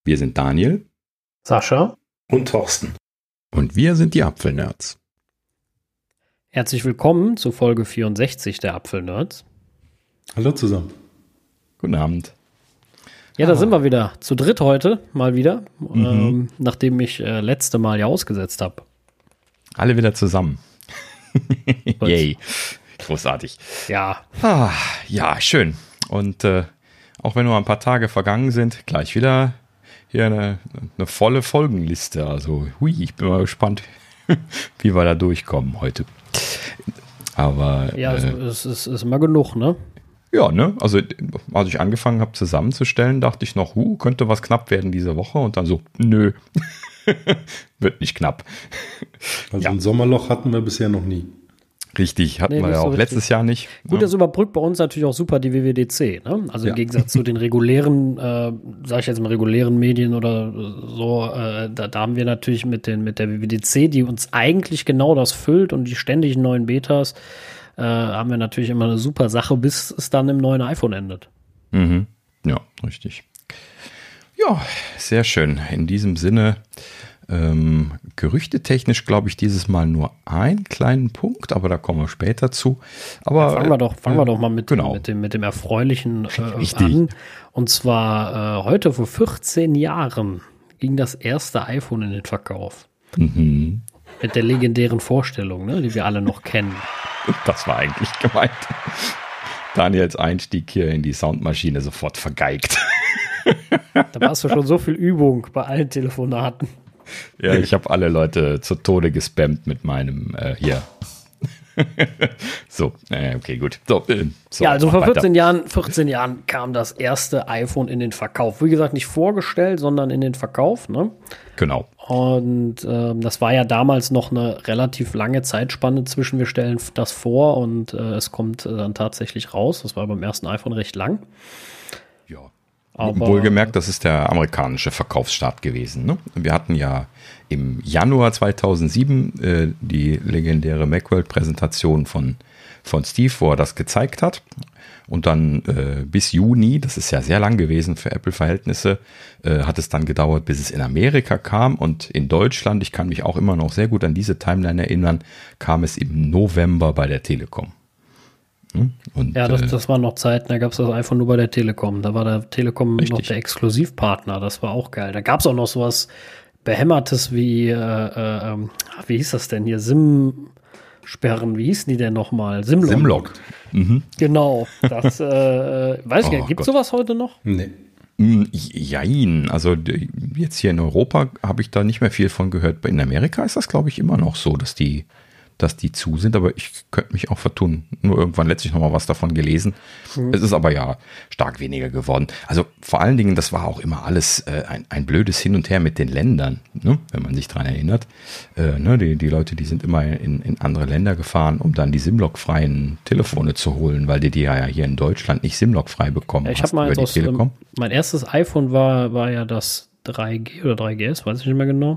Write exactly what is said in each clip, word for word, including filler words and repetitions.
Wir sind Daniel, Sascha und Thorsten. Und wir sind die Apfelnerds. Herzlich willkommen zu Folge vierundsechzig der Apfelnerds. Hallo zusammen. Guten Abend. Ja, da ah. sind wir wieder. Zu dritt heute, mal wieder. Mhm. Ähm, nachdem ich äh, letzte Mal ja ausgesetzt habe. Alle wieder zusammen. Yay. Großartig. Ja. Ah, ja, schön. Und äh, auch wenn nur ein paar Tage vergangen sind, gleich wieder hier eine, eine volle Folgenliste. Also, hui, ich bin mal gespannt, wie wir da durchkommen heute. Aber ja, äh, es ist, ist immer genug, ne? Ja, ne? Also, als ich angefangen habe zusammenzustellen, dachte ich noch, huh, könnte was knapp werden diese Woche. Und dann so, nö, wird nicht knapp. Also ja. Ein Sommerloch hatten wir bisher noch nie. Richtig, hatten nee, wir ja so auch richtig. letztes Jahr nicht. Gut, ja. Das überbrückt bei uns natürlich auch super die W W D C, ne? Also Ja. im Gegensatz zu den regulären, äh, sag ich jetzt mal regulären Medien oder so, äh, da, da haben wir natürlich mit, den, mit der W W D C, die uns eigentlich genau das füllt und die ständigen neuen Betas, äh, haben wir natürlich immer eine super Sache, bis es dann im neuen iPhone endet. Mhm. Ja, richtig. Ja, sehr schön. In diesem Sinne, ähm, gerüchtetechnisch glaube ich dieses Mal nur einen kleinen Punkt, aber da kommen wir später zu. Aber ja, fangen wir doch, fangen äh, wir doch mal mit, genau. dem, mit, dem, mit dem Erfreulichen äh, Richtig. an. Und zwar äh, heute vor vierzehn Jahren ging das erste iPhone in den Verkauf. Mhm. Mit der legendären Vorstellung, ne, die wir alle noch kennen. Das war eigentlich gemeint. Daniels Einstieg hier in die Soundmaschine sofort vergeigt. Da warst du schon so viel Übung bei allen Telefonaten. Ja, ich habe alle Leute zu Tode gespammt mit meinem äh, hier. so, äh, okay, gut. So, äh, so, ja, also vor weiter. vierzehn Jahren, vierzehn Jahren kam das erste iPhone in den Verkauf. Wie gesagt, nicht vorgestellt, sondern in den Verkauf, ne? Genau. Und ähm, das war ja damals noch eine relativ lange Zeitspanne zwischen wir stellen das vor und äh, es kommt äh, dann tatsächlich raus. Das war beim ersten iPhone recht lang. Ja. Aber, Wohlgemerkt, das ist der amerikanische Verkaufsstart gewesen. Ne? Wir hatten ja im Januar zweitausendsieben äh, die legendäre Macworld-Präsentation von, von Steve, wo er das gezeigt hat. Und dann äh, bis Juni, das ist ja sehr lang gewesen für Apple-Verhältnisse, äh, hat es dann gedauert, bis es in Amerika kam. Und in Deutschland, ich kann mich auch immer noch sehr gut an diese Timeline erinnern, kam es im November bei der Telekom. Und, ja, das, äh, das waren noch Zeiten, da gab es das iPhone nur bei der Telekom. Da war der Telekom Richtig. noch der Exklusivpartner, das war auch geil. Da gab es auch noch sowas Behämmertes wie, äh, äh, wie hieß das denn hier, SIM-Sperren, wie hießen die denn nochmal? Simlock. Simlock. Mhm. Genau, das, äh, weiß ich Oh nicht, gibt es Gott. sowas heute noch? Nee. Mm, Jein, also d- jetzt hier in Europa habe ich da nicht mehr viel von gehört. In Amerika ist das, glaube ich, immer noch so, dass die, dass die zu sind, aber ich könnte mich auch vertun. Nur irgendwann letztlich noch mal was davon gelesen. Mhm. Es ist aber ja stark weniger geworden. Also vor allen Dingen, das war auch immer alles äh, ein, ein blödes Hin und Her mit den Ländern, ne? Wenn man sich dran erinnert. Äh, ne? die, die Leute, die sind immer in, in andere Länder gefahren, um dann die Simlock-freien Telefone zu holen, weil die die ja hier in Deutschland nicht Simlock-frei bekommen Ja, ich hast habe mal über eins die aus, Telekom. ähm, mein erstes iPhone war, war ja das drei G oder drei G S, weiß ich nicht mehr genau.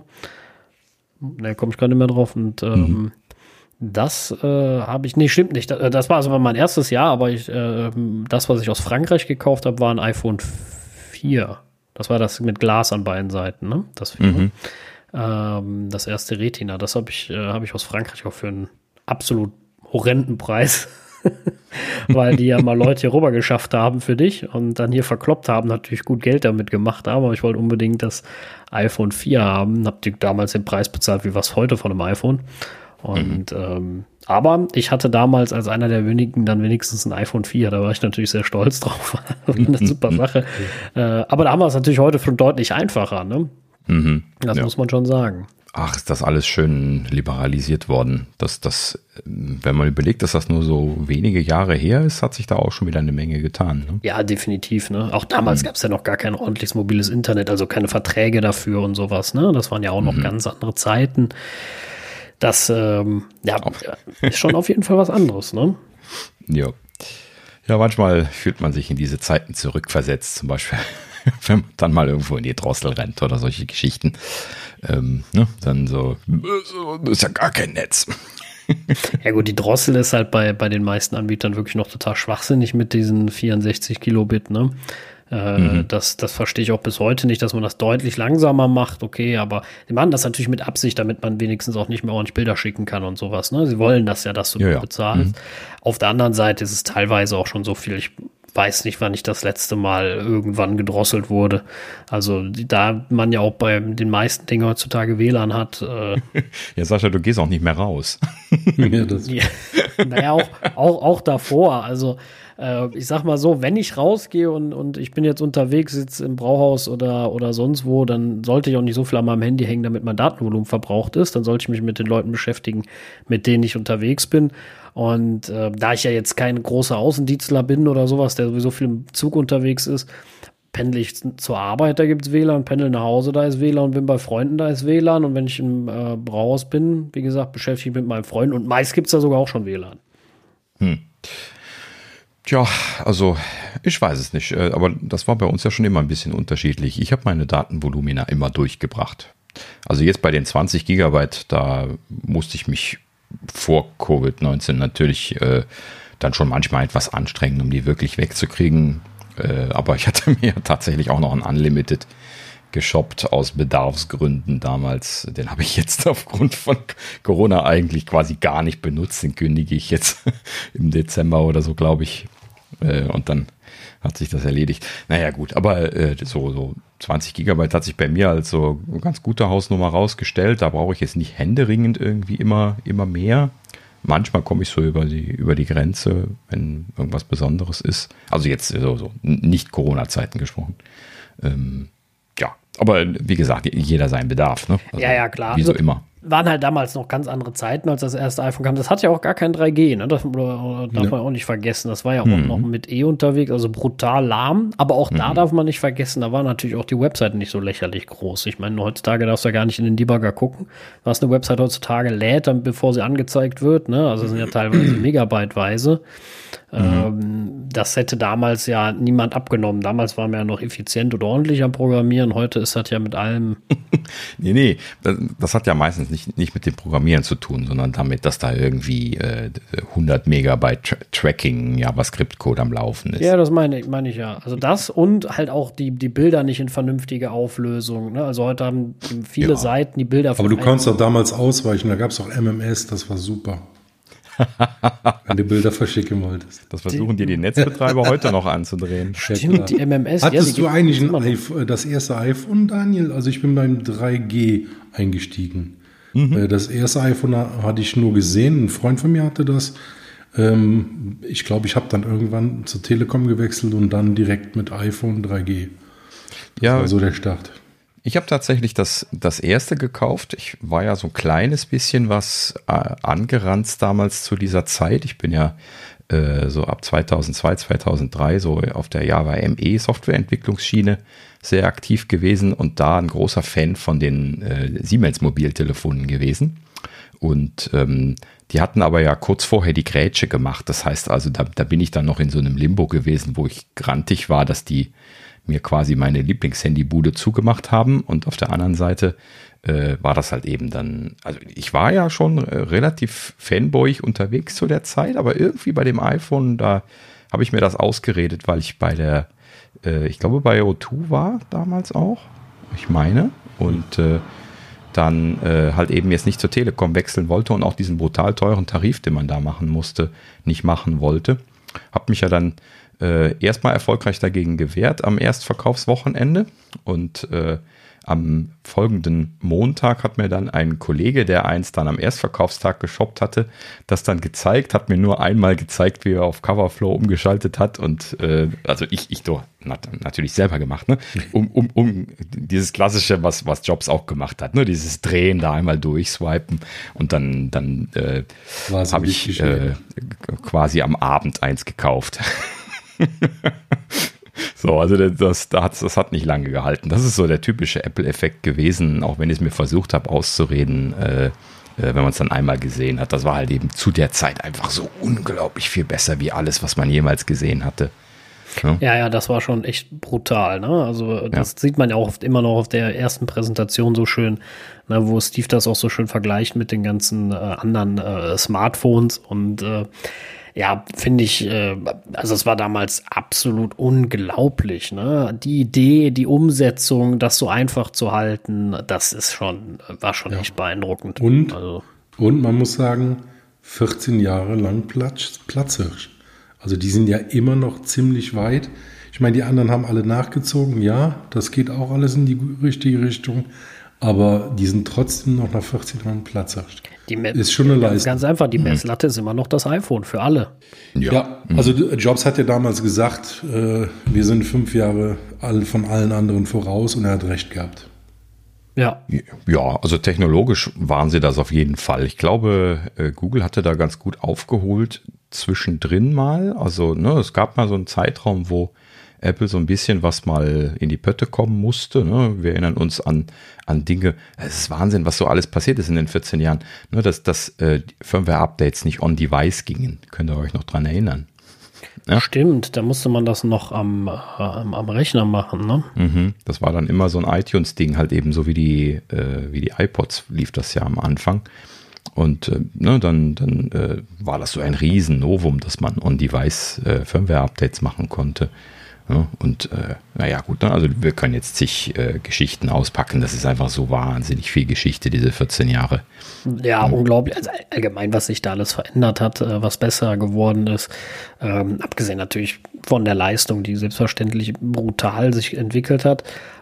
Da komme ich gerade nicht mehr drauf. Und ähm, Mhm. das äh, habe ich, nee, stimmt nicht. Das, das war also mein erstes Jahr, aber ich, äh, das, was ich aus Frankreich gekauft habe, war ein iPhone vier. Das war das mit Glas an beiden Seiten, ne? Das vier. Mhm. Ähm, das erste Retina. Das habe ich, äh, habe ich aus Frankreich auch für einen absolut horrenden Preis. Weil die ja mal Leute hier rüber geschafft haben für dich und dann hier verkloppt haben, natürlich gut Geld damit gemacht haben, aber ich wollte unbedingt das iPhone vier haben, hab die damals den Preis bezahlt, wie was heute von einem iPhone. Und mhm. ähm, aber ich hatte damals als einer der wenigen dann wenigstens ein iPhone vier, da war ich natürlich sehr stolz drauf. Eine super Sache. äh, aber da haben wir es natürlich heute schon deutlich einfacher, ne? Mhm. Das Ja. muss man schon sagen. Ach, ist das alles schön liberalisiert worden. Das, das, wenn man überlegt, dass das nur so wenige Jahre her ist, hat sich da auch schon wieder eine Menge getan. Ne? Ja, definitiv. Ne? Auch damals mhm. gab es ja noch gar kein ordentliches mobiles Internet, also keine Verträge dafür und sowas. Ne? Das waren ja auch noch mhm. ganz andere Zeiten. Das ähm, ja, ist schon auf jeden Fall was anderes. Ne? Ja. Ja, manchmal fühlt man sich in diese Zeiten zurückversetzt, zum Beispiel, wenn man dann mal irgendwo in die Drossel rennt oder solche Geschichten. Ähm, ne? Dann so, das ist ja gar kein Netz. Ja gut, die Drossel ist halt bei, bei den meisten Anbietern wirklich noch total schwachsinnig mit diesen vierundsechzig Kilobit, ne? Äh, Mhm. das, das verstehe ich auch bis heute nicht, dass man das deutlich langsamer macht, okay, aber die machen das natürlich mit Absicht, damit man wenigstens auch nicht mehr ordentlich Bilder schicken kann und sowas, ne? Sie wollen das ja, dass du Ja, ja. bezahlst. Mhm. Auf der anderen Seite ist es teilweise auch schon so viel, ich weiß nicht, wann ich das letzte Mal irgendwann gedrosselt wurde. Also die- da man ja auch bei den meisten Dingen heutzutage W L A N hat, äh, Ja, Sascha, du gehst auch nicht mehr raus. Ja, das, ja, naja, auch, auch, auch davor. Also äh, ich sag mal so, wenn ich rausgehe und, und ich bin jetzt unterwegs, sitze im Brauhaus oder, oder sonst wo, dann sollte ich auch nicht so viel an meinem Handy hängen, damit mein Datenvolumen verbraucht ist. Dann sollte ich mich mit den Leuten beschäftigen, mit denen ich unterwegs bin. Und äh, da ich ja jetzt kein großer Außendienstler bin oder sowas, der sowieso viel im Zug unterwegs ist, pendle ich zur Arbeit, da gibt's W L A N, pendel nach Hause, da ist W L A N, bin bei Freunden, da ist W L A N und wenn ich im äh, Brauhaus bin, wie gesagt, beschäftige ich mich mit meinem Freund und meist gibt's da sogar auch schon W L A N. Hm. Tja, also ich weiß es nicht, äh, aber das war bei uns ja schon immer ein bisschen unterschiedlich. Ich habe meine Datenvolumina immer durchgebracht. Also jetzt bei den zwanzig Gigabyte, da musste ich mich vor Covid neunzehn natürlich äh, dann schon manchmal etwas anstrengen, um die wirklich wegzukriegen. Äh, aber ich hatte mir tatsächlich auch noch ein Unlimited geshoppt aus Bedarfsgründen damals. Den habe ich jetzt aufgrund von Corona eigentlich quasi gar nicht benutzt. Den kündige ich jetzt im Dezember oder so, glaube ich. Äh, und dann hat sich das erledigt. Naja gut, aber äh, so, so zwanzig Gigabyte hat sich bei mir als so eine ganz gute Hausnummer rausgestellt. Da brauche ich jetzt nicht händeringend irgendwie immer, immer mehr. Manchmal komme ich so über die, über die Grenze, wenn irgendwas Besonderes ist. Also jetzt so, so nicht Corona-Zeiten gesprochen. Ähm, ja, aber wie gesagt, jeder seinen Bedarf. Ne? Also Ja, ja, klar. Wie so Also, immer. Waren halt damals noch ganz andere Zeiten, als das erste iPhone kam. Das hat ja auch gar kein drei G, ne? Das oder, oder darf Ja. man auch nicht vergessen. Das war ja auch Mhm. noch mit E unterwegs, also brutal lahm. Aber auch da darf man nicht vergessen, da war natürlich auch die Webseite nicht so lächerlich groß. Ich meine, heutzutage darfst du ja gar nicht in den Debugger gucken, was eine Website heutzutage lädt, dann, bevor sie angezeigt wird. Ne? Also das sind ja teilweise megabyteweise. Ähm, das hätte damals ja niemand abgenommen. Damals waren wir ja noch effizient und ordentlich am Programmieren. Heute ist das ja mit allem. Nee, nee, das, das hat ja meistens nicht, nicht mit dem Programmieren zu tun, sondern damit, dass da irgendwie äh, hundert Megabyte Tra Tracking JavaScript-Code am Laufen ist. Ja, das meine, meine ich ja. Also das und halt auch die, die Bilder nicht in vernünftige Auflösung. Ne? Also heute haben viele Ja. Seiten die Bilder aber du einem- konntest doch damals ausweichen, da gab es auch M M S, das war super. Wenn du Bilder verschicken wolltest. Das versuchen dir die Netzbetreiber heute noch anzudrehen. Ja, Stimmt, klar. die M M S. ja, Hattest die du gibt- eigentlich immer ein noch. iPhone, das erste iPhone, Daniel? Also ich bin beim drei G eingestiegen. Äh, Das erste iPhone hatte ich nur gesehen, ein Freund von mir hatte das. Ähm, Ich glaube, ich habe dann irgendwann zur Telekom gewechselt und dann direkt mit iPhone drei G. Das Ja, war so der Start. ich habe tatsächlich das, das erste gekauft. Ich war ja so ein kleines bisschen was äh, angeranzt damals zu dieser Zeit. Ich bin ja äh, so ab zweitausendzwei, zweitausenddrei so auf der Java M E Softwareentwicklungsschiene sehr aktiv gewesen und da ein großer Fan von den äh, Siemens Mobiltelefonen gewesen. Und ähm, die hatten aber ja kurz vorher die Grätsche gemacht. Das heißt also, da, da bin ich dann noch in so einem Limbo gewesen, wo ich grantig war, dass die mir quasi meine Lieblingshandybude zugemacht haben. Und auf der anderen Seite äh, war das halt eben dann, also ich war ja schon äh, relativ fanboyig unterwegs zu der Zeit, aber irgendwie bei dem iPhone, da habe ich mir das ausgeredet, weil ich bei der, äh, ich glaube bei O zwei war damals auch, ich meine, und äh, dann äh, halt eben jetzt nicht zur Telekom wechseln wollte und auch diesen brutal teuren Tarif, den man da machen musste, nicht machen wollte. Hab mich ja dann äh, erstmal erfolgreich dagegen gewehrt am Erstverkaufswochenende und äh, am folgenden Montag hat mir dann ein Kollege, der eins dann am Erstverkaufstag geshoppt hatte, das dann gezeigt, hat mir nur einmal gezeigt, wie er auf Coverflow umgeschaltet hat und äh, also ich, ich doch nat natürlich selber gemacht, ne? Um, um, um dieses klassische, was, was Jobs auch gemacht hat, ne? Dieses Drehen da einmal durchswipen und dann, dann äh, War so habe ich richtig äh, quasi am Abend eins gekauft. So, also das, das, hat, das hat nicht lange gehalten. Das ist so der typische Apple-Effekt gewesen, auch wenn ich es mir versucht habe auszureden, äh, äh, wenn man es dann einmal gesehen hat. Das war halt eben zu der Zeit einfach so unglaublich viel besser wie alles, was man jemals gesehen hatte. Ja, Ja, ja, das war schon echt brutal, ne? Also das Ja. sieht man ja auch oft, immer noch auf der ersten Präsentation so schön, ne, wo Steve das auch so schön vergleicht mit den ganzen äh, anderen äh, Smartphones und äh, Ja, finde ich, äh, also es war damals absolut unglaublich, ne? Die Idee, die Umsetzung, das so einfach zu halten, das ist schon, war schon Ja. echt beeindruckend. Und, also, und man muss sagen, vierzehn Jahre lang Platz, Platzhirsch. Also die sind ja immer noch ziemlich weit. Ich meine, die anderen haben alle nachgezogen. Ja, das geht auch alles in die richtige Richtung. Aber die sind trotzdem noch nach vierzehn Jahren Platzhirsch. die Me- Ist schon eine ganz, Leistung. ganz einfach, die Messlatte ist immer noch das iPhone für alle. Ja, also Jobs hat ja damals gesagt, äh, wir sind fünf Jahre all, von allen anderen voraus und er hat recht gehabt. Ja, Ja, also technologisch waren sie das auf jeden Fall. Ich glaube, äh, Google hatte da ganz gut aufgeholt zwischendrin mal. Also ne, es gab mal so einen Zeitraum, wo Apple so ein bisschen was mal in die Pötte kommen musste. Ne? Wir erinnern uns an, an Dinge. Es ist Wahnsinn, was so alles passiert ist in den vierzehn Jahren. Ne, dass dass äh, Firmware-Updates nicht on-device gingen. Könnt ihr euch noch dran erinnern? Ja. stimmt, da musste man das noch am, äh, am, am Rechner machen, ne? Mhm. Das war dann immer so ein iTunes-Ding, halt eben so wie die, äh, wie die iPods lief das ja am Anfang. Und äh, ne, dann, dann äh, war das so ein Riesen-Novum, dass man on-device äh, Firmware-Updates machen konnte. Ja, und äh, naja, gut, ne? Also wir können jetzt zig äh, Geschichten auspacken. Das ist einfach so wahnsinnig viel Geschichte, diese vierzehn Jahre. Ja, unglaublich. Also allgemein, was sich da alles verändert hat, äh, was besser geworden ist. Ähm, abgesehen natürlich von der Leistung, die selbstverständlich brutal sich entwickelt hat.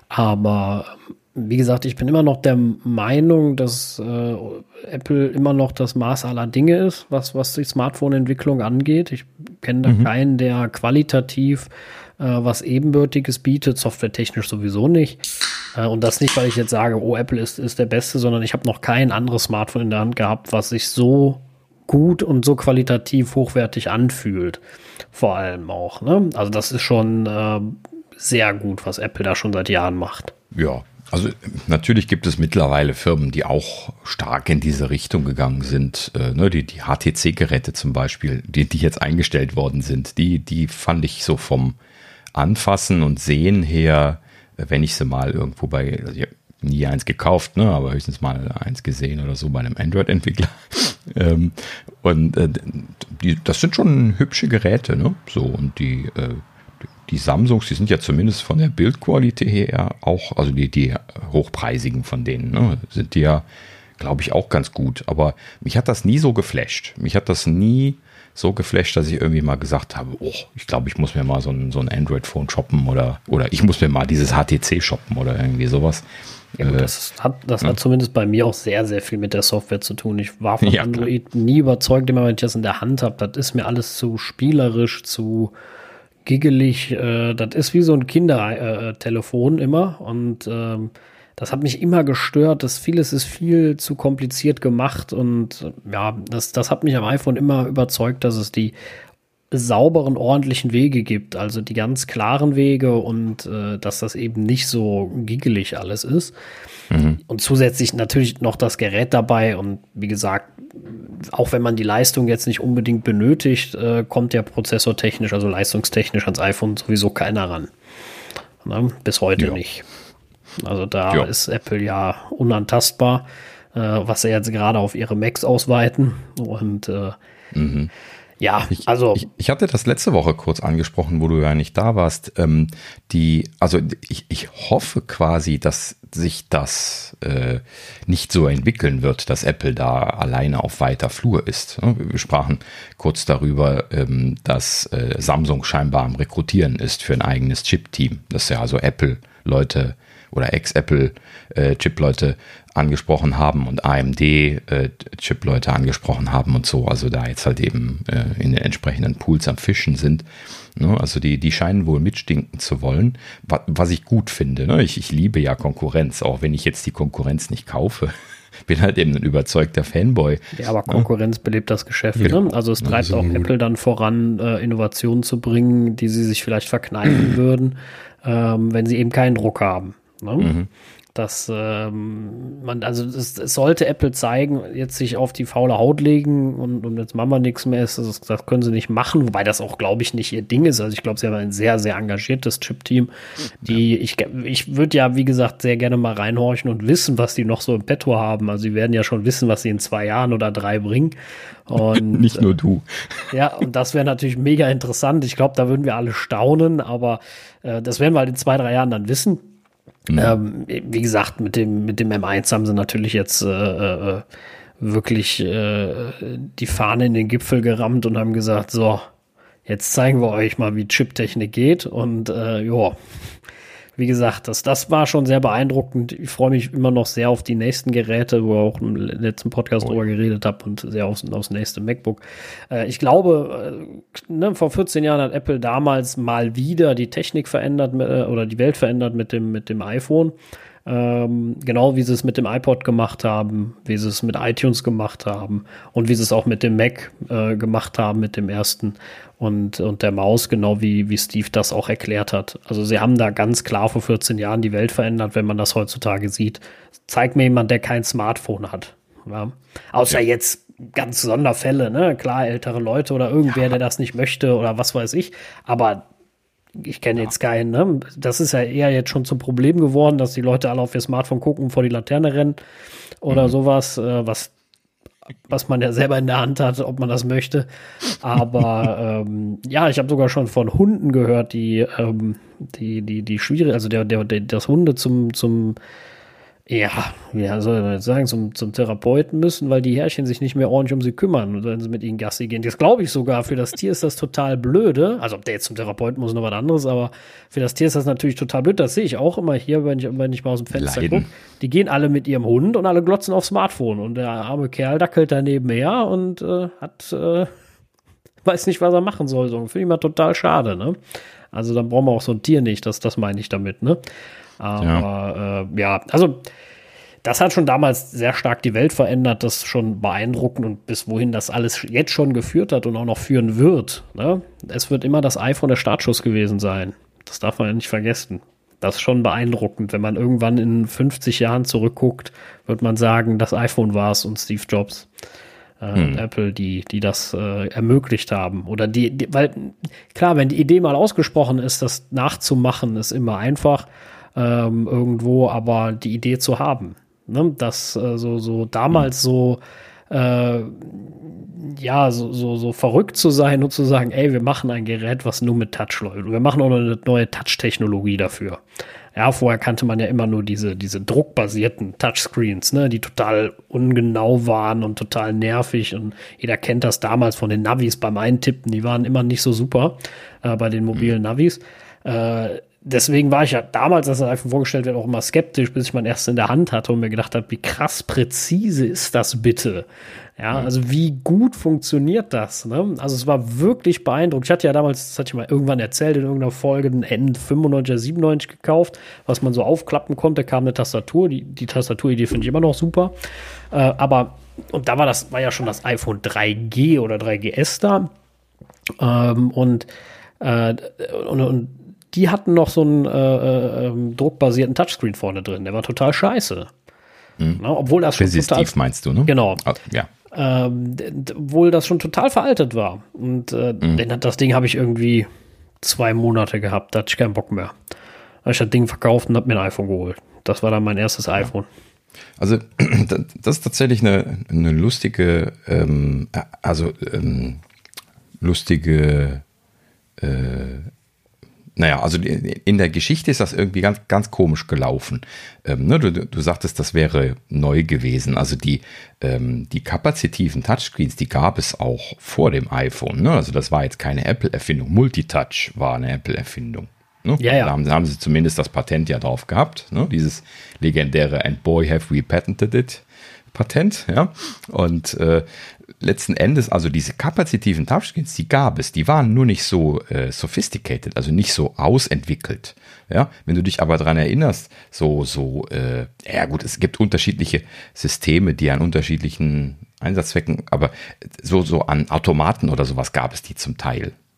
Aber ähm, wie gesagt, ich bin immer noch der Meinung, dass äh, Apple immer noch das Maß aller Dinge ist, was, was die Smartphone-Entwicklung angeht. Ich kenne da Mhm. keinen, der qualitativ äh, was Ebenbürtiges bietet, softwaretechnisch sowieso nicht. Äh, und das nicht, weil ich jetzt sage, oh, Apple ist, ist der Beste, sondern ich habe noch kein anderes Smartphone in der Hand gehabt, was sich so gut und so qualitativ hochwertig anfühlt. Vor allem auch. Ne? Also das ist schon äh, sehr gut, was Apple da schon seit Jahren macht. Ja, also äh, natürlich gibt es mittlerweile Firmen, die auch stark in diese Richtung gegangen sind. Äh, ne, die, die H T C-Geräte zum Beispiel, die, die jetzt eingestellt worden sind, die, die fand ich so vom Anfassen und Sehen her, äh, wenn ich sie mal irgendwo bei, also ich habe nie eins gekauft, ne, aber höchstens mal eins gesehen oder so bei einem Android-Entwickler. ähm, und äh, die, das sind schon hübsche Geräte, ne? So, und die äh, Die Samsungs, die sind ja zumindest von der Bildqualität her auch, also die, die hochpreisigen von denen, ne, sind die ja, glaube ich, auch ganz gut. Aber mich hat das nie so geflasht. Mich hat das nie so geflasht, dass ich irgendwie mal gesagt habe, oh, ich glaube, ich muss mir mal so ein, so ein Android-Phone shoppen oder, oder ich muss mir mal dieses H T C shoppen oder irgendwie sowas. Ja, gut, Äh, das hat, das ja. hat zumindest bei mir auch sehr, sehr viel mit der Software zu tun. Ich war von Ja, Android nie überzeugt, immer wenn ich das in der Hand habe. Das ist mir alles zu spielerisch, zu giggelig. Äh, das ist wie so ein Kindertelefon immer. Und ähm, das hat mich immer gestört. Das vieles ist viel zu kompliziert gemacht. Und äh, ja, das, das hat mich am iPhone immer überzeugt, dass es die sauberen, ordentlichen Wege gibt, also die ganz klaren Wege und äh, dass das eben nicht so giggelig alles ist. Mhm. Und zusätzlich natürlich noch das Gerät dabei und wie gesagt, auch wenn man die Leistung jetzt nicht unbedingt benötigt, äh, kommt der Prozessor technisch, also leistungstechnisch ans iPhone sowieso keiner ran. Na, bis heute Ja. nicht. Also da Ja. ist Apple ja unantastbar, äh, was sie jetzt gerade auf ihre Macs ausweiten und äh, Mhm. ja, Ich, also ich, ich hatte das letzte Woche kurz angesprochen, wo du ja nicht da warst. Ähm, die, also ich, ich hoffe quasi, dass sich das äh, nicht so entwickeln wird, dass Apple da alleine auf weiter Flur ist. Wir sprachen kurz darüber, ähm, dass äh, Samsung scheinbar am Rekrutieren ist für ein eigenes Chip-Team. Dass ja also Apple-Leute oder Ex-Apple-Chip-Leute angesprochen haben und A M D-Chip-Leute angesprochen haben und so, also da jetzt halt eben äh, in den entsprechenden Pools am Fischen sind. Ne? Also die, die scheinen wohl mitstinken zu wollen, was, was ich gut finde. Ne? Ich, ich liebe ja Konkurrenz, auch wenn ich jetzt die Konkurrenz nicht kaufe. Bin halt eben ein überzeugter Fanboy. Ja, aber Konkurrenz ja. belebt das Geschäft. Ja. Ne? Also es treibt also, auch Apple dann voran, äh, Innovationen zu bringen, die sie sich vielleicht verkneifen würden, ähm, wenn sie eben keinen Druck haben. Ne? Mhm. Dass ähm, man, also es, es sollte Apple zeigen, jetzt sich auf die faule Haut legen und, und jetzt machen wir nichts mehr, ist, das, das können sie nicht machen, wobei das auch, glaube ich, nicht ihr Ding ist. Also ich glaube, sie haben ein sehr, sehr engagiertes Chip-Team, die, ich, ich würde ja, wie gesagt, sehr gerne mal reinhorchen und wissen, was die noch so im Petto haben. Also sie werden ja schon wissen, was sie in zwei Jahren oder drei bringen. Und, nicht nur du. Ja, und das wäre natürlich mega interessant. Ich glaube, da würden wir alle staunen, aber äh, das werden wir halt in zwei, drei Jahren dann wissen. Mhm. Ähm, wie gesagt, mit dem, mit dem M eins haben sie natürlich jetzt äh, äh, wirklich äh, die Fahne in den Gipfel gerammt und haben gesagt, so, jetzt zeigen wir euch mal, wie Chiptechnik geht. Und äh, ja, wie gesagt, das, das war schon sehr beeindruckend. Ich freue mich immer noch sehr auf die nächsten Geräte, wo ich auch im letzten Podcast oh. drüber geredet habe und sehr aufs, aufs nächste MacBook. Äh, ich glaube, äh, ne, vor vierzehn Jahren hat Apple damals mal wieder die Technik verändert äh, oder die Welt verändert mit dem, mit dem iPhone. Ähm, genau wie sie es mit dem iPod gemacht haben, wie sie es mit iTunes gemacht haben und wie sie es auch mit dem Mac äh, gemacht haben, mit dem ersten und, und der Maus, genau wie, wie Steve das auch erklärt hat. Also sie haben da ganz klar vor vierzehn Jahren die Welt verändert, wenn man das heutzutage sieht. Zeig mir jemand, der kein Smartphone hat. Ja? Außer ja. jetzt ganz Sonderfälle, ne? Klar, ältere Leute oder irgendwer, ja. der das nicht möchte oder was weiß ich, aber ich kenne ja. jetzt keinen, ne? Das ist ja eher jetzt schon zum Problem geworden, dass die Leute alle auf ihr Smartphone gucken und vor die Laterne rennen oder mhm. sowas, äh, was, was man ja selber in der Hand hat, ob man das möchte. Aber ähm, ja, ich habe sogar schon von Hunden gehört, die, ähm, die, die, die schwierig, also der, der, der, das Hunde zum, zum ja, wie soll man jetzt sagen, zum, zum Therapeuten müssen, weil die Herrchen sich nicht mehr ordentlich um sie kümmern, wenn sie mit ihnen Gassi gehen. Das glaube ich sogar, für das Tier ist das total blöde. Also ob der jetzt zum Therapeuten muss, noch was anderes, aber für das Tier ist das natürlich total blöd. Das sehe ich auch immer hier, wenn ich, wenn ich mal aus dem Fenster gucke. Die gehen alle mit ihrem Hund und alle glotzen aufs Smartphone und der arme Kerl dackelt daneben her und äh, hat, äh, weiß nicht, was er machen soll. So, finde ich mal total schade, ne? Also dann brauchen wir auch so ein Tier nicht, das, das meine ich damit, ne? Aber ja. Äh, ja, also das hat schon damals sehr stark die Welt verändert, das ist schon beeindruckend und bis wohin das alles jetzt schon geführt hat und auch noch führen wird. Ne? Es wird immer das iPhone der Startschuss gewesen sein. Das darf man ja nicht vergessen. Das ist schon beeindruckend. Wenn man irgendwann in fünfzig Jahren zurückguckt, wird man sagen, das iPhone war es und Steve Jobs. Äh, hm. Apple, die, die das äh, ermöglicht haben. Oder die, die, weil klar, wenn die Idee mal ausgesprochen ist, das nachzumachen, ist immer einfach. Ähm, irgendwo, aber die Idee zu haben, ne? Das äh, so so damals so äh, ja so, so so verrückt zu sein und zu sagen, ey, wir machen ein Gerät, was nur mit Touch läuft. Wir machen auch noch eine neue Touch-Technologie dafür. Ja, vorher kannte man ja immer nur diese diese druckbasierten Touchscreens, ne, die total ungenau waren und total nervig und jeder kennt das damals von den Navis beim Eintippen, die waren immer nicht so super äh, bei den mobilen Navis. Äh, Deswegen war ich ja damals, als das iPhone vorgestellt wird, auch immer skeptisch, bis ich mein erstes in der Hand hatte und mir gedacht habe, wie krass präzise ist das bitte? Ja, also wie gut funktioniert das? Ne? Also es war wirklich beeindruckend. Ich hatte ja damals, das hatte ich mal irgendwann erzählt, in irgendeiner Folge ein N fünfundneunzig oder siebenundneunzig gekauft, was man so aufklappen konnte, kam eine Tastatur. Die, die Tastaturidee finde ich immer noch super. Äh, aber, und da war das, war ja schon das iPhone drei G oder drei G S da. Ähm, und, äh, und, und die hatten noch so einen äh, äh, druckbasierten Touchscreen vorne drin. Der war total scheiße. Mhm. Na, obwohl das schon total, meinst du, ne? Genau. Oh, ja. Ähm, obwohl das schon total veraltet war. Und äh, mhm. den, das Ding habe ich irgendwie zwei Monate gehabt. Da hatte ich keinen Bock mehr. Da habe ich das Ding verkauft und habe mir ein iPhone geholt. Das war dann mein erstes ja. iPhone. Also das ist tatsächlich eine, eine lustige, ähm, also ähm, lustige äh, Naja, also in der Geschichte ist das irgendwie ganz, ganz komisch gelaufen. Ähm, ne, du, du sagtest, das wäre neu gewesen. Also die, ähm, die kapazitiven Touchscreens, die gab es auch vor dem iPhone. Ne? Also das war jetzt keine Apple-Erfindung. Multitouch war eine Apple-Erfindung. Ne? Ja, ja. Da haben, da haben sie zumindest das Patent ja drauf gehabt. Ne? Dieses legendäre "And boy have we patented it" Patent, ja. Und äh, letzten Endes, also diese kapazitiven Touchscreens, die gab es, die waren nur nicht so äh, sophisticated, also nicht so ausentwickelt. Ja, wenn du dich aber daran erinnerst, so, so, äh, ja gut, es gibt unterschiedliche Systeme, die an unterschiedlichen Einsatzzwecken, aber so, so an Automaten oder sowas gab es die zum Teil.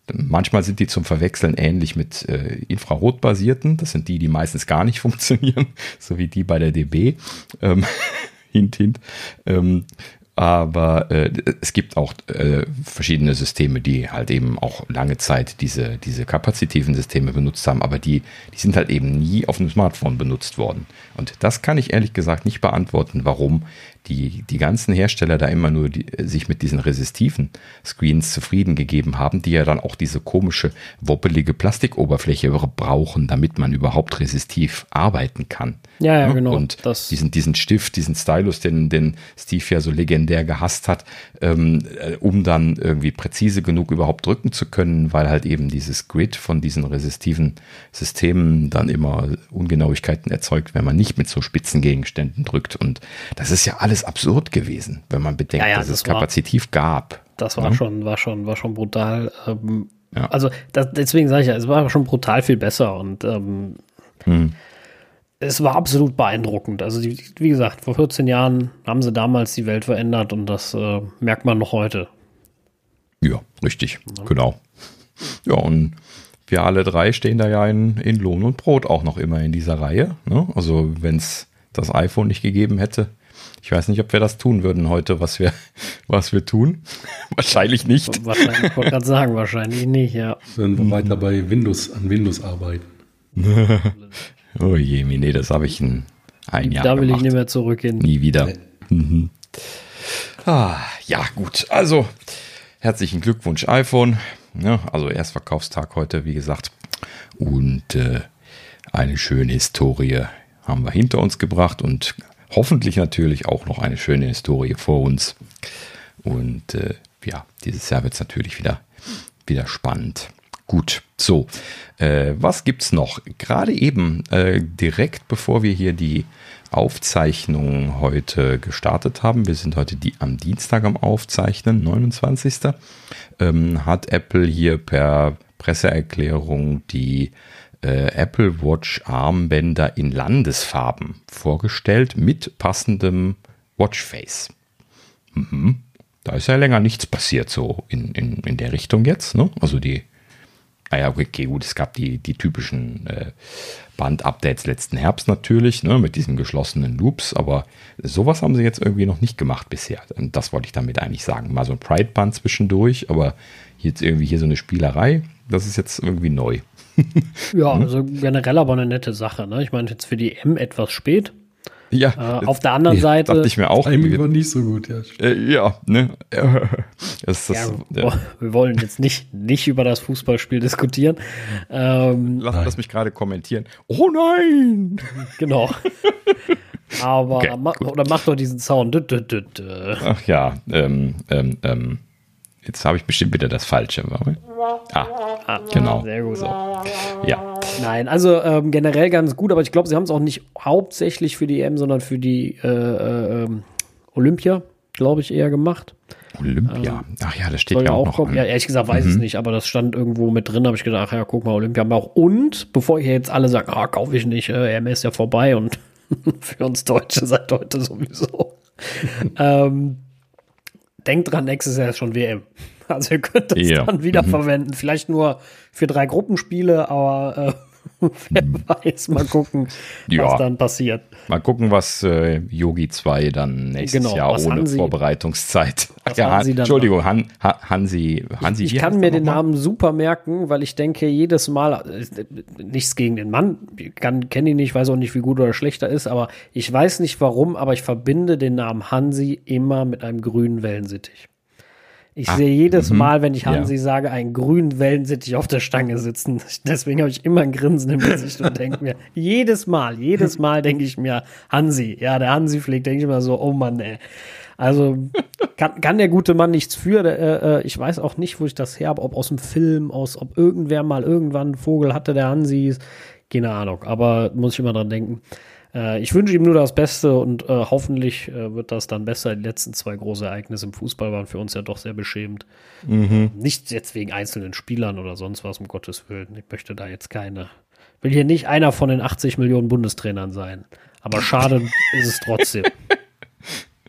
manchmal sind die zum Verwechseln ähnlich mit äh, infrarotbasierten. Das sind die, die meistens gar nicht funktionieren, so wie die bei der D B. Ähm, hint, hint. Ähm, aber äh, es gibt auch äh, verschiedene Systeme, die halt eben auch lange Zeit diese, diese kapazitiven Systeme benutzt haben, aber die, die sind halt eben nie auf dem Smartphone benutzt worden. Und das kann ich ehrlich gesagt nicht beantworten, warum die, die ganzen Hersteller da immer nur die, sich mit diesen resistiven Screens zufrieden gegeben haben, die ja dann auch diese komische, wobbelige Plastikoberfläche brauchen, damit man überhaupt resistiv arbeiten kann. Ja, ja, genau. Und das diesen, diesen Stift, diesen Stylus, den, den Steve ja so legendär gehasst hat, ähm, um dann irgendwie präzise genug überhaupt drücken zu können, weil halt eben dieses Grid von diesen resistiven Systemen dann immer Ungenauigkeiten erzeugt, wenn man nicht mit so spitzen Gegenständen drückt. Und das ist ja alles absurd gewesen, wenn man bedenkt, ja, ja, dass das es kapazitiv war, gab. Das war ja? schon, war schon, war schon brutal. Ähm, ja. Also das, deswegen sage ich ja, es war schon brutal viel besser und ähm, hm. es war absolut beeindruckend. Also die, wie gesagt, vor vierzehn Jahren haben sie damals die Welt verändert und das äh, merkt man noch heute. Ja, richtig, ja. Genau. Ja, und wir alle drei stehen da ja in, in Lohn und Brot auch noch immer in dieser Reihe. Ne? Also wenn es das iPhone nicht gegeben hätte, ich weiß nicht, ob wir das tun würden heute, was wir, was wir tun. Wahrscheinlich nicht. Wahrscheinlich, ich wollte gerade sagen, wahrscheinlich nicht, ja. Wenn wir weiter bei Windows, an Windows arbeiten. Oh je, nee, das habe ich ein, ein Jahr Da will gemacht. ich nicht mehr zurückgehen. Nie wieder. Nee. Mhm. Ah, ja, gut. Also, herzlichen Glückwunsch, iPhone. Ja, also Erstverkaufstag heute, wie gesagt. Und äh, eine schöne Historie haben wir hinter uns gebracht und hoffentlich natürlich auch noch eine schöne Historie vor uns. Und äh, ja, dieses Jahr wird es natürlich wieder, wieder spannend. Gut, so, äh, was gibt's noch? Gerade eben, äh, direkt bevor wir hier die Aufzeichnung heute gestartet haben, wir sind heute die, am Dienstag am Aufzeichnen, neunundzwanzigsten Ähm, hat Apple hier per Presseerklärung die äh, Apple Watch Armbänder in Landesfarben vorgestellt mit passendem Watchface. Mhm. Da ist ja länger nichts passiert so in, in, in der Richtung jetzt, ne? Also die Ah ja, okay, gut, es gab die, die typischen äh, Band-Updates letzten Herbst natürlich, ne, mit diesen geschlossenen Loops, aber sowas haben sie jetzt irgendwie noch nicht gemacht bisher. Und das wollte ich damit eigentlich sagen. Mal so ein Pride-Band zwischendurch, aber jetzt irgendwie hier so eine Spielerei, das ist jetzt irgendwie neu. Ja, also generell aber eine nette Sache, ne? Ich meine, jetzt für die M etwas spät. Ja, äh, auf der anderen ja, Seite dachte ich mir auch. Timing war nicht so gut, ja. Äh, ja, ne. Das, das, ja, ja. Wir wollen jetzt nicht, nicht über das Fußballspiel diskutieren. Ähm, lass, lass mich gerade kommentieren. Oh nein! Genau. Aber okay, ma, oder mach doch diesen Sound. Ach ja, ähm, ähm, ähm. Jetzt habe ich bestimmt wieder das Falsche. Ah, ah, genau. Sehr gut. So. Ja. Nein, also ähm, generell ganz gut, aber ich glaube, sie haben es auch nicht hauptsächlich für die E M, sondern für die äh, äh, Olympia, glaube ich, eher gemacht. Olympia? Ähm, ach ja, das steht ja ja auch noch. Kommen. Ja, ehrlich gesagt weiß ich mhm. es nicht, aber das stand irgendwo mit drin, habe ich gedacht, ach ja, guck mal, Olympia haben wir auch. Und, bevor ihr jetzt alle sagt, ah, kaufe ich nicht, äh, E M ist ja vorbei und für uns Deutsche seit heute sowieso. ähm, Denkt dran, nächstes Jahr ist schon W M. Also ihr könnt das ja. dann wieder mhm. verwenden. Vielleicht nur für drei Gruppenspiele, aber äh, wer weiß, mal gucken, ja. was dann passiert. Mal gucken, was äh, Yogi zwei dann nächstes genau, Jahr ohne Hansi, Vorbereitungszeit. Ja, Han, Entschuldigung, Han, Han, Hansi. Hansi ich ich kann mir den Namen super merken, weil ich denke, jedes Mal, nichts gegen den Mann, ich kenne ihn nicht, weiß auch nicht, wie gut oder schlecht er ist, aber ich weiß nicht warum, aber ich verbinde den Namen Hansi immer mit einem grünen Wellensittich. Ich Ach, sehe jedes m- Mal, wenn ich Hansi ja. sage, einen grünen Wellensittich auf der Stange sitzen. Deswegen habe ich immer ein Grinsen im Gesicht und denke mir, jedes Mal, jedes Mal denke ich mir, Hansi, ja, der Hansi fliegt, denke ich mir so, oh Mann, ey. Also kann, kann der gute Mann nichts für. Der, äh, ich weiß auch nicht, wo ich das her habe, ob aus dem Film, aus, ob irgendwer mal irgendwann einen Vogel hatte, der Hansi. Keine Ahnung, aber muss ich immer dran denken. Äh, ich wünsche ihm nur das Beste und äh, hoffentlich äh, wird das dann besser. Die letzten zwei große Ereignisse im Fußball waren für uns ja doch sehr beschämend. Mhm. Nicht jetzt wegen einzelnen Spielern oder sonst was, um Gottes Willen. Ich möchte da jetzt keine, will hier nicht einer von den achtzig Millionen Bundestrainern sein. Aber schade ist es trotzdem.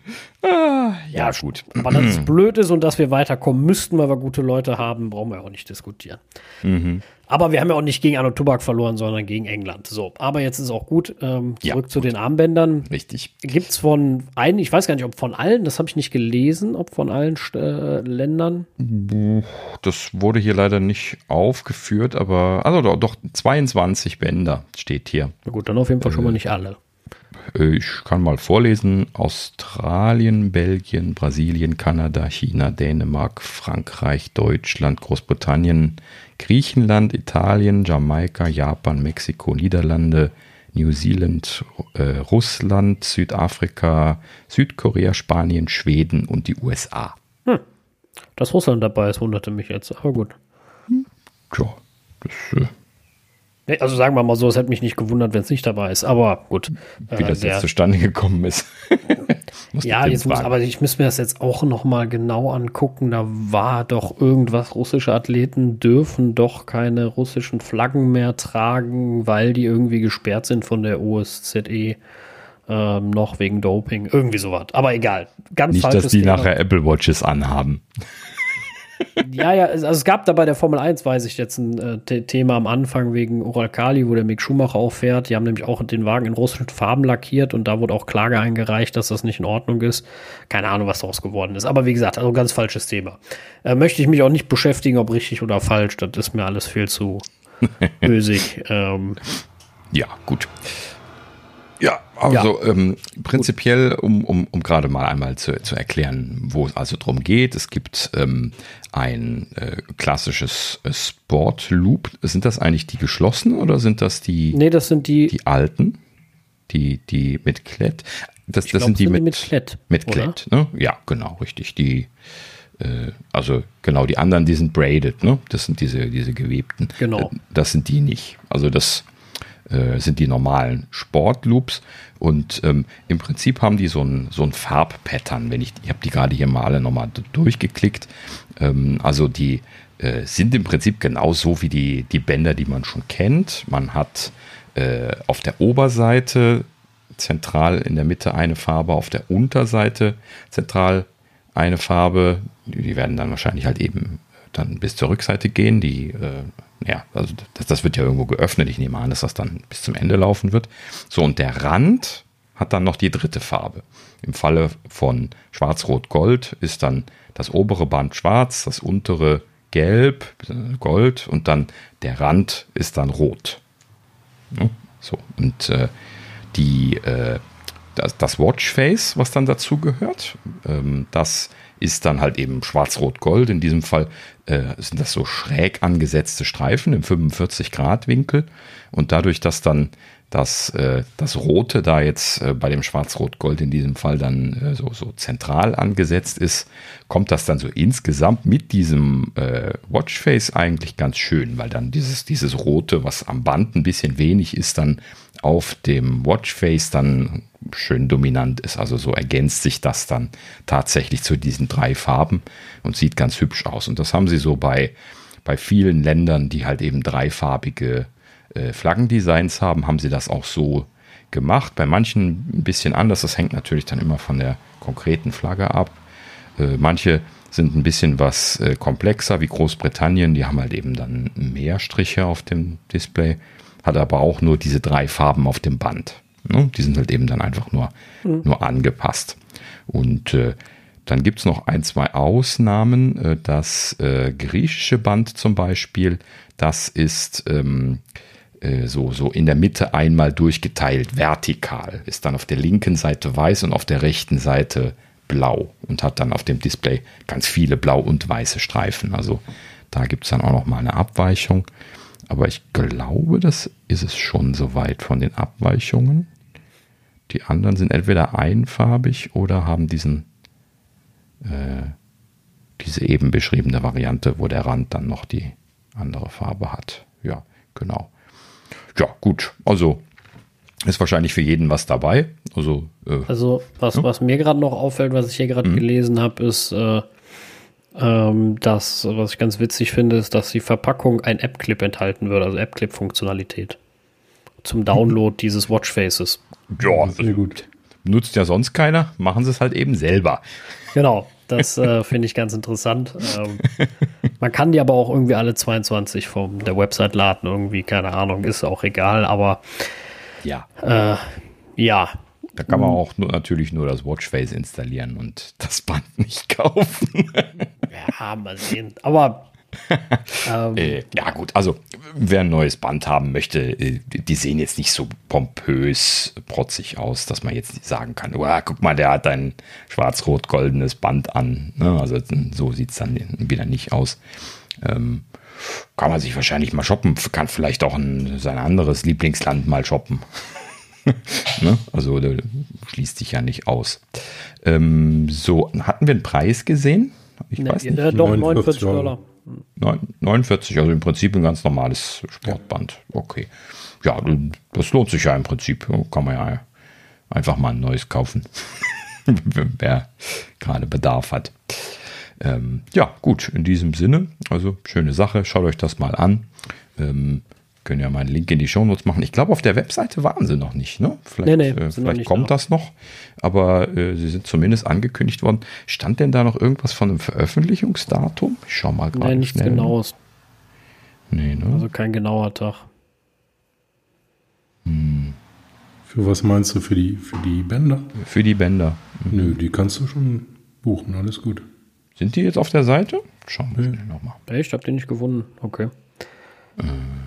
Ah, ja, Ja, gut. Aber dass es blöd ist und dass wir weiterkommen müssten, weil wir gute Leute haben, brauchen wir auch nicht diskutieren. Mhm. Aber wir haben ja auch nicht gegen Anno Tobak verloren, sondern gegen England. So, aber jetzt ist auch gut. Ähm, zurück Ja, zu gut. den Armbändern. Richtig. Gibt es von einen, ich weiß gar nicht, ob von allen, das habe ich nicht gelesen, ob von allen äh, Ländern. Das wurde hier leider nicht aufgeführt, aber, also doch, doch zweiundzwanzig Bänder steht hier. Na gut, dann auf jeden Fall schon mal nicht alle. Äh, Ich kann mal vorlesen. Australien, Belgien, Brasilien, Kanada, China, Dänemark, Frankreich, Deutschland, Großbritannien, Griechenland, Italien, Jamaika, Japan, Mexiko, Niederlande, New Zealand, äh, Russland, Südafrika, Südkorea, Spanien, Schweden und die U S A. Dass Russland dabei ist, wunderte mich jetzt, aber gut. Tja, das, äh, Nee, also sagen wir mal so, es hätte mich nicht gewundert, wenn es nicht dabei ist, aber gut. wie Äh, das der- jetzt zustande gekommen ist. Muss Ja, Tim jetzt muss, fragen. aber ich muss mir das jetzt auch noch mal genau angucken. Da war doch irgendwas, russische Athleten dürfen doch keine russischen Flaggen mehr tragen, weil die irgendwie gesperrt sind von der O S Z E ähm, noch wegen Doping. Irgendwie sowas. Aber egal. Ganz Nicht, falsches dass die Thema. nachher Apple Watches anhaben. Ja, ja, also es gab da bei der Formel eins, weiß ich jetzt, ein äh, The- Thema am Anfang wegen Uralkali, wo der Mick Schumacher auch fährt. Die haben nämlich auch den Wagen in russischen Farben lackiert und da wurde auch Klage eingereicht, dass das nicht in Ordnung ist. Keine Ahnung, was daraus geworden ist. Aber wie gesagt, also ganz falsches Thema. Äh, möchte ich mich auch nicht beschäftigen, ob richtig oder falsch. Das ist mir alles viel zu bösig. ähm, Ja, gut. Ja, also Ähm, prinzipiell, um, um, um gerade mal einmal zu, zu erklären, wo es also drum geht. Es gibt ähm, ein äh, klassisches äh, Sport-Loop. Sind das eigentlich die geschlossenen oder sind das die, nee, das sind die, die alten? Die, die mit Klett? Das, das glaub, sind die sind die mit, mit Klett, Mit oder? Klett, ne? Ja, genau, richtig. Die, äh, also genau, die anderen, die sind braided, ne? Das sind diese, diese gewebten. Genau. Äh, Das sind die nicht. Also das äh, sind die normalen Sportloops und ähm, im Prinzip haben die so ein, so ein Farbpattern. Wenn ich, ich habe die gerade hier mal alle nochmal durchgeklickt. Ähm, also die äh, sind im Prinzip genauso wie die, die Bänder, die man schon kennt. Man hat äh, auf der Oberseite zentral in der Mitte eine Farbe, auf der Unterseite zentral eine Farbe. Die werden dann wahrscheinlich halt eben dann bis zur Rückseite gehen. Die, äh, ja, also das, das wird ja irgendwo geöffnet. Ich nehme an, dass das dann bis zum Ende laufen wird. So, und der Rand hat dann noch die dritte Farbe. Im Falle von Schwarz-Rot-Gold ist dann das obere Band schwarz, das untere gelb, Gold und dann der Rand ist dann rot. Ja, so, und äh, die, äh, das, das Watchface, was dann dazu gehört, ähm, das ist dann halt eben schwarz-rot-gold. In diesem Fall äh, sind das so schräg angesetzte Streifen im fünfundvierzig Grad Winkel. Und dadurch, dass dann das, äh, das Rote da jetzt äh, bei dem Schwarz-Rot-Gold in diesem Fall dann äh, so, so zentral angesetzt ist, kommt das dann so insgesamt mit diesem äh, Watchface eigentlich ganz schön, weil dann dieses, dieses Rote, was am Band ein bisschen wenig ist, dann auf dem Watchface dann schön dominant ist. Also so ergänzt sich das dann tatsächlich zu diesen drei Farben und sieht ganz hübsch aus. Und das haben sie so bei, bei vielen Ländern, die halt eben dreifarbige äh, Flaggendesigns haben, haben sie das auch so gemacht. Bei manchen ein bisschen anders. Das hängt natürlich dann immer von der konkreten Flagge ab. Äh, manche sind ein bisschen was äh, komplexer, wie Großbritannien. Die haben halt eben dann mehr Striche auf dem Display, hat aber auch nur diese drei Farben auf dem Band. Ne? Die sind halt eben dann einfach nur, mhm. nur angepasst. Und äh, dann gibt es noch ein, zwei Ausnahmen. Äh, das äh, griechische Band zum Beispiel, das ist ähm, äh, so, so in der Mitte einmal durchgeteilt, vertikal. Ist dann auf der linken Seite weiß und auf der rechten Seite blau und hat dann auf dem Display ganz viele blau und weiße Streifen. Also da gibt es dann auch noch mal eine Abweichung. Aber ich glaube, das ist es schon soweit von den Abweichungen. Die anderen sind entweder einfarbig oder haben diesen äh, diese eben beschriebene Variante, wo der Rand dann noch die andere Farbe hat. Ja, genau. Ja, gut. Also ist wahrscheinlich für jeden was dabei. Also, äh, also was, ja. was mir gerade noch auffällt, was ich hier gerade mhm. gelesen habe, ist äh, ähm, das, was ich ganz witzig finde, ist, dass die Verpackung ein App-Clip enthalten würde, also App-Clip-Funktionalität zum Download mhm. dieses Watchfaces. Ja, sehr gut. nutzt ja sonst keiner, machen sie es halt eben selber. Genau, das äh, finde ich ganz interessant. Ähm, man kann die aber auch irgendwie alle zweiundzwanzig von der Website laden, irgendwie, keine Ahnung, ist auch egal, aber Ja. äh, ja. Da kann man auch nur, natürlich nur das Watchface installieren und das Band nicht kaufen. Ja, mal sehen. Aber ähm, äh, ja gut, also wer ein neues Band haben möchte, äh, die sehen jetzt nicht so pompös, protzig aus, dass man jetzt nicht sagen kann, oh, guck mal, der hat ein schwarz-rot-goldenes Band an. Ne? Also so sieht es dann wieder nicht aus. Ähm, kann man sich wahrscheinlich mal shoppen, kann vielleicht auch ein, sein anderes Lieblingsland mal shoppen. Ne? Also der schließt sich ja nicht aus. Ähm, so, hatten wir einen Preis gesehen? Ich ne, weiß nicht. äh, doch, neunundvierzig Dollar. neunundvierzig, also im Prinzip ein ganz normales Sportband. Okay. Ja, das lohnt sich ja im Prinzip. Kann man ja einfach mal ein neues kaufen, wer gerade Bedarf hat. Ähm, ja, gut, in diesem Sinne, also schöne Sache, schaut euch das mal an. Ähm, können ja mal einen Link in die Shownotes machen. Ich glaube, auf der Webseite waren sie noch nicht. Ne? Vielleicht, nee, nee, äh, vielleicht kommt da. das noch, aber äh, sie sind zumindest angekündigt worden. Stand denn da noch irgendwas von einem Veröffentlichungsdatum? Ich schau mal gerade. Nee, nichts schnell. Genaues. Nee, ne? Also kein genauer Tag. Hm. Für was meinst du? Für die, für die Bänder? Für die Bänder. Mhm. Nö, die kannst du schon buchen. Alles gut. Sind die jetzt auf der Seite? Schauen wir schnell nochmal. Echt? Habt ihr nicht gefunden? Okay. Ähm,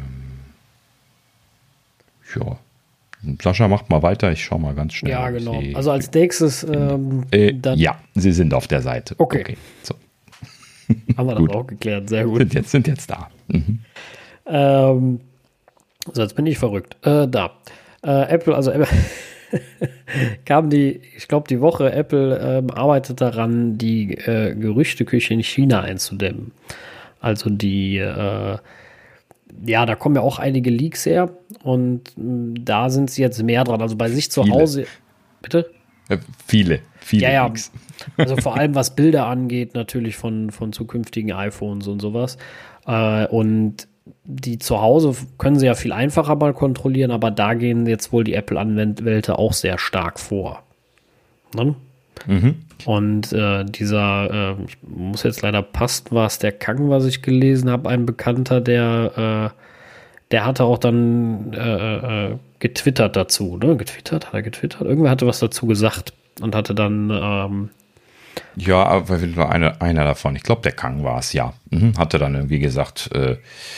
ja. Sascha, macht mal weiter. Ich schaue mal ganz schnell. Ja, genau. Sie, also als nächstes ähm, äh, dann ja, sie sind auf der Seite. Okay. okay. So. haben wir das auch geklärt. Sehr gut. Sind jetzt, sind jetzt da. Mhm. Ähm, so, jetzt bin ich verrückt. Äh, da. Äh, Apple, also Apple kam die, ich glaube, die Woche, Apple ähm, arbeitet daran, die äh, Gerüchteküche in China einzudämmen. Also die, äh, ja, da kommen ja auch einige Leaks her und mh, da sind sie jetzt mehr dran. Also bei sich zu Viele. Hause. Bitte? Äh, viele, viele Ja, ja. Leaks. Also vor allem was Bilder angeht, natürlich von, von zukünftigen iPhones und sowas. Äh, und die zu Hause können sie ja viel einfacher mal kontrollieren, aber da gehen jetzt wohl die Apple-Anwälte auch sehr stark vor. Ne? Mhm. Und äh, dieser, äh, ich muss jetzt leider passt, war es der Kang, was ich gelesen habe, ein Bekannter, der, äh, der hatte auch dann äh, äh, getwittert dazu, ne? Getwittert? Hat er getwittert? Irgendwer hatte was dazu gesagt und hatte dann ähm, Ja, aber nur eine, einer davon. Ich glaube, der Kang war es, ja. Mhm. Hatte dann irgendwie gesagt, äh,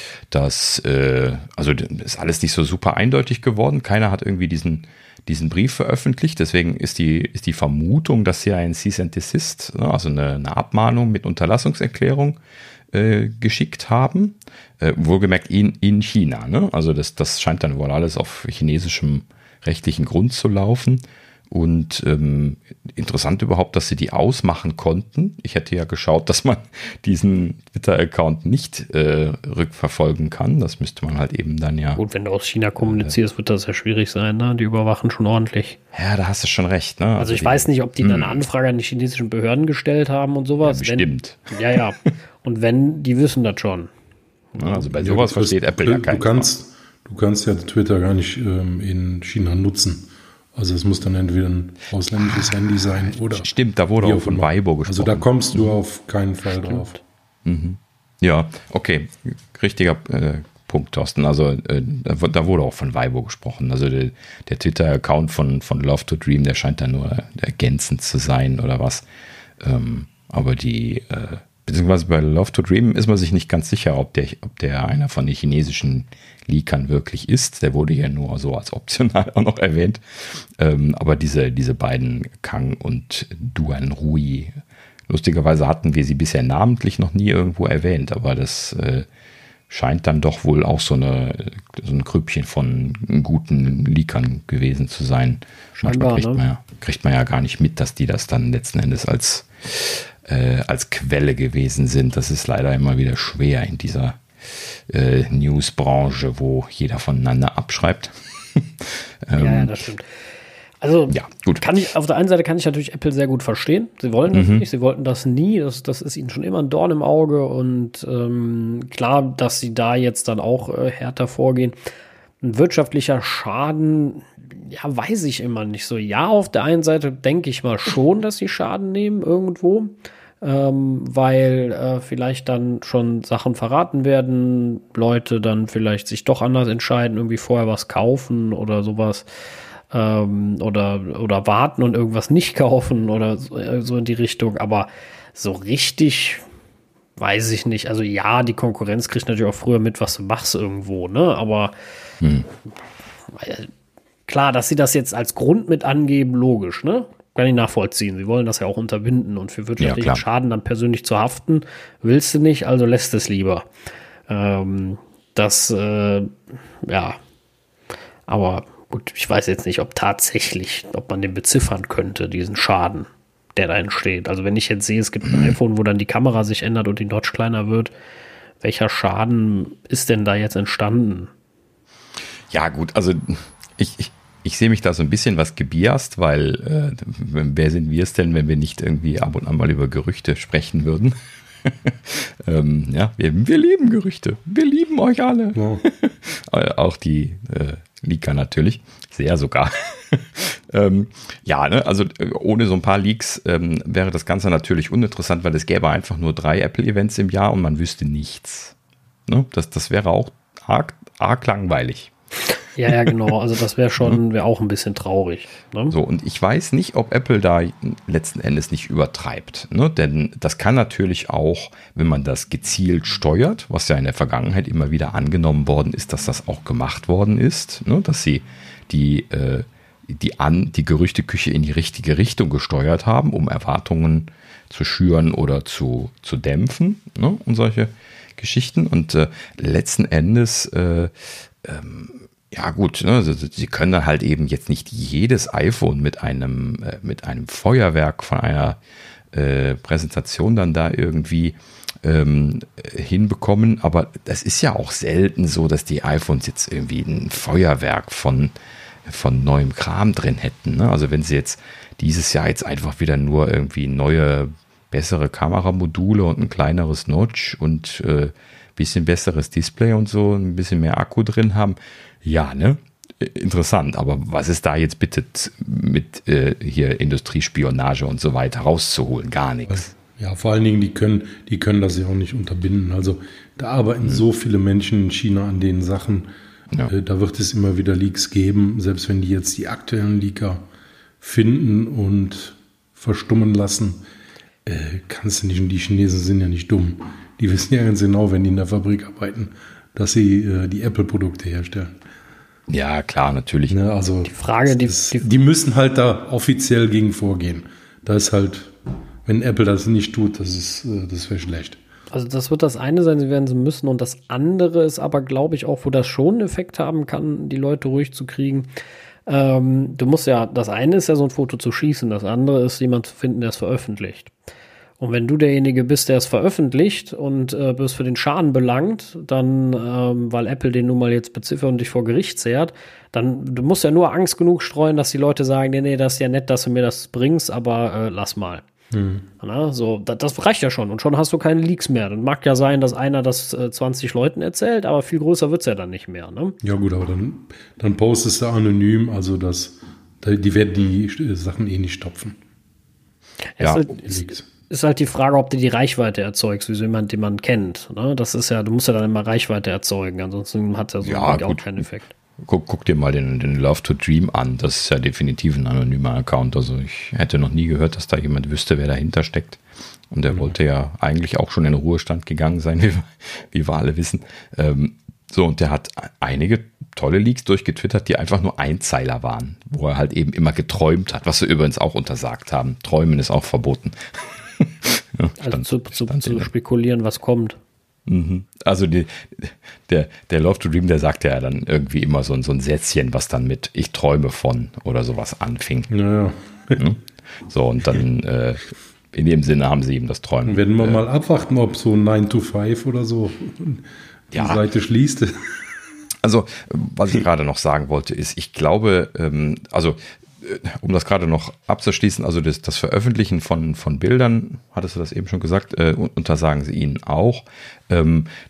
dass, äh, also ist alles nicht so super eindeutig geworden. Keiner hat irgendwie diesen, diesen Brief veröffentlicht. Deswegen ist die, ist die Vermutung, dass sie ein Cease and Desist, ne, also eine, eine Abmahnung mit Unterlassungserklärung äh, geschickt haben. Äh, wohlgemerkt in, in China. Ne? Also das, das scheint dann wohl alles auf chinesischem rechtlichen Grund zu laufen. Und ähm, interessant überhaupt, dass sie die ausmachen konnten. Ich hätte ja geschaut, dass man diesen Twitter-Account nicht äh, rückverfolgen kann. Das müsste man halt eben dann ja. Gut, wenn du aus China kommunizierst, äh, wird das ja schwierig sein, ne? Die überwachen schon ordentlich. Ja, da hast du schon recht, ne? Also, also ich die, weiß nicht, ob die dann eine Anfrage an die chinesischen Behörden gestellt haben und sowas. Ja, bestimmt. Wenn, ja, ja. Und wenn, die wissen das schon. Ja, also bei sowas ja, versteht Apple du, ja keinen. Du kannst, du kannst ja Twitter gar nicht ähm, in China nutzen. Also es muss dann entweder ein ausländisches ah, Handy sein oder... Stimmt, da wurde auch von Weibo gesprochen. Also da kommst du auf keinen Fall Stimmt. drauf. Mhm. Ja, okay. Richtiger äh, Punkt, Thorsten. Also äh, da wurde auch von Weibo gesprochen. Also der, der Twitter-Account von, von Love to Dream, der scheint da nur ergänzend zu sein oder was. Ähm, aber die... Äh, beziehungsweise bei Love to Dream ist man sich nicht ganz sicher, ob der, ob der einer von den chinesischen Leakern wirklich ist. Der wurde ja nur so als optional auch noch erwähnt. Ähm, aber diese, diese beiden, Kang und Duan Rui, lustigerweise hatten wir sie bisher namentlich noch nie irgendwo erwähnt, aber das äh, scheint dann doch wohl auch so, eine, so ein Grüppchen von guten Leakern gewesen zu sein. Scheinbar, kriegt, ne? man ja, kriegt man ja gar nicht mit, dass die das dann letzten Endes als Äh, als Quelle gewesen sind. Das ist leider immer wieder schwer in dieser äh, Newsbranche, wo jeder voneinander abschreibt. ähm, ja, ja, das stimmt. Also ja, gut. Kann ich, auf der einen Seite kann ich natürlich Apple sehr gut verstehen. Sie wollen das mhm. nicht, sie wollten das nie. Das, das ist ihnen schon immer ein Dorn im Auge und ähm, klar, dass sie da jetzt dann auch äh, härter vorgehen. Ein wirtschaftlicher Schaden, ja, weiß ich immer nicht so. Ja, auf der einen Seite denke ich mal schon, dass sie Schaden nehmen irgendwo, ähm, weil äh, vielleicht dann schon Sachen verraten werden, Leute dann vielleicht sich doch anders entscheiden, irgendwie vorher was kaufen oder sowas. Ähm, oder, oder warten und irgendwas nicht kaufen oder so, so in die Richtung. Aber so richtig weiß ich nicht. Also ja, die Konkurrenz kriegt natürlich auch früher mit, was du machst irgendwo, ne? Aber hm. klar, dass sie das jetzt als Grund mit angeben, logisch, ne? Kann ich nachvollziehen. Sie wollen das ja auch unterbinden und für wirtschaftlichen ja, Schaden dann persönlich zu haften, willst du nicht, also lässt es lieber. Ähm, das, äh, ja, aber gut, ich weiß jetzt nicht, ob tatsächlich, ob man den beziffern könnte, diesen Schaden, der da entsteht. Also wenn ich jetzt sehe, es gibt ein iPhone, wo dann die Kamera sich ändert und die Notch kleiner wird, welcher Schaden ist denn da jetzt entstanden? Ja gut, also ich, ich, ich sehe mich da so ein bisschen was gebiased, weil äh, wer sind wir es denn, wenn wir nicht irgendwie ab und an mal über Gerüchte sprechen würden? ähm, ja, wir, wir lieben Gerüchte. Wir lieben euch alle. Ja. Auch die äh, Leaker natürlich. Sehr sogar. ähm, ja, ne, also ohne so ein paar Leaks ähm, wäre das Ganze natürlich uninteressant, weil es gäbe einfach nur drei Apple-Events im Jahr und man wüsste nichts. Ne? Das, das wäre auch arg, arg langweilig. Ja, ja, genau. Also das wäre schon, wäre auch ein bisschen traurig. Ne? So, und ich weiß nicht, ob Apple da letzten Endes nicht übertreibt. Ne? Denn das kann natürlich auch, wenn man das gezielt steuert, was ja in der Vergangenheit immer wieder angenommen worden ist, dass das auch gemacht worden ist, ne? Dass sie die, äh, die, an, die Gerüchteküche in die richtige Richtung gesteuert haben, um Erwartungen zu schüren oder zu, zu dämpfen, ne? Und solche Geschichten. Und äh, letzten Endes äh, ähm, ja gut, ne, sie, sie können dann halt eben jetzt nicht jedes iPhone mit einem, äh, mit einem Feuerwerk von einer äh, Präsentation dann da irgendwie ähm, hinbekommen, aber das ist ja auch selten so, dass die iPhones jetzt irgendwie ein Feuerwerk von, von neuem Kram drin hätten. Ne? Also wenn sie jetzt dieses Jahr jetzt einfach wieder nur irgendwie neue, bessere Kameramodule und ein kleineres Notch und äh, bisschen besseres Display und so, ein bisschen mehr Akku drin haben, ja, ne? Interessant, aber was ist da jetzt bitte mit äh, hier Industriespionage und so weiter rauszuholen? Gar nichts. Ja, vor allen Dingen, die können, die können das ja auch nicht unterbinden. Also da arbeiten hm. so viele Menschen in China an den Sachen. Ja. Äh, da wird es immer wieder Leaks geben, selbst wenn die jetzt die aktuellen Leaker finden und verstummen lassen, äh, kannst du nicht, und die Chinesen sind ja nicht dumm. Die wissen ja ganz genau, wenn die in der Fabrik arbeiten, dass sie äh, die Apple-Produkte herstellen. Ja, klar, natürlich. Ne, also die Frage, die, ist, die müssen halt da offiziell gegen vorgehen. Da ist halt, wenn Apple das nicht tut, das ist, das wäre schlecht. Also das wird das eine sein, sie werden sie müssen. Und das andere ist aber, glaube ich, auch, wo das schon einen Effekt haben kann, die Leute ruhig zu kriegen. Ähm, du musst ja, das eine ist ja so ein Foto zu schießen, das andere ist jemand zu finden, der es veröffentlicht. Und wenn du derjenige bist, der es veröffentlicht und äh, wirst für den Schaden belangt, dann, ähm, weil Apple den nun mal jetzt beziffert und dich vor Gericht zehrt, dann, du musst ja nur Angst genug streuen, dass die Leute sagen, nee, nee, das ist ja nett, dass du mir das bringst, aber äh, lass mal. Hm. Na, so, das, das reicht ja schon und schon hast du keine Leaks mehr. Dann mag ja sein, dass einer das äh, zwanzig Leuten erzählt, aber viel größer wird's ja dann nicht mehr. Ne? Ja gut, aber dann, dann postest du anonym, also das, die werden die Sachen eh nicht stopfen. Ja, ist, ist halt die Frage, ob du die Reichweite erzeugst, wie so jemand, den man kennt. Ne? Das ist ja, du musst ja dann immer Reichweite erzeugen, ansonsten hat ja so ja, auch keinen Effekt. Guck, guck dir mal den, den Love to Dream an, das ist ja definitiv ein anonymer Account, also ich hätte noch nie gehört, dass da jemand wüsste, wer dahinter steckt. Und der mhm. wollte ja eigentlich auch schon in den Ruhestand gegangen sein, wie wir, wie wir alle wissen. Ähm, so, und der hat einige tolle Leaks durchgetwittert, die einfach nur Einzeiler waren, wo er halt eben immer geträumt hat, was wir übrigens auch untersagt haben. Träumen ist auch verboten. Ja, stand, also zu, zu, zu spekulieren, was kommt. Mhm. Also die, der, der Love to Dream, der sagt ja dann irgendwie immer so, so ein Sätzchen, was dann mit ich träume von oder sowas anfing. Naja. Mhm. So, und dann äh, in dem Sinne haben sie ihm das Träumen. Dann werden wir äh, mal abwarten, ob so nine to five oder so die ja. Seite schließt. Also, was ich gerade noch sagen wollte, ist, ich glaube, ähm, also um das gerade noch abzuschließen, also das, das Veröffentlichen von, von Bildern, hattest du das eben schon gesagt, äh, untersagen sie ihnen auch. Ähm,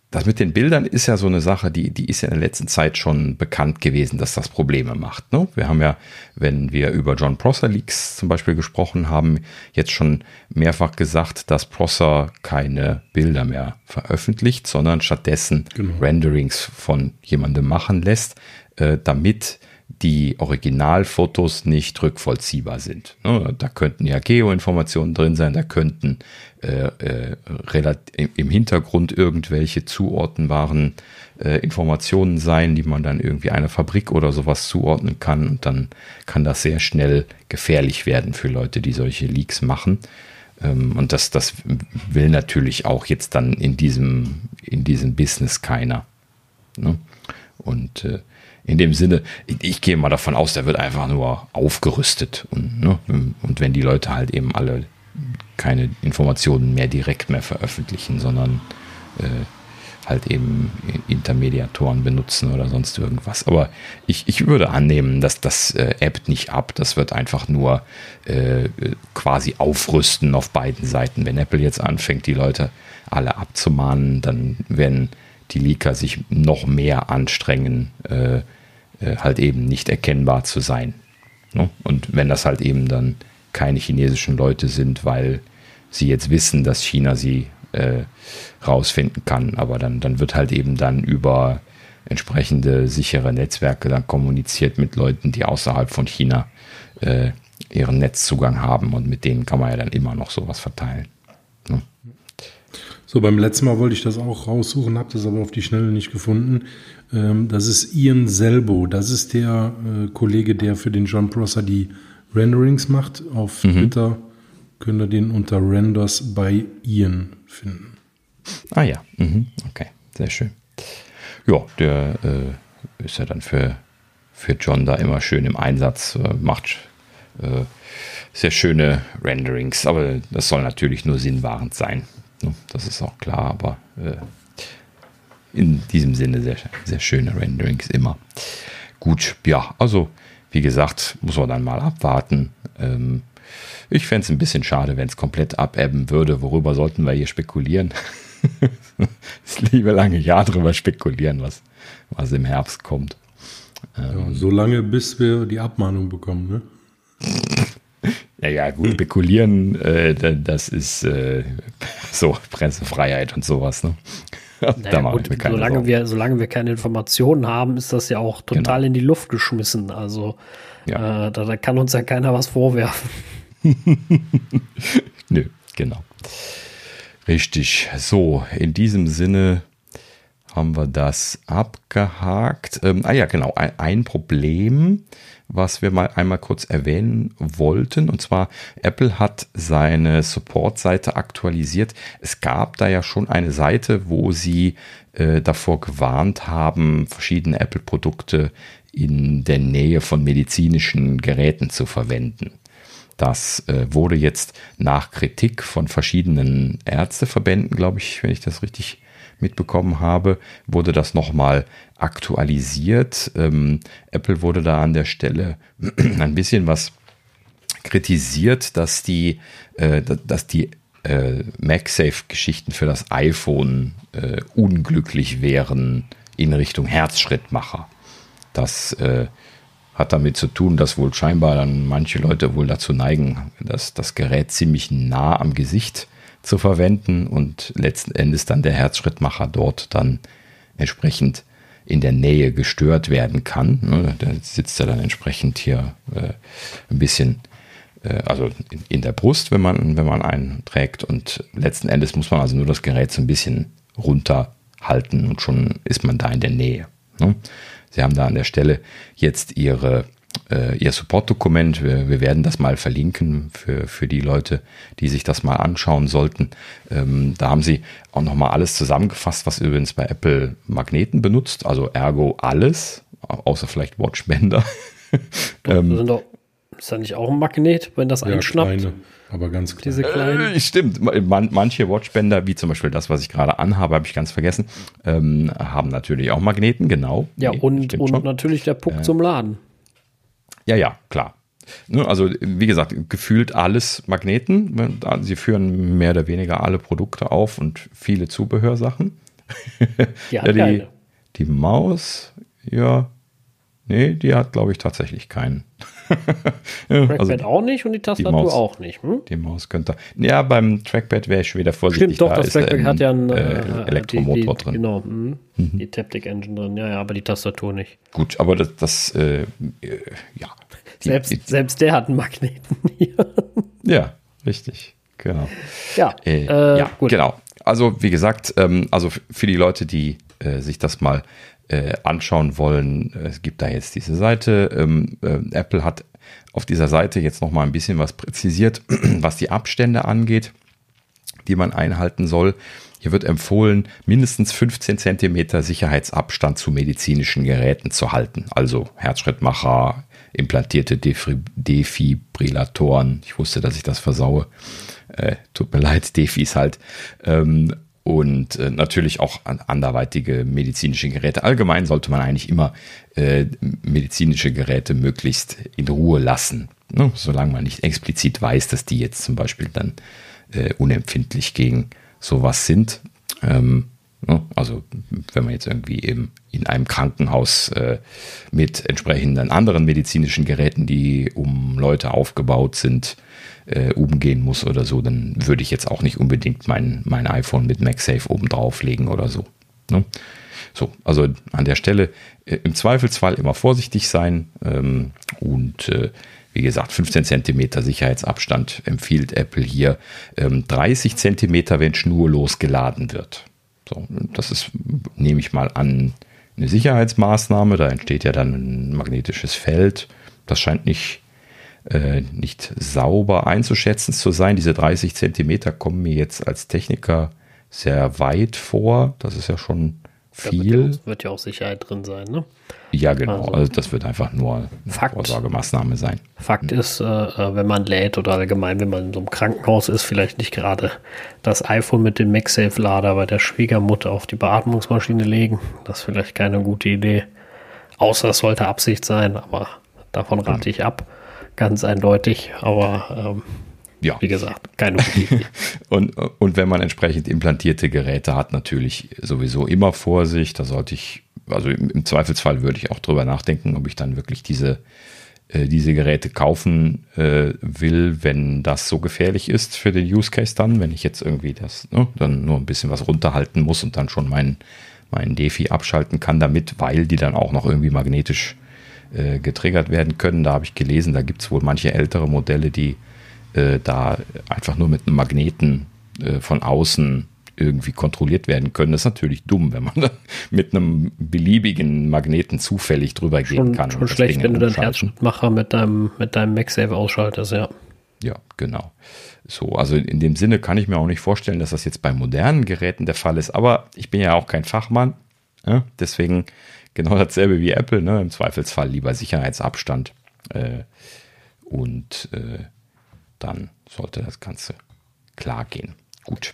das mit den Bildern ist ja so eine Sache, die, die ist ja in der letzten Zeit schon bekannt gewesen, dass das Probleme macht. Ne? Wir haben ja, wenn wir über Jon Prosser Leaks zum Beispiel gesprochen haben, jetzt schon mehrfach gesagt, dass Prosser keine Bilder mehr veröffentlicht, sondern stattdessen genau. Renderings von jemandem machen lässt, äh, damit die Originalfotos nicht rückvollziehbar sind. Ne? Da könnten ja Geoinformationen drin sein, da könnten äh, äh, relativ, im Hintergrund irgendwelche zuordnenbaren äh, Informationen sein, die man dann irgendwie einer Fabrik oder sowas zuordnen kann. Und dann kann das sehr schnell gefährlich werden für Leute, die solche Leaks machen. Ähm, und das, das will natürlich auch jetzt dann in diesem, in diesem Business keiner. Ne? Und äh, in dem Sinne, ich, ich gehe mal davon aus, der wird einfach nur aufgerüstet. Und, ne, und wenn die Leute halt eben alle keine Informationen mehr direkt mehr veröffentlichen, sondern äh, halt eben Intermediatoren benutzen oder sonst irgendwas. Aber ich, ich würde annehmen, dass das äh, ebbt nicht ab. Das wird einfach nur äh, quasi aufrüsten auf beiden Seiten. Wenn Apple jetzt anfängt, die Leute alle abzumahnen, dann werden die Leaker sich noch mehr anstrengen, äh, halt eben nicht erkennbar zu sein. Ne? Und wenn das halt eben dann keine chinesischen Leute sind, weil sie jetzt wissen, dass China sie äh, rausfinden kann, aber dann, dann wird halt eben dann über entsprechende sichere Netzwerke dann kommuniziert mit Leuten, die außerhalb von China äh, ihren Netzzugang haben, und mit denen kann man ja dann immer noch sowas verteilen. Ne? So, beim letzten Mal wollte ich das auch raussuchen, habe das aber auf die Schnelle nicht gefunden. Ähm, das ist Ian Selbo. Das ist der äh, Kollege, der für den Jon Prosser die Renderings macht. Auf mhm. Twitter könnt ihr den unter Renders bei Ian finden. Ah ja, mhm. Okay, sehr schön. Ja, der äh, ist ja dann für, für Jon da immer schön im Einsatz, äh, macht äh, sehr schöne Renderings, aber das soll natürlich nur sinnwahrend sein. Das ist auch klar, aber äh, in diesem Sinne sehr, sehr schöne Renderings immer. Gut, ja, also wie gesagt, muss man dann mal abwarten. Ähm, ich fände es ein bisschen schade, wenn es komplett abebben würde. Worüber sollten wir hier spekulieren? Das liebe lange Jahr drüber spekulieren, was, was im Herbst kommt. Ähm, ja, so lange, bis wir die Abmahnung bekommen, ne? Ja, ja, gut, spekulieren, äh, das ist äh, so Pressefreiheit und sowas. Ne? Naja, gut, solange, wir, solange wir keine Informationen haben, ist das ja auch total genau. in die Luft geschmissen. Also ja. äh, da, da kann uns ja keiner was vorwerfen. Nö, genau. Richtig. So, in diesem Sinne haben wir das abgehakt. Ähm, ah ja, genau, ein, ein Problem, was wir mal einmal kurz erwähnen wollten. Und zwar, Apple hat seine Support-Seite aktualisiert. Es gab da ja schon eine Seite, wo sie äh, davor gewarnt haben, verschiedene Apple-Produkte in der Nähe von medizinischen Geräten zu verwenden. Das äh, wurde jetzt nach Kritik von verschiedenen Ärzteverbänden, glaube ich, wenn ich das richtig mitbekommen habe, wurde das nochmal aktualisiert. Ähm, Apple wurde da an der Stelle ein bisschen was kritisiert, dass die, äh, dass die äh, MagSafe-Geschichten für das iPhone äh, unglücklich wären in Richtung Herzschrittmacher. Das äh, hat damit zu tun, dass wohl scheinbar dann manche Leute wohl dazu neigen, dass das Gerät ziemlich nah am Gesicht zu verwenden und letzten Endes dann der Herzschrittmacher dort dann entsprechend in der Nähe gestört werden kann. Da sitzt er dann entsprechend hier äh, ein bisschen, äh, also in, in der Brust, wenn man, wenn man einen trägt, und letzten Endes muss man also nur das Gerät so ein bisschen runterhalten und schon ist man da in der Nähe. Ne? Sie haben da an der Stelle jetzt ihre äh, ihr Support-Dokument. Wir, wir werden das mal verlinken für, für die Leute, die sich das mal anschauen sollten. Ähm, da haben sie auch nochmal alles zusammengefasst, was übrigens bei Apple Magneten benutzt, also ergo alles, außer vielleicht Watchbänder. ähm, sind doch, ist da nicht auch ein Magnet, wenn das ja, einschnappt? Kleine, aber ganz klein. Diese kleinen. Äh, stimmt, Man, manche Watchbänder, wie zum Beispiel das, was ich gerade anhabe, habe ich ganz vergessen, ähm, haben natürlich auch Magneten, genau. Ja, nee, und, und schon. natürlich der Puck äh, zum Laden. Ja, ja, klar. Also wie gesagt, gefühlt alles Magneten. Sie führen mehr oder weniger alle Produkte auf und viele Zubehörsachen. Die hat ja, die, keine. die Maus, ja, nee, die hat, glaube ich, tatsächlich keinen. Trackpad also, auch nicht und die Tastatur Maus, auch nicht. Hm? Die Maus könnte. Ja, beim Trackpad wäre ich schon wieder vorsichtig. Stimmt, doch, da das Trackpad ist, hat ja einen äh, äh, Elektromotor die, die, drin. Genau, hm, mhm. die Taptic Engine drin. Ja, ja, aber die Tastatur nicht. Gut, aber das, das äh, ja. Die, selbst, die, selbst der hat einen Magneten hier. Ja, richtig, genau. Ja, äh, äh, ja gut. genau. Also wie gesagt, ähm, also für die Leute, die äh, sich das mal äh, anschauen wollen, es gibt da jetzt diese Seite. Ähm, äh, Apple hat auf dieser Seite jetzt noch mal ein bisschen was präzisiert, was die Abstände angeht, die man einhalten soll. Hier wird empfohlen, mindestens fünfzehn Zentimeter Sicherheitsabstand zu medizinischen Geräten zu halten. Also Herzschrittmacher, implantierte Defri- Defibrillatoren. Ich wusste, dass ich das versaue. Äh, tut mir leid, Defis halt. Ähm, und äh, natürlich auch an anderweitige medizinische Geräte. Allgemein sollte man eigentlich immer äh, medizinische Geräte möglichst in Ruhe lassen, ne? Solange man nicht explizit weiß, dass die jetzt zum Beispiel dann äh, unempfindlich gegen sowas sind. Ähm, ne? Also wenn man jetzt irgendwie eben in einem Krankenhaus äh, mit entsprechenden anderen medizinischen Geräten, die um Leute aufgebaut sind, Äh, umgehen muss oder so, dann würde ich jetzt auch nicht unbedingt mein, mein iPhone mit MagSafe oben drauflegen oder so. Ne? So, also an der Stelle äh, im Zweifelsfall immer vorsichtig sein ähm, und äh, wie gesagt, fünfzehn Zentimeter Sicherheitsabstand empfiehlt Apple hier, ähm, dreißig Zentimeter, wenn schnurlos geladen wird. So, das ist, nehme ich mal an, eine Sicherheitsmaßnahme, da entsteht ja dann ein magnetisches Feld. Das scheint nicht Äh, nicht sauber einzuschätzen zu sein. Diese dreißig Zentimeter kommen mir jetzt als Techniker sehr weit vor. Das ist ja schon viel. Da wird ja auch, wird ja auch Sicherheit drin sein, ne? Ja, genau. Also, also das wird einfach nur eine Fakt, Vorsorgemaßnahme sein. Fakt hm. ist, äh, wenn man lädt oder allgemein, wenn man in so einem Krankenhaus ist, vielleicht nicht gerade das iPhone mit dem MagSafe-Lader bei der Schwiegermutter auf die Beatmungsmaschine legen. Das ist vielleicht keine gute Idee. Außer es sollte Absicht sein, aber davon rate hm. ich ab. Ganz eindeutig, aber ähm, ja. Wie gesagt, keine gute Idee. und, und wenn man entsprechend implantierte Geräte hat, natürlich sowieso immer Vorsicht. Da sollte ich, also im, im Zweifelsfall würde ich auch drüber nachdenken, ob ich dann wirklich diese, äh, diese Geräte kaufen äh, will, wenn das so gefährlich ist für den Use Case dann, wenn ich jetzt irgendwie das, ne, dann nur ein bisschen was runterhalten muss und dann schon meinen meinen Defi abschalten kann damit, weil die dann auch noch irgendwie magnetisch äh, getriggert werden können. Da habe ich gelesen, da gibt es wohl manche ältere Modelle, die äh, da einfach nur mit einem Magneten äh, von außen irgendwie kontrolliert werden können. Das ist natürlich dumm, wenn man da mit einem beliebigen Magneten zufällig drüber schon, gehen kann. Schon schlecht, wenn du deinen Herzschrittmacher mit deinem, mit deinem MagSafe ausschaltest, ja. Ja, genau. So, also in dem Sinne kann ich mir auch nicht vorstellen, dass das jetzt bei modernen Geräten der Fall ist. Aber ich bin ja auch kein Fachmann. Ja? Deswegen genau dasselbe wie Apple. Ne? Im Zweifelsfall lieber Sicherheitsabstand. Äh, und äh, dann sollte das Ganze klar gehen. Gut.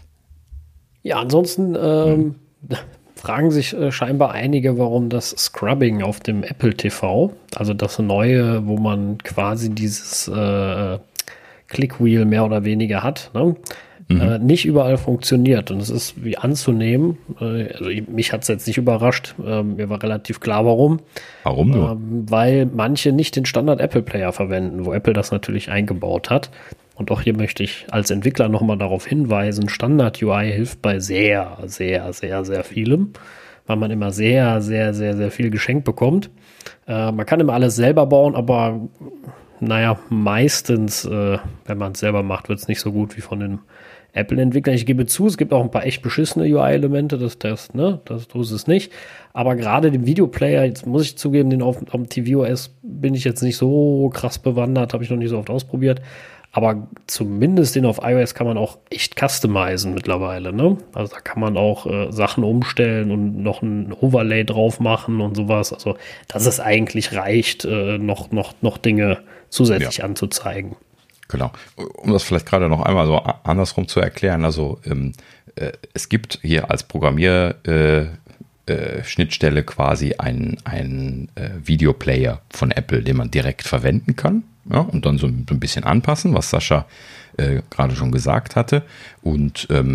Ja, ansonsten ähm, hm. fragen sich äh, scheinbar einige, warum das Scrubbing auf dem Apple T V, also das neue, wo man quasi dieses äh, Clickwheel mehr oder weniger hat, ne? mhm. äh, nicht überall funktioniert. Und es ist wie anzunehmen, äh, also mich hat es jetzt nicht überrascht, äh, mir war relativ klar, warum. Warum nur? Ähm, weil manche nicht den Standard Apple Player verwenden, wo Apple das natürlich eingebaut hat. Und auch hier möchte ich als Entwickler nochmal darauf hinweisen, Standard-U I hilft bei sehr, sehr, sehr, sehr vielem, weil man immer sehr, sehr, sehr, sehr viel geschenkt bekommt. Äh, man kann immer alles selber bauen, aber naja, meistens, äh, wenn man es selber macht, wird es nicht so gut wie von den Apple-Entwicklern. Ich gebe zu, es gibt auch ein paar echt beschissene U I-Elemente, das, das, ne, das, so ist es nicht. Aber gerade den Videoplayer, jetzt muss ich zugeben, den auf, auf dem tvOS bin ich jetzt nicht so krass bewandert, habe ich noch nicht so oft ausprobiert. Aber zumindest den auf iOS kann man auch echt customizen mittlerweile, ne? Also da kann man auch äh, Sachen umstellen und noch ein Overlay drauf machen und sowas. Also dass es eigentlich reicht, äh, noch, noch, noch Dinge zusätzlich ja. anzuzeigen. Genau. Um das vielleicht gerade noch einmal so andersrum zu erklären. Also ähm, äh, es gibt hier als Programmier äh, äh, Schnittstelle quasi einen, einen äh, Videoplayer von Apple, den man direkt verwenden kann. Ja, und dann so ein bisschen anpassen, was Sascha äh, gerade schon gesagt hatte. Und ähm,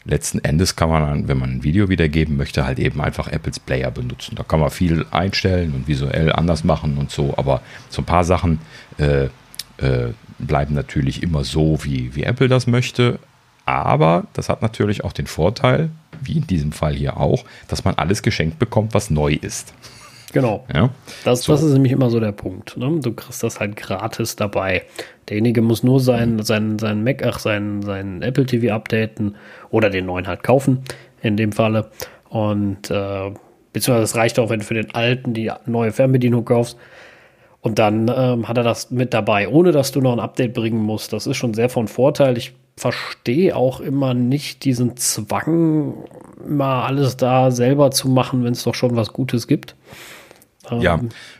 letzten Endes kann man, wenn man ein Video wiedergeben möchte, halt eben einfach Apples Player benutzen. Da kann man viel einstellen und visuell anders machen und so, aber so ein paar Sachen äh, äh, bleiben natürlich immer so, wie, wie Apple das möchte. Aber das hat natürlich auch den Vorteil, wie in diesem Fall hier auch, dass man alles geschenkt bekommt, was neu ist. Genau. Ja? Das, So. das ist nämlich immer so der Punkt. Ne? Du kriegst das halt gratis dabei. Derjenige muss nur sein, sein, sein Mac, ach, sein, sein Apple T V updaten oder den neuen halt kaufen, in dem Falle. Und äh, beziehungsweise es reicht auch, wenn du für den alten die neue Fernbedienung kaufst. Und dann ähm, hat er das mit dabei, ohne dass du noch ein Update bringen musst. Das ist schon sehr von Vorteil. Ich verstehe auch immer nicht diesen Zwang, mal alles da selber zu machen, wenn es doch schon was Gutes gibt. Ähm, Ja,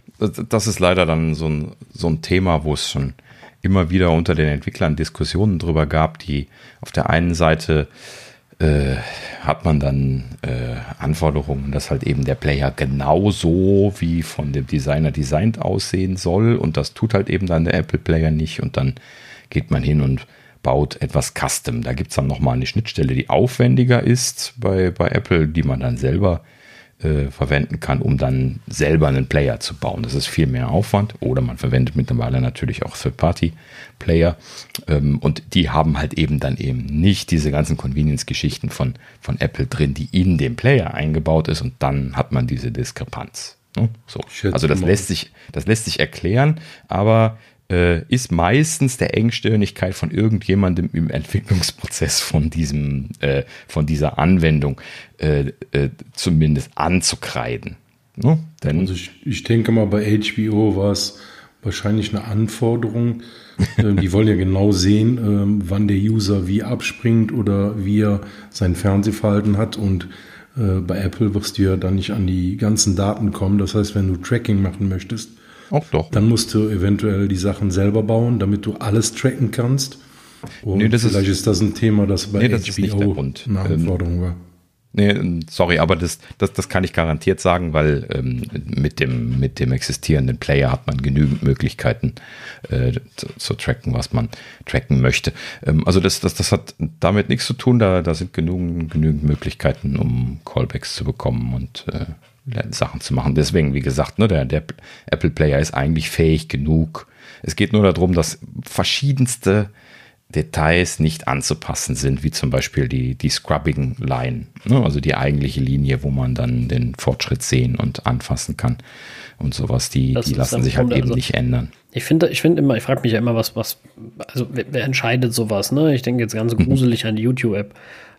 das ist leider dann so ein, so ein Thema, wo es schon immer wieder unter den Entwicklern Diskussionen drüber gab, die auf der einen Seite äh, hat man dann äh, Anforderungen, dass halt eben der Player genauso wie von dem Designer designt aussehen soll und das tut halt eben dann der Apple Player nicht und dann geht man hin und baut etwas Custom. Da gibt es dann nochmal eine Schnittstelle, die aufwendiger ist bei, bei Apple, die man dann selber äh, verwenden kann, um dann selber einen Player zu bauen. Das ist viel mehr Aufwand. Oder man verwendet mittlerweile natürlich auch Third-Party-Player. Ähm, und die haben halt eben dann eben nicht diese ganzen Convenience-Geschichten von, von Apple drin, die in dem Player eingebaut ist. Und dann hat man diese Diskrepanz. Ne? So. Also das lässt sich, das lässt sich erklären, aber Äh, ist meistens der Engstirnigkeit von irgendjemandem im Entwicklungsprozess von diesem, äh, von dieser Anwendung äh, äh, zumindest anzukreiden. Ne? Denn Also ich, ich denke mal, bei H B O war es wahrscheinlich eine Anforderung. ähm, die wollen ja genau sehen, ähm, wann der User wie abspringt oder wie er sein Fernsehverhalten hat. Und äh, bei Apple wirst du ja dann nicht an die ganzen Daten kommen. Das heißt, wenn du Tracking machen möchtest, auch doch. dann musst du eventuell die Sachen selber bauen, damit du alles tracken kannst. Und Nee, das vielleicht ist- ist, das ein Thema, das bei Nee, das ist nicht der H B O Grund. eine Anforderung war. Nee, sorry, aber das, das, das kann ich garantiert sagen, weil ähm, mit, dem, mit dem existierenden Player hat man genügend Möglichkeiten äh, zu, zu tracken, was man tracken möchte. Ähm, also das, das, das hat damit nichts zu tun, da, da sind genügend, genügend Möglichkeiten, um Callbacks zu bekommen und äh, Sachen zu machen. Deswegen, wie gesagt, ne, der, der Apple Player ist eigentlich fähig genug. Es geht nur darum, dass verschiedenste Details nicht anzupassen sind, wie zum Beispiel die, die Scrubbing-Line, ne? Also die eigentliche Linie, wo man dann den Fortschritt sehen und anfassen kann und sowas, die, Das die ist lassen am sich halt Grunde, eben also- nicht ändern. Ich finde, ich finde immer, ich frage mich ja immer, was, was, also wer, wer entscheidet sowas, ne? Ich denke jetzt ganz gruselig an die YouTube-App,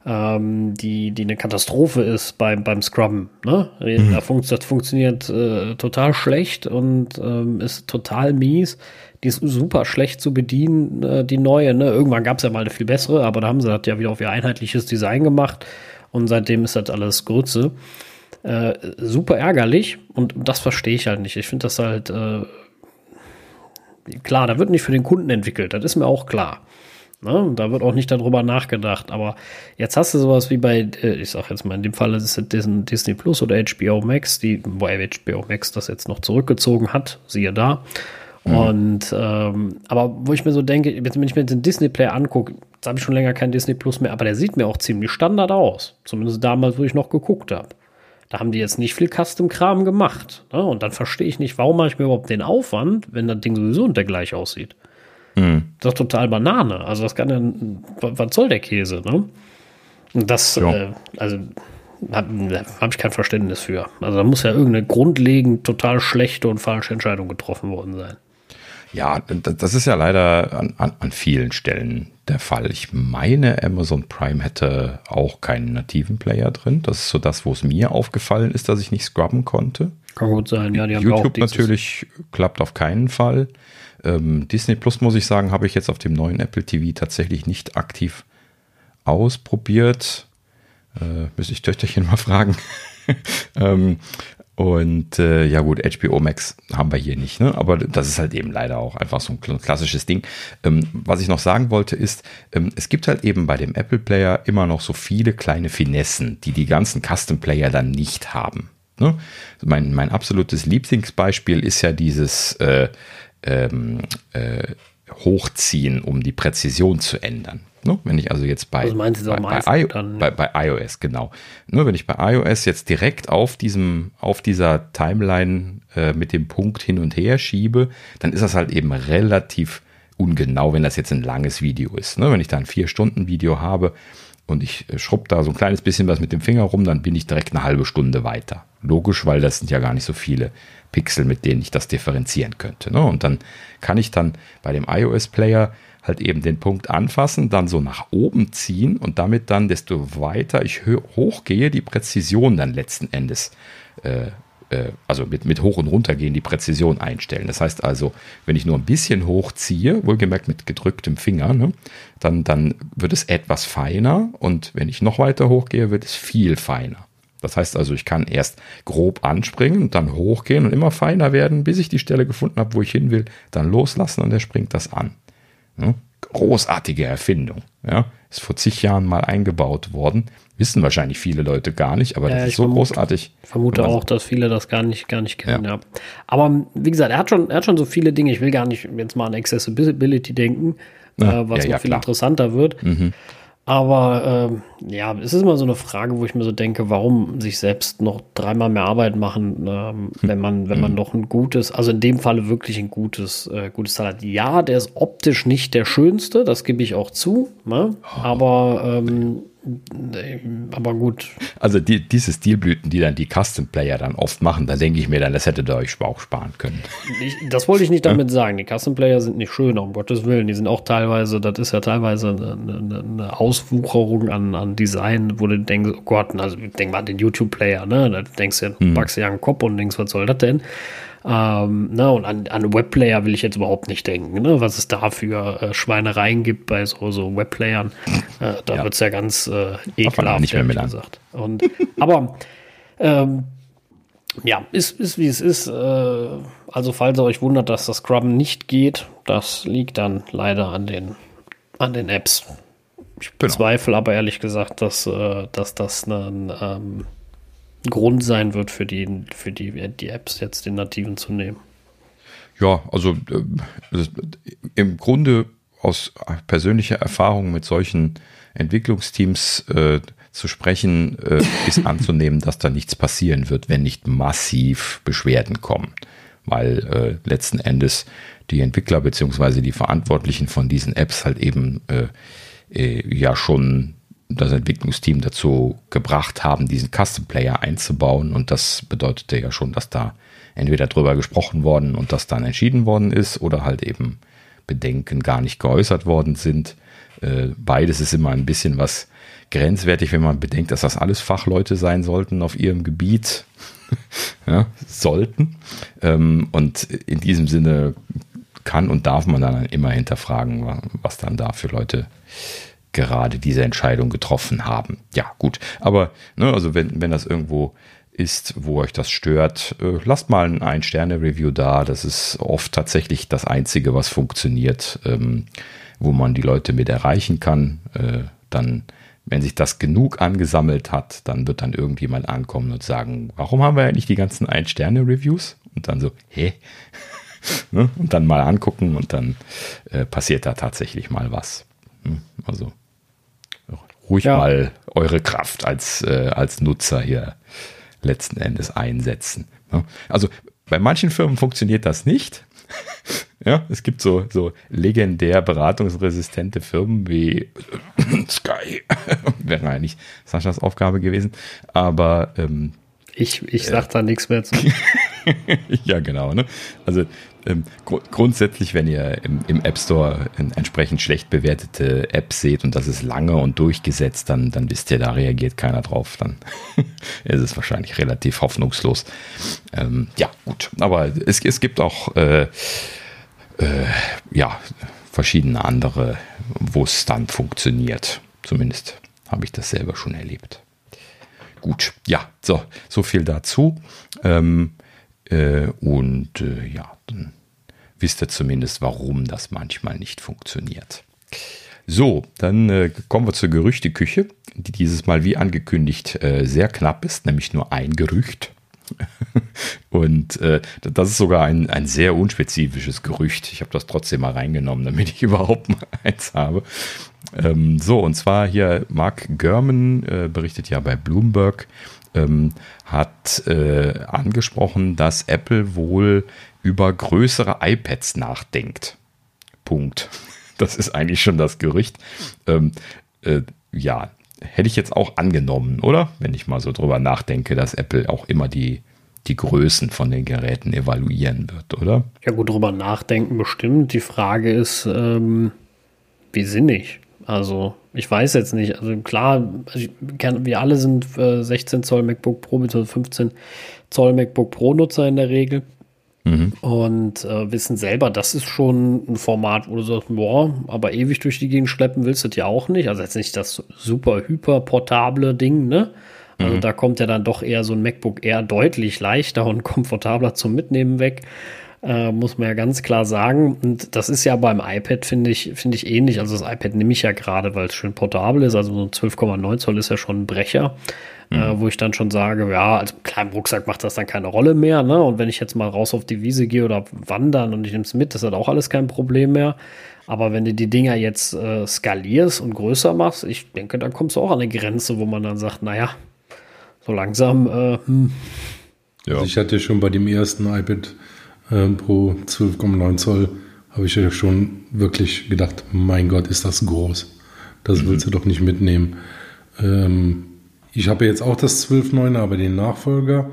ähm, die, die eine Katastrophe ist beim, beim Scrubben, ne? Da funkt, das funktioniert äh, total schlecht und ähm, ist total mies. Die ist super schlecht zu bedienen, äh, die neue, ne? Irgendwann gab es ja mal eine viel bessere, aber da haben sie das ja wieder auf ihr einheitliches Design gemacht und seitdem ist das alles Grütze. Äh, super ärgerlich und das verstehe ich halt nicht. Ich finde das halt äh, klar, da wird nicht für den Kunden entwickelt, das ist mir auch klar. Ne? Da wird auch nicht darüber nachgedacht, aber jetzt hast du sowas wie bei, äh, ich sag jetzt mal, in dem Fall ist es Disney, Disney Plus oder H B O Max, die, wo H B O Max das jetzt noch zurückgezogen hat, siehe da. Mhm. Und, ähm, aber wo ich mir so denke, wenn ich mir den Disney Player angucke, jetzt habe ich schon länger kein Disney Plus mehr, aber der sieht mir auch ziemlich Standard aus. Zumindest damals, wo ich noch geguckt habe. Da haben die jetzt nicht viel Custom-Kram gemacht. Ne? Und dann verstehe ich nicht, warum mache ich mir überhaupt den Aufwand, wenn das Ding sowieso unter gleich aussieht. Mhm. Das ist doch total Banane. Also das kann ja, was soll der Käse, ne? Und das, Ja. äh, also habe hab ich kein Verständnis für. Also da muss ja irgendeine grundlegend total schlechte und falsche Entscheidung getroffen worden sein. Ja, das ist ja leider an, an, an vielen Stellen der Fall. Ich meine, Amazon Prime hätte auch keinen nativen Player drin. Das ist so das, wo es mir aufgefallen ist, dass ich nicht scrubben konnte. Kann gut sein, ja. Die haben auch YouTube dieses, natürlich klappt auf keinen Fall. Ähm, Disney Plus, muss ich sagen, habe ich jetzt auf dem neuen Apple T V tatsächlich nicht aktiv ausprobiert. Äh, müsste ich Töchterchen mal fragen. ähm, und äh, ja gut, H B O Max haben wir hier nicht, ne? Aber das ist halt eben leider auch einfach so ein klassisches Ding. Ähm, was ich noch sagen wollte ist, ähm, es gibt halt eben bei dem Apple Player immer noch so viele kleine Finessen, die die ganzen Custom Player dann nicht haben. Ne? Mein, mein absolutes Lieblingsbeispiel ist ja dieses äh, ähm, äh, Hochziehen, um die Präzision zu ändern. Ne? Wenn ich also jetzt bei, also meinst du bei, bei, bei, I, dann, bei, bei iOS, genau. Ne? Wenn ich bei iOS jetzt direkt auf diesem, auf dieser Timeline äh, mit dem Punkt hin und her schiebe, dann ist das halt eben relativ ungenau, wenn das jetzt ein langes Video ist. Ne? Wenn ich da ein vier Stunden Video habe und ich schrubb da so ein kleines bisschen was mit dem Finger rum, dann bin ich direkt eine halbe Stunde weiter. Logisch, weil das sind ja gar nicht so viele Pixel, mit denen ich das differenzieren könnte. Ne? Und dann kann ich dann bei dem iOS-Player halt eben den Punkt anfassen, dann so nach oben ziehen und damit dann, desto weiter ich hochgehe, die Präzision dann letzten Endes, äh, äh, also mit, mit hoch und runter gehen, die Präzision einstellen. Das heißt also, wenn ich nur ein bisschen hochziehe, wohlgemerkt mit gedrücktem Finger, ne, dann, dann wird es etwas feiner und wenn ich noch weiter hochgehe, wird es viel feiner. Das heißt also, ich kann erst grob anspringen und dann hochgehen und immer feiner werden, bis ich die Stelle gefunden habe, wo ich hin will, dann loslassen und er springt das an. Ja, großartige Erfindung. Ja, ist vor zig Jahren mal eingebaut worden. Wissen wahrscheinlich viele Leute gar nicht, aber ja, das ist so vermute, großartig. Ich vermute auch, dass viele das gar nicht, gar nicht kennen. Ja. Ja. Aber wie gesagt, er hat schon, er hat schon so viele Dinge. Ich will gar nicht jetzt mal an Accessibility denken, ja, äh, was ja, noch ja, viel klar. interessanter wird. Mhm. Aber ähm, ja, es ist immer so eine Frage, wo ich mir so denke, warum sich selbst noch dreimal mehr Arbeit machen, ähm, wenn man, wenn man noch ein gutes, also in dem Falle wirklich ein gutes, äh, gutes Teil hat. Ja, der ist optisch nicht der schönste, das gebe ich auch zu, ne? Aber ähm, aber gut. Also die, diese Stilblüten, die dann die Custom Player dann oft machen, da denke ich mir dann, das hättet ihr euch auch sparen können. Ich, das wollte ich nicht damit ja? sagen. Die Custom Player sind nicht schön, um Gottes Willen. Die sind auch teilweise, das ist ja teilweise eine, eine Auswucherung an, an Design, wo du denkst, oh Gott, also denk mal an den YouTube-Player, ne? Da denkst du, hm. packst du ja einen Kopf und denkst, was soll das denn? Ähm, na, und an, an Webplayer will ich jetzt überhaupt nicht denken, ne? Was es da für äh, Schweinereien gibt bei so, so Webplayern. Äh, da ja. wird es ja ganz äh, ekelhaft, nicht mehr mit gesagt. Und, aber ähm, ja, ist, ist wie es ist. Äh, also falls ihr euch wundert, dass das Scrubben nicht geht, das liegt dann leider an den, an den Apps. Ich genau. bezweifle aber ehrlich gesagt, dass, äh, dass das ein ähm, Grund sein wird für die, für die, die Apps jetzt den nativen zu nehmen. Ja, also äh, im Grunde aus persönlicher Erfahrung mit solchen Entwicklungsteams äh, zu sprechen, äh, ist anzunehmen, dass da nichts passieren wird, wenn nicht massiv Beschwerden kommen. Weil äh, letzten Endes die Entwickler bzw. die Verantwortlichen von diesen Apps halt eben äh, äh, ja schon das Entwicklungsteam dazu gebracht haben, diesen Custom Player einzubauen. Und das bedeutete ja schon, dass da entweder drüber gesprochen worden und das dann entschieden worden ist oder halt eben Bedenken gar nicht geäußert worden sind. Äh, beides ist immer ein bisschen was grenzwertig, wenn man bedenkt, dass das alles Fachleute sein sollten auf ihrem Gebiet. ja, sollten. Ähm, und in diesem Sinne kann und darf man dann immer hinterfragen, was dann da für Leute gerade diese Entscheidung getroffen haben. Ja, gut. Aber ne, also wenn, wenn das irgendwo ist, wo euch das stört, äh, lasst mal ein Ein-Sterne-Review da. Das ist oft tatsächlich das Einzige, was funktioniert, ähm, wo man die Leute mit erreichen kann. Äh, dann, wenn sich das genug angesammelt hat, dann wird dann irgendjemand ankommen und sagen, warum haben wir eigentlich die ganzen Ein-Sterne-Reviews? Und dann so, hä? ne? Und dann mal angucken und dann äh, passiert da tatsächlich mal was. Hm? Also ruhig ja. mal eure Kraft als, äh, als Nutzer hier letzten Endes einsetzen. Ja? Also bei manchen Firmen funktioniert das nicht. ja, es gibt so, so legendär beratungsresistente Firmen wie Sky. Wäre eigentlich Saschas Aufgabe gewesen. Aber ähm, ich, ich sag äh, da nichts mehr zu. ja, genau. Ne? Also ähm, gr- grundsätzlich, wenn ihr im, im App Store eine entsprechend schlecht bewertete App seht und das ist lange und durchgesetzt, dann, dann wisst ihr, da reagiert keiner drauf. Dann ist es wahrscheinlich relativ hoffnungslos. Ähm, ja, gut. Aber es, es gibt auch äh, äh, ja, verschiedene andere, wo es dann funktioniert. Zumindest habe ich das selber schon erlebt. Gut, ja, so, so viel dazu. Ähm, äh, und äh, ja, dann wisst ihr zumindest, warum das manchmal nicht funktioniert. So, dann äh, kommen wir zur Gerüchteküche, die dieses Mal wie angekündigt äh, sehr knapp ist, nämlich nur ein Gerücht. Und äh, das ist sogar ein, ein sehr unspezifisches Gerücht. Ich habe das trotzdem mal reingenommen, damit ich überhaupt mal eins habe. Ähm, so, und zwar hier Mark Gurman äh, berichtet ja bei Bloomberg, ähm, hat äh, angesprochen, dass Apple wohl über größere iPads nachdenkt. Punkt. Das ist eigentlich schon das Gerücht. Ähm, äh, ja, hätte ich jetzt auch angenommen, oder? Wenn ich mal so drüber nachdenke, dass Apple auch immer die, die Größen von den Geräten evaluieren wird, oder? Ja gut, drüber nachdenken bestimmt. Die Frage ist, ähm, wie sinnig? Also ich weiß jetzt nicht. Also klar, also ich kann, wir alle sind äh, sechzehn Zoll MacBook Pro bzw. fünfzehn Zoll MacBook Pro Nutzer in der Regel. Mhm. Und äh, wissen selber, das ist schon ein Format, wo du sagst, boah, aber ewig durch die Gegend schleppen willst du das ja auch nicht. Also jetzt nicht das super hyper portable Ding, ne? Also mhm. da kommt ja dann doch eher so ein MacBook Air deutlich leichter und komfortabler zum Mitnehmen weg. Äh, muss man ja ganz klar sagen. Und das ist ja beim iPad, finde ich, finde ich ähnlich. Also das iPad nehme ich ja gerade, weil es schön portabel ist. Also so ein zwölf Komma neun Zoll ist ja schon ein Brecher. Mhm. Äh, wo ich dann schon sage, ja, also klar, im Rucksack macht das dann keine Rolle mehr, ne? Und wenn ich jetzt mal raus auf die Wiese gehe oder wandern und ich nehme es mit, das hat auch alles kein Problem mehr. Aber wenn du die Dinger jetzt äh, skalierst und größer machst, ich denke, dann kommst du auch an eine Grenze, wo man dann sagt, naja, so langsam, äh, hm. Ja. Also ich hatte schon bei dem ersten iPad äh, Pro zwölf Komma neun Zoll, habe ich ja schon wirklich gedacht, mein Gott, ist das groß. Das mhm. willst du doch nicht mitnehmen. Ähm, Ich habe jetzt auch das zwölf Komma neun, aber den Nachfolger.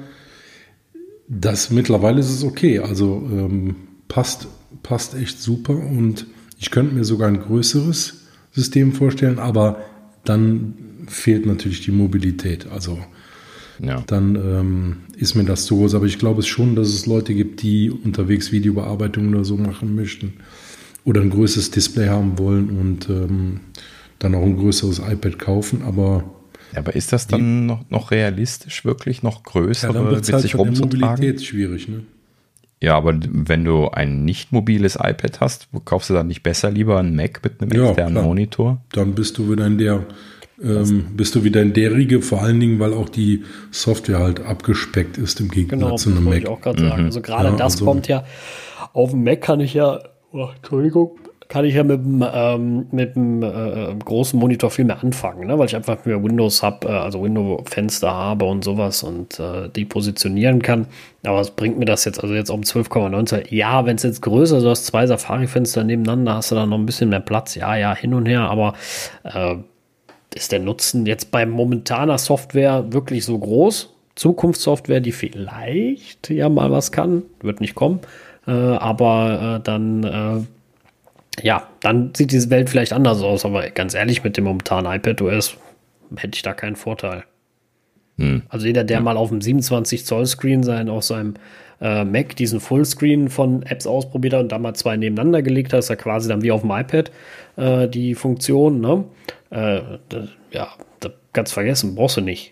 Das mittlerweile ist es okay. Also ähm, passt, passt echt super und ich könnte mir sogar ein größeres System vorstellen, aber dann fehlt natürlich die Mobilität. Also ja. dann ähm, ist mir das zu groß. Aber ich glaube es schon, dass es Leute gibt, die unterwegs Videobearbeitung oder so machen möchten oder ein größeres Display haben wollen und ähm, dann auch ein größeres iPad kaufen. Aber Aber ist das dann die, noch, noch realistisch, wirklich noch größere, ja, dann wird's halt sich rumzutragen? Mobilität schwierig, ne? Ja, aber wenn du ein nicht mobiles iPad hast, kaufst du dann nicht besser lieber einen Mac mit einem ja, externen klar. Monitor? Dann bist du wieder in der, ähm, bist du wieder in der Riege, vor allen Dingen, weil auch die Software halt abgespeckt ist im Gegensatz genau, zu einem Mac. Genau, das wollte ich auch gerade sagen. Mhm. Also gerade ja, das also, kommt ja, auf dem Mac kann ich ja, oh, Entschuldigung, kann ich ja mit dem, ähm, mit dem äh, großen Monitor viel mehr anfangen, ne? Weil ich einfach mehr Windows habe, äh, also Windows-Fenster habe und sowas und äh, die positionieren kann. Aber was bringt mir das jetzt? Also jetzt um zwölf Komma neun Zoll. Ja, wenn es jetzt größer ist, du hast zwei Safari-Fenster nebeneinander, hast du dann noch ein bisschen mehr Platz. Ja, ja, hin und her, aber äh, ist der Nutzen jetzt bei momentaner Software wirklich so groß? Zukunftssoftware, die vielleicht ja mal was kann, wird nicht kommen, äh, aber äh, dann äh, ja, dann sieht diese Welt vielleicht anders aus, aber ganz ehrlich, mit dem momentanen iPadOS hätte ich da keinen Vorteil. Hm. Also jeder, der ja. mal auf dem siebenundzwanzig Zoll Screen sein, auf seinem äh, Mac diesen Fullscreen von Apps ausprobiert hat und da mal zwei nebeneinander gelegt hat, ist ja quasi dann wie auf dem iPad äh, die Funktion, ne? Äh, das, ja, das kannst du vergessen, brauchst du nicht.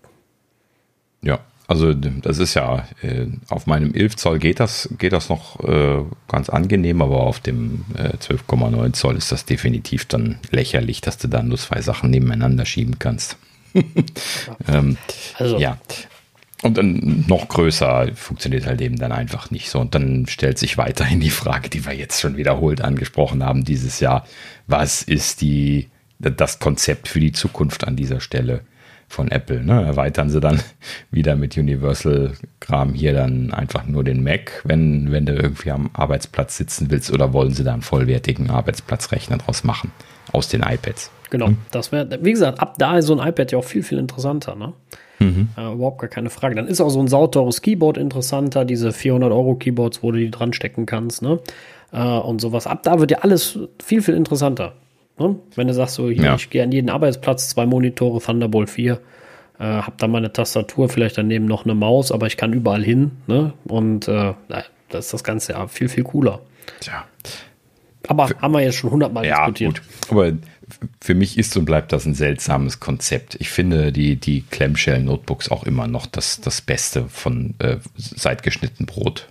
Ja. Also das ist ja, äh, auf meinem elf Zoll geht das, geht das noch äh, ganz angenehm, aber auf dem äh, zwölf Komma neun Zoll ist das definitiv dann lächerlich, dass du dann nur zwei Sachen nebeneinander schieben kannst. ähm, also. Ja. Und dann noch größer funktioniert halt eben dann einfach nicht so. Und dann stellt sich weiterhin die Frage, die wir jetzt schon wiederholt angesprochen haben dieses Jahr. Was ist die, das Konzept für die Zukunft an dieser Stelle von Apple? Ne? Erweitern sie dann wieder mit Universal-Kram hier dann einfach nur den Mac, wenn, wenn du irgendwie am Arbeitsplatz sitzen willst, oder wollen sie da einen vollwertigen Arbeitsplatzrechner draus machen aus den iPads? Genau, hm? das wäre, wie gesagt, ab da ist so ein iPad ja auch viel, viel interessanter, ne? Mhm. Äh, überhaupt gar keine Frage. Dann ist auch so ein sauteures Keyboard interessanter, diese vierhundert Euro Keyboards, wo du die dran stecken kannst, ne? Äh, und sowas. Ab da wird ja alles viel, viel interessanter. Ne? Wenn du sagst, so, hier, ja. ich gehe an jeden Arbeitsplatz, zwei Monitore, Thunderbolt vier, äh, hab da meine Tastatur, vielleicht daneben noch eine Maus, aber ich kann überall hin, ne? Und äh, da ist das Ganze ja viel, viel cooler. Tja. Aber für, haben wir jetzt schon hundertmal ja, diskutiert. Gut. Aber für mich ist und bleibt das ein seltsames Konzept. Ich finde die, die Clamshell-Notebooks auch immer noch das, das Beste von äh, seit geschnitten Brot.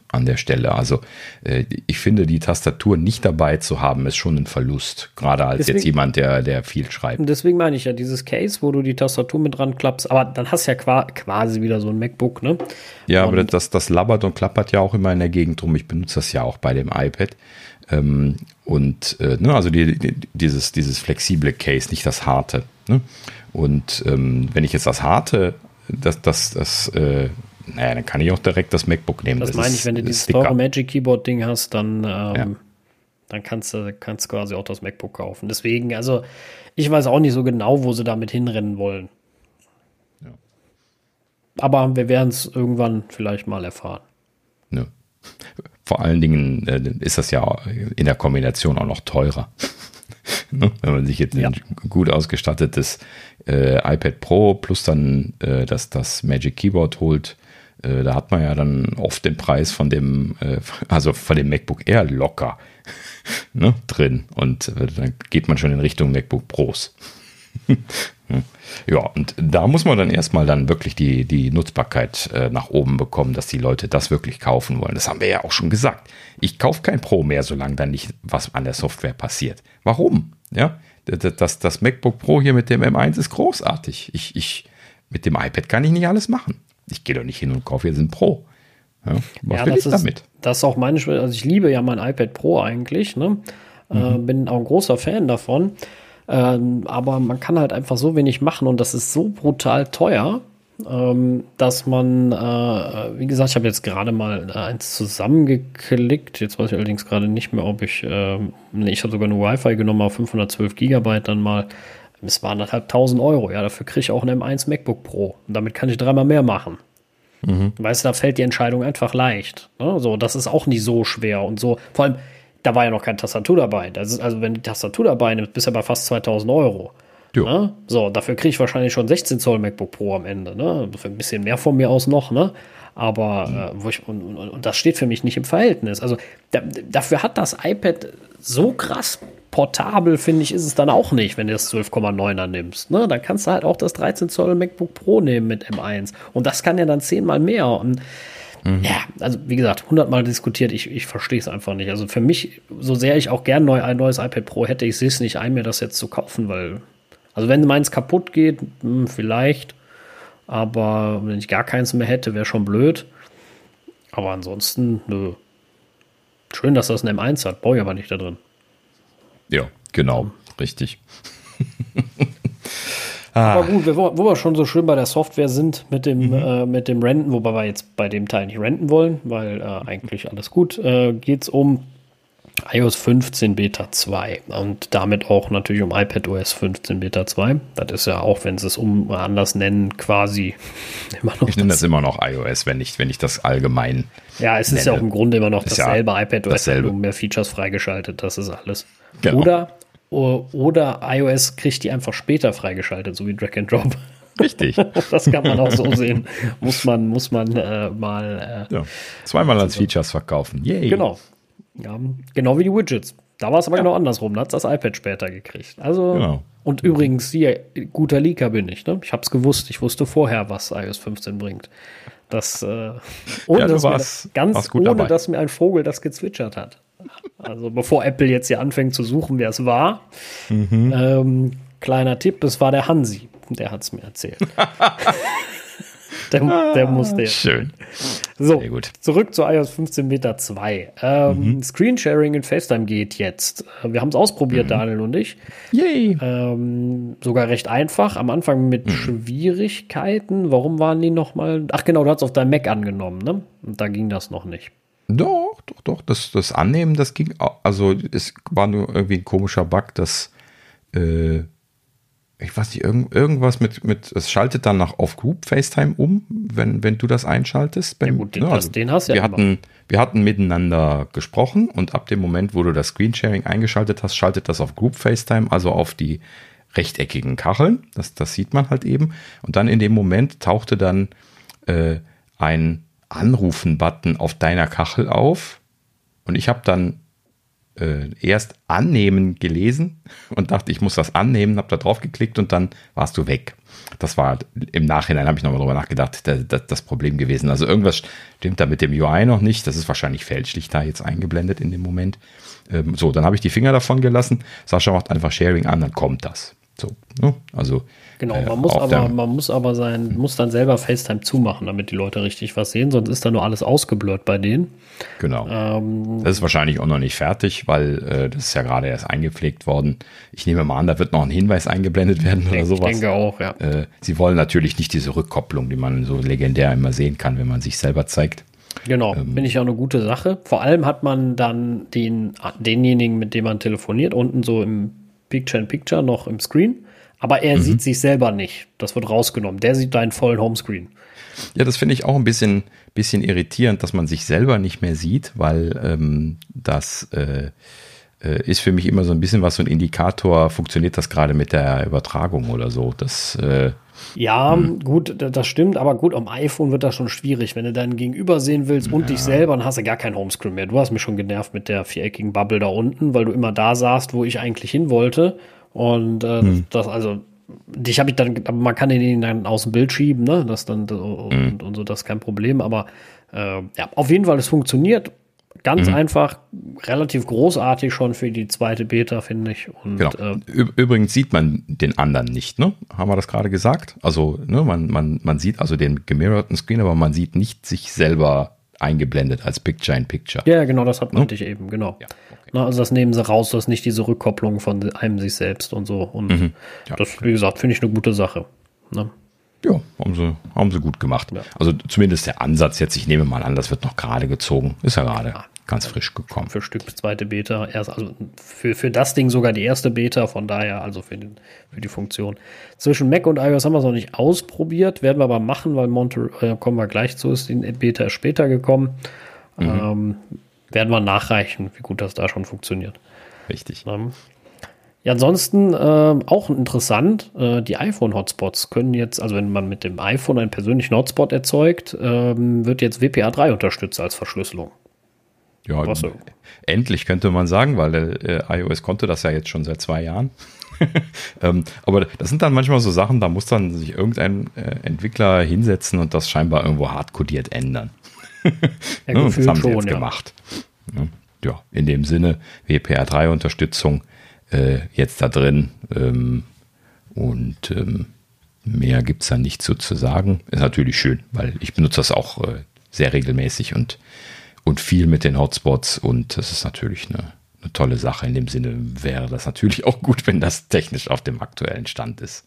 an der Stelle. Also äh, ich finde, die Tastatur nicht dabei zu haben, ist schon ein Verlust. Gerade als deswegen, jetzt jemand, der, der viel schreibt. Deswegen meine ich ja, dieses Case, wo du die Tastatur mit dran klappst, aber dann hast du ja qua- quasi wieder so ein MacBook, ne? Ja, und aber das, das labbert und klappert ja auch immer in der Gegend rum. Ich benutze das ja auch bei dem iPad. Ähm, und äh, ne, also die, die, dieses, dieses flexible Case, nicht das harte. Ne? Und ähm, wenn ich jetzt das harte, das, das, das äh, naja, dann kann ich auch direkt das MacBook nehmen. Das, das meine ich, wenn du dieses teure Magic Keyboard Ding hast, dann, ähm, ja. dann kannst du kannst quasi auch das MacBook kaufen. Deswegen, also ich weiß auch nicht so genau, wo sie damit hinrennen wollen. Ja. Aber wir werden es irgendwann vielleicht mal erfahren. Ja. Vor allen Dingen äh, ist das ja in der Kombination auch noch teurer. Ne? Wenn man sich jetzt ja. ein gut ausgestattetes äh, iPad Pro plus dann äh, das, das Magic Keyboard holt, äh, da hat man ja dann oft den Preis von dem, äh, also von dem MacBook Air locker ne, drin. Und äh, dann geht man schon in Richtung MacBook Pros. Ja, und da muss man dann erstmal dann wirklich die, die Nutzbarkeit äh, nach oben bekommen, dass die Leute das wirklich kaufen wollen. Das haben wir ja auch schon gesagt. Ich kaufe kein Pro mehr, solange dann nicht was an der Software passiert. Warum? Ja, das, das, das MacBook Pro hier mit dem M eins ist großartig. Ich, ich, mit dem iPad kann ich nicht alles machen. Ich gehe doch nicht hin und kaufe jetzt ein Pro. Ja, was ja, will das ich ist, damit? Das ist auch meine Schwierigkeit. Also ich liebe ja mein iPad Pro eigentlich, ne? Mhm. Äh, bin auch ein großer Fan davon. Ähm, aber man kann halt einfach so wenig machen und das ist so brutal teuer, ähm, dass man, äh, wie gesagt, ich habe jetzt gerade mal eins zusammengeklickt. Jetzt weiß ich allerdings gerade nicht mehr, ob ich, äh, nee, ich habe sogar nur Wi-Fi genommen auf fünfhundertzwölf Gigabyte dann mal. Es waren anderthalb tausend Euro. Ja, dafür kriege ich auch ein M eins MacBook Pro. Und damit kann ich dreimal mehr machen. Mhm. Weißt du, da fällt die Entscheidung einfach leicht. Ne? So, das ist auch nicht so schwer und so. Vor allem, da war ja noch keine Tastatur dabei. Das ist, also wenn die Tastatur dabei nimmt, bist du ja bei fast zweitausend Euro. Ne? So, dafür kriege ich wahrscheinlich schon sechzehn Zoll MacBook Pro am Ende. Ne? Für ein bisschen mehr von mir aus noch, ne? Aber mhm. äh, wo ich, und, und, und das steht für mich nicht im Verhältnis. Also da, dafür hat das iPad so krass portabel, finde ich, ist es dann auch nicht, wenn du das zwölf Komma neuner nimmst. Ne? Dann kannst du halt auch das dreizehn Zoll MacBook Pro nehmen mit M eins. Und das kann ja dann zehnmal mehr. Und mhm. ja, also wie gesagt, hundertmal diskutiert, ich, ich verstehe es einfach nicht. Also für mich, so sehr ich auch gern neu, ein neues iPad Pro hätte, ich sehe es nicht ein, mir das jetzt zu kaufen, weil, also wenn meins kaputt geht, mh, vielleicht, aber wenn ich gar keins mehr hätte, wäre schon blöd. Aber ansonsten, nö. Schön, dass das ein M eins hat, brauche ich aber nicht da drin. Ja, genau, richtig. Aber gut, wo, wo wir schon so schön bei der Software sind mit dem, mhm. äh, mit dem Renten, wobei wir jetzt bei dem Teil nicht renten wollen, weil äh, eigentlich alles gut, äh, geht es um iOS fünfzehn Beta zwei und damit auch natürlich um iPadOS fünfzehn Beta zwei. Das ist ja auch, wenn sie es um anders nennen, quasi immer noch. Ich nenne das, das immer noch iOS, wenn ich, wenn ich das allgemein Ja, es ist nenne. Ja auch im Grunde immer noch ist dasselbe. Ja iPadOS dasselbe. hat nur mehr Features freigeschaltet, das ist alles. Genau. Oder Oder iOS kriegt die einfach später freigeschaltet, so wie Drag and Drop. Richtig. Das kann man auch so sehen. Muss man, muss man äh, mal. Äh, ja. Zweimal als Features verkaufen. Yay. Genau. Ja, genau wie die Widgets. Da war es aber ja. genau andersrum. Da hat das iPad später gekriegt. Also, genau. Und übrigens, hier, guter Leaker bin ich. Ne? Ich habe es gewusst. Ich wusste vorher, was iOS fünfzehn bringt. Das, äh, ohne, ja, dass warst, mir, ganz ohne, dabei. dass mir ein Vogel das gezwitschert hat. Also bevor Apple jetzt hier anfängt zu suchen, wer es war. Mhm. Ähm, kleiner Tipp, es war der Hansi. Der hat es mir erzählt. der, der musste jetzt. Schön. So, sehr gut. Zurück zu iOS fünfzehn Beta zwei. Ähm, mhm. Screensharing in FaceTime geht jetzt. Wir haben es ausprobiert, mhm. Daniel und ich. Yay. Ähm, sogar recht einfach. Am Anfang mit mhm. Schwierigkeiten. Warum waren die nochmal? Ach genau, du hast auf deinem Mac angenommen, ne? Und da ging das noch nicht. Doch, doch, doch. Das, das Annehmen, das ging auch. Also es war nur irgendwie ein komischer Bug, dass äh, ich weiß nicht, irgend, irgendwas mit, mit, es schaltet dann nach auf Group FaceTime um, wenn, wenn du das einschaltest. Beim, ja gut, den, ne, also das, den hast du wir ja hatten, wir hatten miteinander gesprochen und ab dem Moment, wo du das Screensharing eingeschaltet hast, schaltet das auf Group FaceTime, also auf die rechteckigen Kacheln. Das, das sieht man halt eben. Und dann in dem Moment tauchte dann äh, ein Anrufen-Button auf deiner Kachel auf und ich habe dann äh, erst annehmen gelesen und dachte, ich muss das annehmen, habe da drauf geklickt und dann warst du weg. Das war im Nachhinein, habe ich nochmal drüber nachgedacht, das, das, das Problem gewesen. Also irgendwas stimmt da mit dem U I noch nicht. Das ist wahrscheinlich fälschlich da jetzt eingeblendet in dem Moment. Ähm, so, dann habe ich die Finger davon gelassen. Sascha macht einfach Sharing an, dann kommt das. So, ne? Also genau, man äh, muss aber, man muss aber sein, muss dann selber FaceTime zumachen, damit die Leute richtig was sehen, sonst ist da nur alles ausgeblurrt bei denen. Genau. Ähm, das ist wahrscheinlich auch noch nicht fertig, weil äh, das ist ja gerade erst eingepflegt worden. Ich nehme mal an, da wird noch ein Hinweis eingeblendet werden oder denk, sowas. Ich denke auch, ja. Äh, sie wollen natürlich nicht diese Rückkopplung, die man so legendär immer sehen kann, wenn man sich selber zeigt. Genau, ähm, finde ich auch eine gute Sache. Vor allem hat man dann den, denjenigen, mit dem man telefoniert, unten so im Picture-in-Picture noch im Screen, aber er mhm. sieht sich selber nicht. Das wird rausgenommen. Der sieht deinen vollen Homescreen. Ja, das finde ich auch ein bisschen, bisschen irritierend, dass man sich selber nicht mehr sieht, weil ähm, das äh, äh, ist für mich immer so ein bisschen was, so ein Indikator, funktioniert das gerade mit der Übertragung oder so. Das äh, Ja, hm. gut, das stimmt, aber gut, am iPhone wird das schon schwierig. Wenn du deinen Gegenüber sehen willst und ja. dich selber, dann hast du gar kein Homescreen mehr. Du hast mich schon genervt mit der viereckigen Bubble da unten, weil du immer da saßt, wo ich eigentlich hin wollte. Und äh, hm. das, also, dich habe ich dann, man kann den dann aus dem Bild schieben, ne? Das dann und, hm. und so, das ist kein Problem. Aber äh, ja, auf jeden Fall, es funktioniert. Ganz mhm. einfach, relativ großartig schon für die zweite Beta, finde ich. Und, genau. äh, Übrigens sieht man den anderen nicht, ne? Haben wir das gerade gesagt? Also, ne, man, man, man sieht also den gemirrorten Screen, aber man sieht nicht sich selber eingeblendet als Picture-in-Picture. Ja, genau, das hat man dich ne? eben, genau. Ja, okay. Na, also das nehmen sie raus, das ist nicht diese Rückkopplung von einem sich selbst und so. Und mhm. ja, das, wie gesagt, finde ich eine gute Sache. Ne? Ja, haben sie, haben sie gut gemacht. Ja. Also zumindest der Ansatz jetzt, ich nehme mal an, das wird noch gerade gezogen. Ist ja gerade ja. ganz frisch gekommen. Für Stück zweite Beta, erst, also für, für das Ding sogar die erste Beta, von daher also für, den, für die Funktion. Zwischen Mac und iOS haben wir es noch nicht ausprobiert, werden wir aber machen, weil Monterey, äh, kommen wir gleich zu, ist die Beta erst später gekommen. Mhm. Ähm, werden wir nachreichen, wie gut das da schon funktioniert. Richtig. Ähm, Ja, ansonsten äh, auch interessant, äh, die iPhone-Hotspots können jetzt, also wenn man mit dem iPhone einen persönlichen Hotspot erzeugt, ähm, wird jetzt W P A drei unterstützt als Verschlüsselung. Ja, so. Endlich könnte man sagen, weil äh, iOS konnte das ja jetzt schon seit zwei Jahren. ähm, aber das sind dann manchmal so Sachen, da muss dann sich irgendein äh, Entwickler hinsetzen und das scheinbar irgendwo hardcodiert ändern. Ja, ne, das haben schon, sie jetzt ja. gemacht. Ja, ja, in dem Sinne W P A drei Unterstützung äh, jetzt da drin ähm, und ähm, mehr gibt es da nicht so zu sagen. Ist natürlich schön, weil ich benutze das auch äh, sehr regelmäßig und, und viel mit den Hotspots und das ist natürlich eine, eine tolle Sache. In dem Sinne wäre das natürlich auch gut, wenn das technisch auf dem aktuellen Stand ist.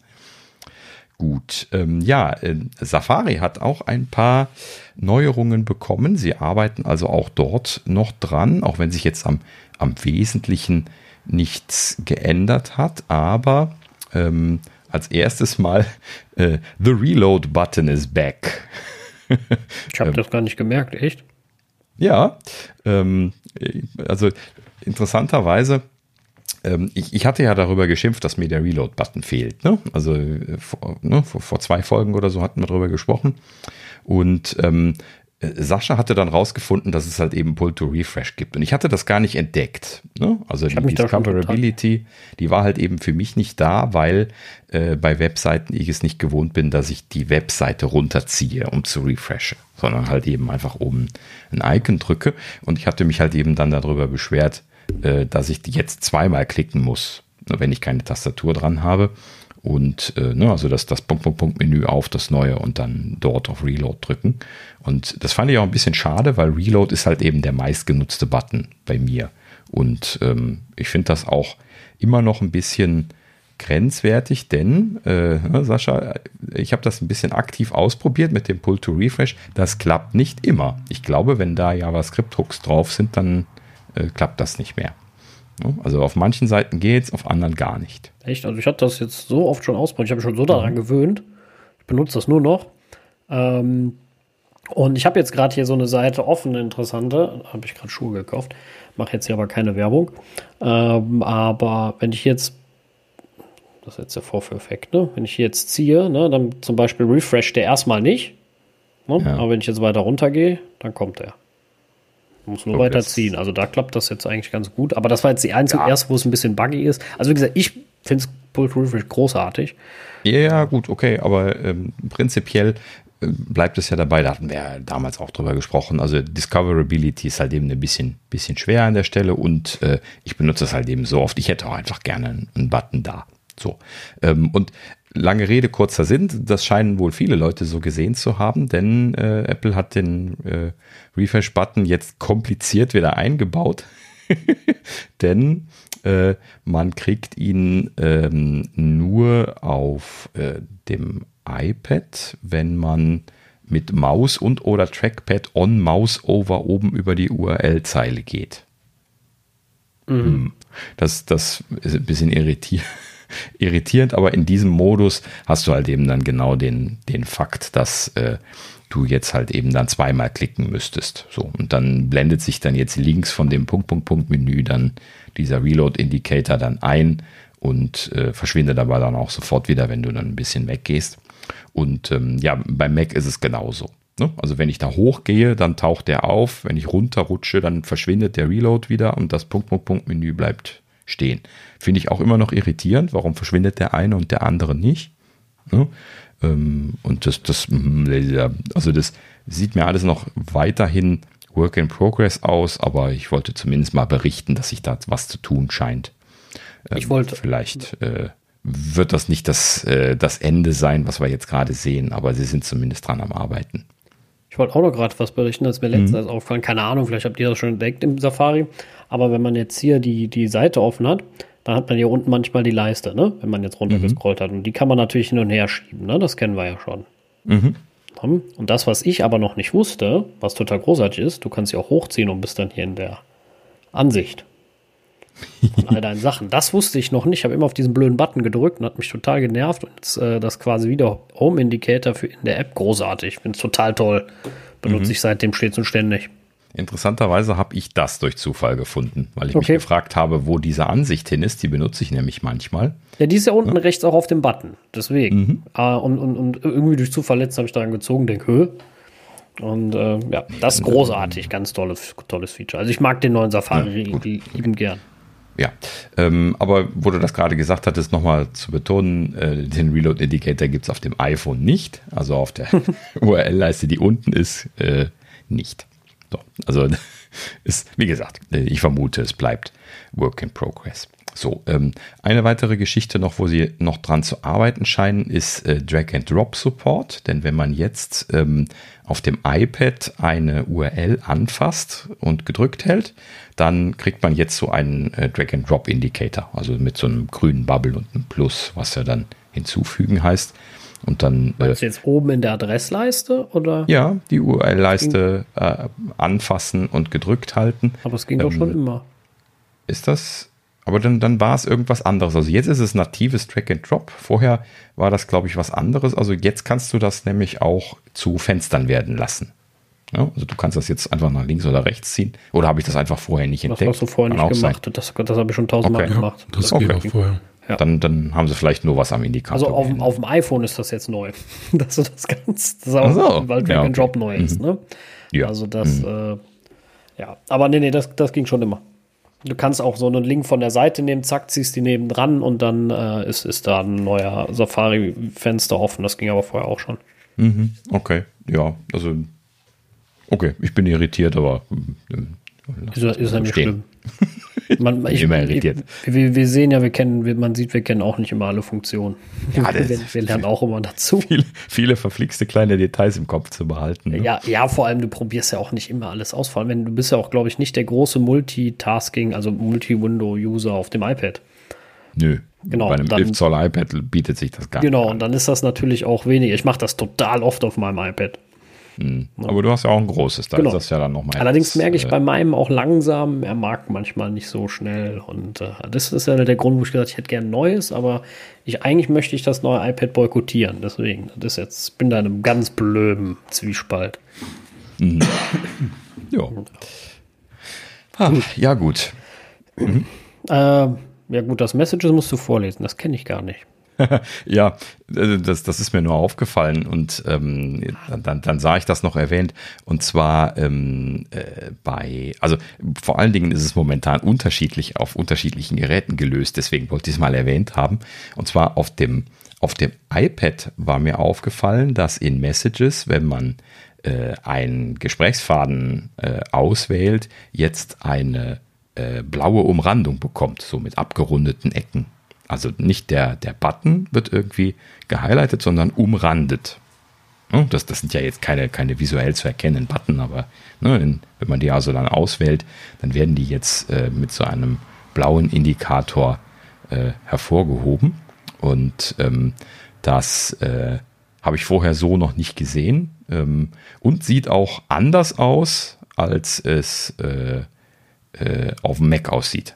Gut, ähm, ja, äh, Safari hat auch ein paar Neuerungen bekommen. Sie arbeiten also auch dort noch dran, auch wenn sich jetzt am, am Wesentlichen nichts geändert hat. Aber ähm, als erstes mal äh, The Reload Button is back. Ich habe das gar nicht gemerkt, echt? Ja, ähm, also interessanterweise Ich, ich hatte ja darüber geschimpft, dass mir der Reload-Button fehlt. Ne? Also vor, ne, vor, vor zwei Folgen oder so hatten wir darüber gesprochen. Und ähm, Sascha hatte dann rausgefunden, dass es halt eben Pull-to-Refresh gibt. Und ich hatte das gar nicht entdeckt. Ne? Also ich die Discoverability, die war halt eben für mich nicht da, weil äh, bei Webseiten ich es nicht gewohnt bin, dass ich die Webseite runterziehe, um zu refreshen. Sondern halt eben einfach oben ein Icon drücke. Und ich hatte mich halt eben dann darüber beschwert, dass ich die jetzt zweimal klicken muss, wenn ich keine Tastatur dran habe. Und äh, ne, also das, das Punkt, Punkt, Punkt Menü auf das Neue und dann dort auf Reload drücken. Und das fand ich auch ein bisschen schade, weil Reload ist halt eben der meistgenutzte Button bei mir. Und ähm, ich finde das auch immer noch ein bisschen grenzwertig, denn, äh, Sascha, ich habe das ein bisschen aktiv ausprobiert mit dem Pull-to-Refresh. Das klappt nicht immer. Ich glaube, wenn da JavaScript-Hooks drauf sind, dann äh, klappt das nicht mehr. Also auf manchen Seiten geht's, auf anderen gar nicht. Echt? Also ich hatte das jetzt so oft schon ausprobiert. Ich habe mich schon so daran mhm. gewöhnt. Ich benutze das nur noch. Ähm, und ich habe jetzt gerade hier so eine Seite offen, eine interessante. Da habe ich gerade Schuhe gekauft. Mache jetzt hier aber keine Werbung. Ähm, aber wenn ich jetzt, das ist jetzt der Vorführeffekt, ne? Wenn ich hier jetzt ziehe, ne, dann zum Beispiel refresh der erstmal nicht. Ne? Ja. Aber wenn ich jetzt weiter runter gehe, dann kommt der. Muss nur weiterziehen. Also da klappt das jetzt eigentlich ganz gut. Aber das war jetzt die einzige ja. erste, wo es ein bisschen buggy ist. Also wie gesagt, ich finde es Pull-to-Refresh großartig. Ja, gut, okay. Aber ähm, prinzipiell äh, bleibt es ja dabei. Da hatten wir ja damals auch drüber gesprochen. Also Discoverability ist halt eben ein bisschen, bisschen schwer an der Stelle. Und äh, ich benutze es halt eben so oft. Ich hätte auch einfach gerne einen Button da. So. Ähm, und lange Rede, kurzer Sinn, das scheinen wohl viele Leute so gesehen zu haben, denn äh, Apple hat den äh, Refresh-Button jetzt kompliziert wieder eingebaut, denn äh, man kriegt ihn ähm, nur auf äh, dem iPad, wenn man mit Maus und oder Trackpad on Mouse over oben über die U R L-Zeile geht. Mhm. Das, das ist ein bisschen irritierend. irritierend, aber in diesem Modus hast du halt eben dann genau den, den Fakt, dass äh, du jetzt halt eben dann zweimal klicken müsstest. So, und dann blendet sich dann jetzt links von dem Punkt, Punkt, Punkt Menü dann dieser Reload-Indicator dann ein und äh, verschwindet aber dann auch sofort wieder, wenn du dann ein bisschen weggehst. Und ähm, ja, beim Mac ist es genauso. Ne? Also wenn ich da hochgehe, dann taucht der auf. Wenn ich runterrutsche, dann verschwindet der Reload wieder und das Punkt, Punkt, Punkt Menü bleibt stehen. Finde ich auch immer noch irritierend. Warum verschwindet der eine und der andere nicht? Ja, ähm, und das, das, also das sieht mir alles noch weiterhin Work in Progress aus, aber ich wollte zumindest mal berichten, dass sich da was zu tun scheint. Ähm, ich wollte. Vielleicht äh, wird das nicht das, äh, das Ende sein, was wir jetzt gerade sehen, aber sie sind zumindest dran am Arbeiten. Ich wollte auch noch gerade was berichten, das ist mir letztens mhm. aufgefallen. Keine Ahnung, vielleicht habt ihr das schon entdeckt im Safari. Aber wenn man jetzt hier die, die Seite offen hat, dann hat man hier unten manchmal die Leiste, ne? Wenn man jetzt runtergescrollt mhm. hat. Und die kann man natürlich hin und her schieben, ne? Das kennen wir ja schon. Mhm. Und das, was ich aber noch nicht wusste, was total großartig ist, du kannst sie auch hochziehen und bist dann hier in der Ansicht von all deinen Sachen. Das wusste ich noch nicht. Ich habe immer auf diesen blöden Button gedrückt und hat mich total genervt. Und jetzt äh, das quasi wieder Home Indicator für in der App großartig. Ich finde es total toll. Benutze mhm. ich seitdem stets und ständig. Interessanterweise habe ich das durch Zufall gefunden, weil ich okay. mich gefragt habe, wo diese Ansicht hin ist. Die benutze ich nämlich manchmal. Ja, die ist ja unten ja. rechts auch auf dem Button. Deswegen. Mhm. Ah, und, und, und irgendwie durch Zufall letztens habe ich daran gezogen, denke, Höhe. Und äh, ja, das ist großartig. Ganz tolles, tolles Feature. Also ich mag den neuen Safari ja, lieben gern. Ja, ähm, aber wo du das gerade gesagt hattest, nochmal zu betonen, äh, den Reload Indicator gibt es auf dem iPhone nicht. Also auf der U R L-Leiste, die unten ist, äh, nicht. So, also ist, wie gesagt, ich vermute, es bleibt Work in Progress. So, ähm, eine weitere Geschichte noch, wo sie noch dran zu arbeiten scheinen, ist äh, Drag-and-Drop-Support. Denn wenn man jetzt ähm, auf dem iPad eine U R L anfasst und gedrückt hält, dann kriegt man jetzt so einen äh, Drag-and-Drop-Indicator, also mit so einem grünen Bubble und einem Plus, was ja dann hinzufügen heißt. Und dann, meinst du jetzt oben in der Adressleiste? Oder? Ja, die U R L-Leiste äh, anfassen und gedrückt halten. Aber es ging ähm, doch schon immer. Ist das? Aber dann, dann war es irgendwas anderes. Also jetzt ist es natives Drag and Drop. Vorher war das, glaube ich, was anderes. Also jetzt kannst du das nämlich auch zu Fenstern werden lassen. Ja, also du kannst das jetzt einfach nach links oder rechts ziehen. Oder habe ich das einfach vorher nicht entdeckt? Das hast du vorher Kann nicht gemacht. Sein. Das, das habe ich schon tausendmal okay. gemacht. Ja, das, das geht auch vorher. Ja. Dann, dann haben sie vielleicht nur was am Indikator. Also auf, auf dem iPhone ist das jetzt neu. dass du das kannst. Das ist auch, so. Weil Drag ja, and Drop okay. neu ist. Mhm. Ne? Ja. Also das, mhm. äh, ja. Aber nee, nee, das, das ging schon immer. Du kannst auch so einen Link von der Seite nehmen, zack, ziehst die neben dran und dann äh, ist, ist da ein neuer Safari-Fenster offen. Das ging aber vorher auch schon. Mhm. Okay, ja, also okay, ich bin irritiert, aber äh, ist, ist ja nicht schlimm. Man, ich, immer irritiert. Wir, wir sehen ja, wir kennen, wir, man sieht, wir kennen auch nicht immer alle Funktionen. Ja, wir, wir lernen auch immer dazu. Viele, viele verflixte kleine Details im Kopf zu behalten. Ne? Ja, ja, vor allem, du probierst ja auch nicht immer alles aus. Vor allem, wenn du bist ja auch, glaube ich, nicht der große Multitasking, also Multi-Window-User auf dem iPad. Nö. Genau, bei einem dann, elf Zoll iPad bietet sich das gar genau, nicht an. Genau, und dann ist das natürlich auch weniger. Ich mache das total oft auf meinem iPad. Hm. Ja. Aber du hast ja auch ein großes, da genau. ist das ja dann nochmal. Allerdings merke ich äh, bei meinem auch langsam, er mag manchmal nicht so schnell. Und äh, das ist ja der Grund, wo ich gesagt habe, ich hätte gern ein neues, aber ich, eigentlich möchte ich das neue iPad boykottieren. Deswegen, das ist jetzt, ich bin da in einem ganz blöden Zwiespalt. Mhm. Ja. Ah, ja, gut. Mhm. Äh, ja, gut, das Messages musst du vorlesen, das kenne ich gar nicht. Ja, das, das ist mir nur aufgefallen und ähm, dann, dann sah ich das noch erwähnt und zwar ähm, äh, bei, also vor allen Dingen ist es momentan unterschiedlich auf unterschiedlichen Geräten gelöst, deswegen wollte ich es mal erwähnt haben und zwar auf dem, auf dem iPad war mir aufgefallen, dass in Messages, wenn man äh, einen Gesprächsfaden äh, auswählt, jetzt eine äh, blaue Umrandung bekommt, so mit abgerundeten Ecken. Also nicht der, der Button wird irgendwie gehighlightet, sondern umrandet. Das, das sind ja jetzt keine, keine visuell zu erkennenden Button, aber ne, wenn man die also dann auswählt, dann werden die jetzt äh, mit so einem blauen Indikator äh, hervorgehoben. Und ähm, das äh, habe ich vorher so noch nicht gesehen ähm, und sieht auch anders aus, als es äh, äh, auf dem Mac aussieht.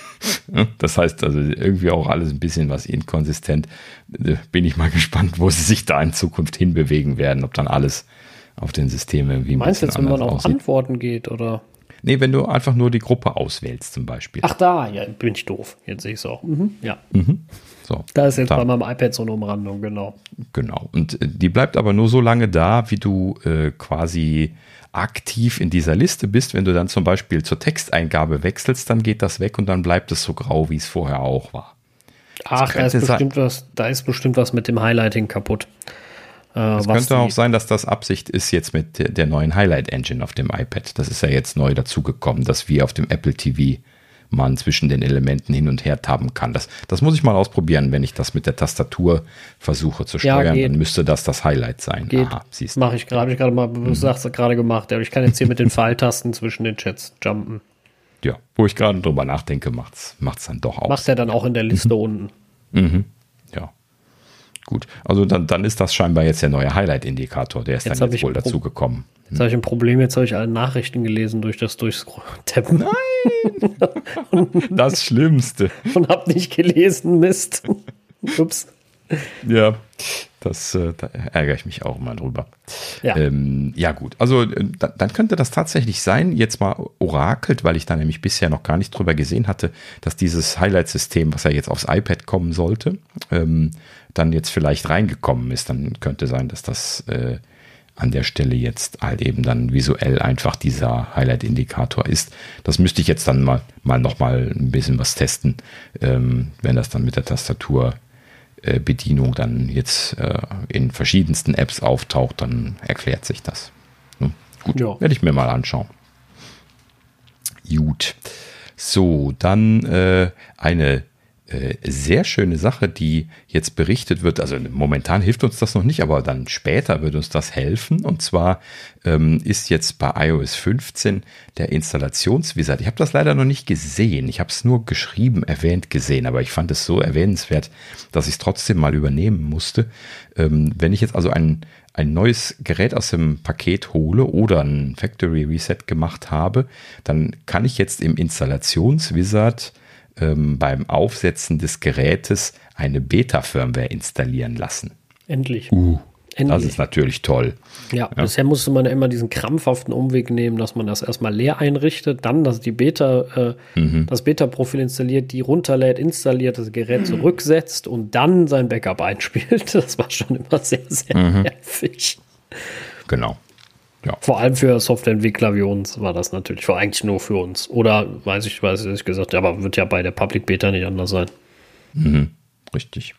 Das heißt also irgendwie auch alles ein bisschen was inkonsistent. Bin ich mal gespannt, wo sie sich da in Zukunft hinbewegen werden, ob dann alles auf den Systemen irgendwie ein Meinst du bisschen jetzt, wenn man anders auf aussieht. Antworten geht, oder? Nee, wenn du einfach nur die Gruppe auswählst zum Beispiel. Ach da, ja, bin ich doof. Jetzt sehe ich es auch. Mhm, ja. Mhm. So, Da ist jetzt da, bei meinem iPad so eine Umrandung, genau. genau. Und äh, die bleibt aber nur so lange da, wie du äh, quasi aktiv in dieser Liste bist. Wenn du dann zum Beispiel zur Texteingabe wechselst, dann geht das weg und dann bleibt es so grau, wie es vorher auch war. Ach, da ist, könnte sein- bestimmt was, da ist bestimmt was mit dem Highlighting kaputt. Äh, Es was könnte die- auch sein, dass das Absicht ist jetzt mit der, der neuen Highlight-Engine auf dem iPad. Das ist ja jetzt neu dazugekommen, dass wir auf dem Apple T V man zwischen den Elementen hin und her tappen kann. Das, das muss ich mal ausprobieren, wenn ich das mit der Tastatur versuche zu Ja, steuern, geht. dann müsste das das Highlight sein. Geht. Aha, siehst du. Mache ich gerade, habe ich gerade mal, du sagst gerade gemacht. Aber ich kann jetzt hier mit den Pfeiltasten zwischen den Chats jumpen. Ja, wo ich gerade drüber nachdenke, macht's macht's dann doch aus. Macht er dann auch in der Liste unten. Mhm. Ja. Gut. Also dann, dann ist das scheinbar jetzt der neue Highlight-Indikator. Der ist Jetzt dann hab jetzt ich wohl ein Pro- dazugekommen. Jetzt habe ich ein Problem, jetzt habe ich alle Nachrichten gelesen durch das Durchtappen Das Schlimmste. und habe nicht gelesen, Mist. Ups. Ja, das, äh, da ärgere ich mich auch immer drüber. Ja. Ähm, ja gut, also äh, da, dann könnte das tatsächlich sein, jetzt mal orakelt, weil ich da nämlich bisher noch gar nicht drüber gesehen hatte, dass dieses Highlight-System, was ja jetzt aufs iPad kommen sollte, ähm, dann jetzt vielleicht reingekommen ist. Dann könnte sein, dass das äh, an der Stelle jetzt halt eben dann visuell einfach dieser Highlight-Indikator ist. Das müsste ich jetzt dann mal, mal nochmal ein bisschen was testen, ähm, wenn das dann mit der Tastatur äh, Bedienung dann jetzt äh, in verschiedensten Apps auftaucht, dann erklärt sich das. Ne? Gut, Ja. werde ich mir mal anschauen. Gut. So, dann äh, eine äh, sehr schöne Sache, die jetzt berichtet wird. Also momentan hilft uns das noch nicht, aber dann später wird uns das helfen. Und zwar ähm, ist jetzt bei i O S fünfzehn der Installationswizard. Ich habe das leider noch nicht gesehen. Ich habe es nur geschrieben, erwähnt gesehen, aber ich fand es so erwähnenswert, dass ich es trotzdem mal übernehmen musste. Ähm, wenn ich jetzt also ein ein neues Gerät aus dem Paket hole oder ein Factory Reset gemacht habe, dann kann ich jetzt im Installationswizard ähm, beim Aufsetzen des Gerätes eine Beta-Firmware installieren lassen. Endlich. Uh, Endlich. das ist natürlich toll. Ja, bisher musste man ja immer diesen krampfhaften Umweg nehmen, dass man das erstmal leer einrichtet, dann dass die Beta, äh, Mhm. das Beta-Profil installiert, die runterlädt, installiert, das Gerät zurücksetzt und dann sein Backup einspielt. Das war schon immer sehr, sehr Mhm. nervig. Genau. Ja. Vor allem für Softwareentwickler wie uns war das natürlich, war eigentlich nur für uns. Oder weiß ich, weiß ich nicht gesagt, aber wird ja bei der Public Beta nicht anders sein. Mhm. Richtig.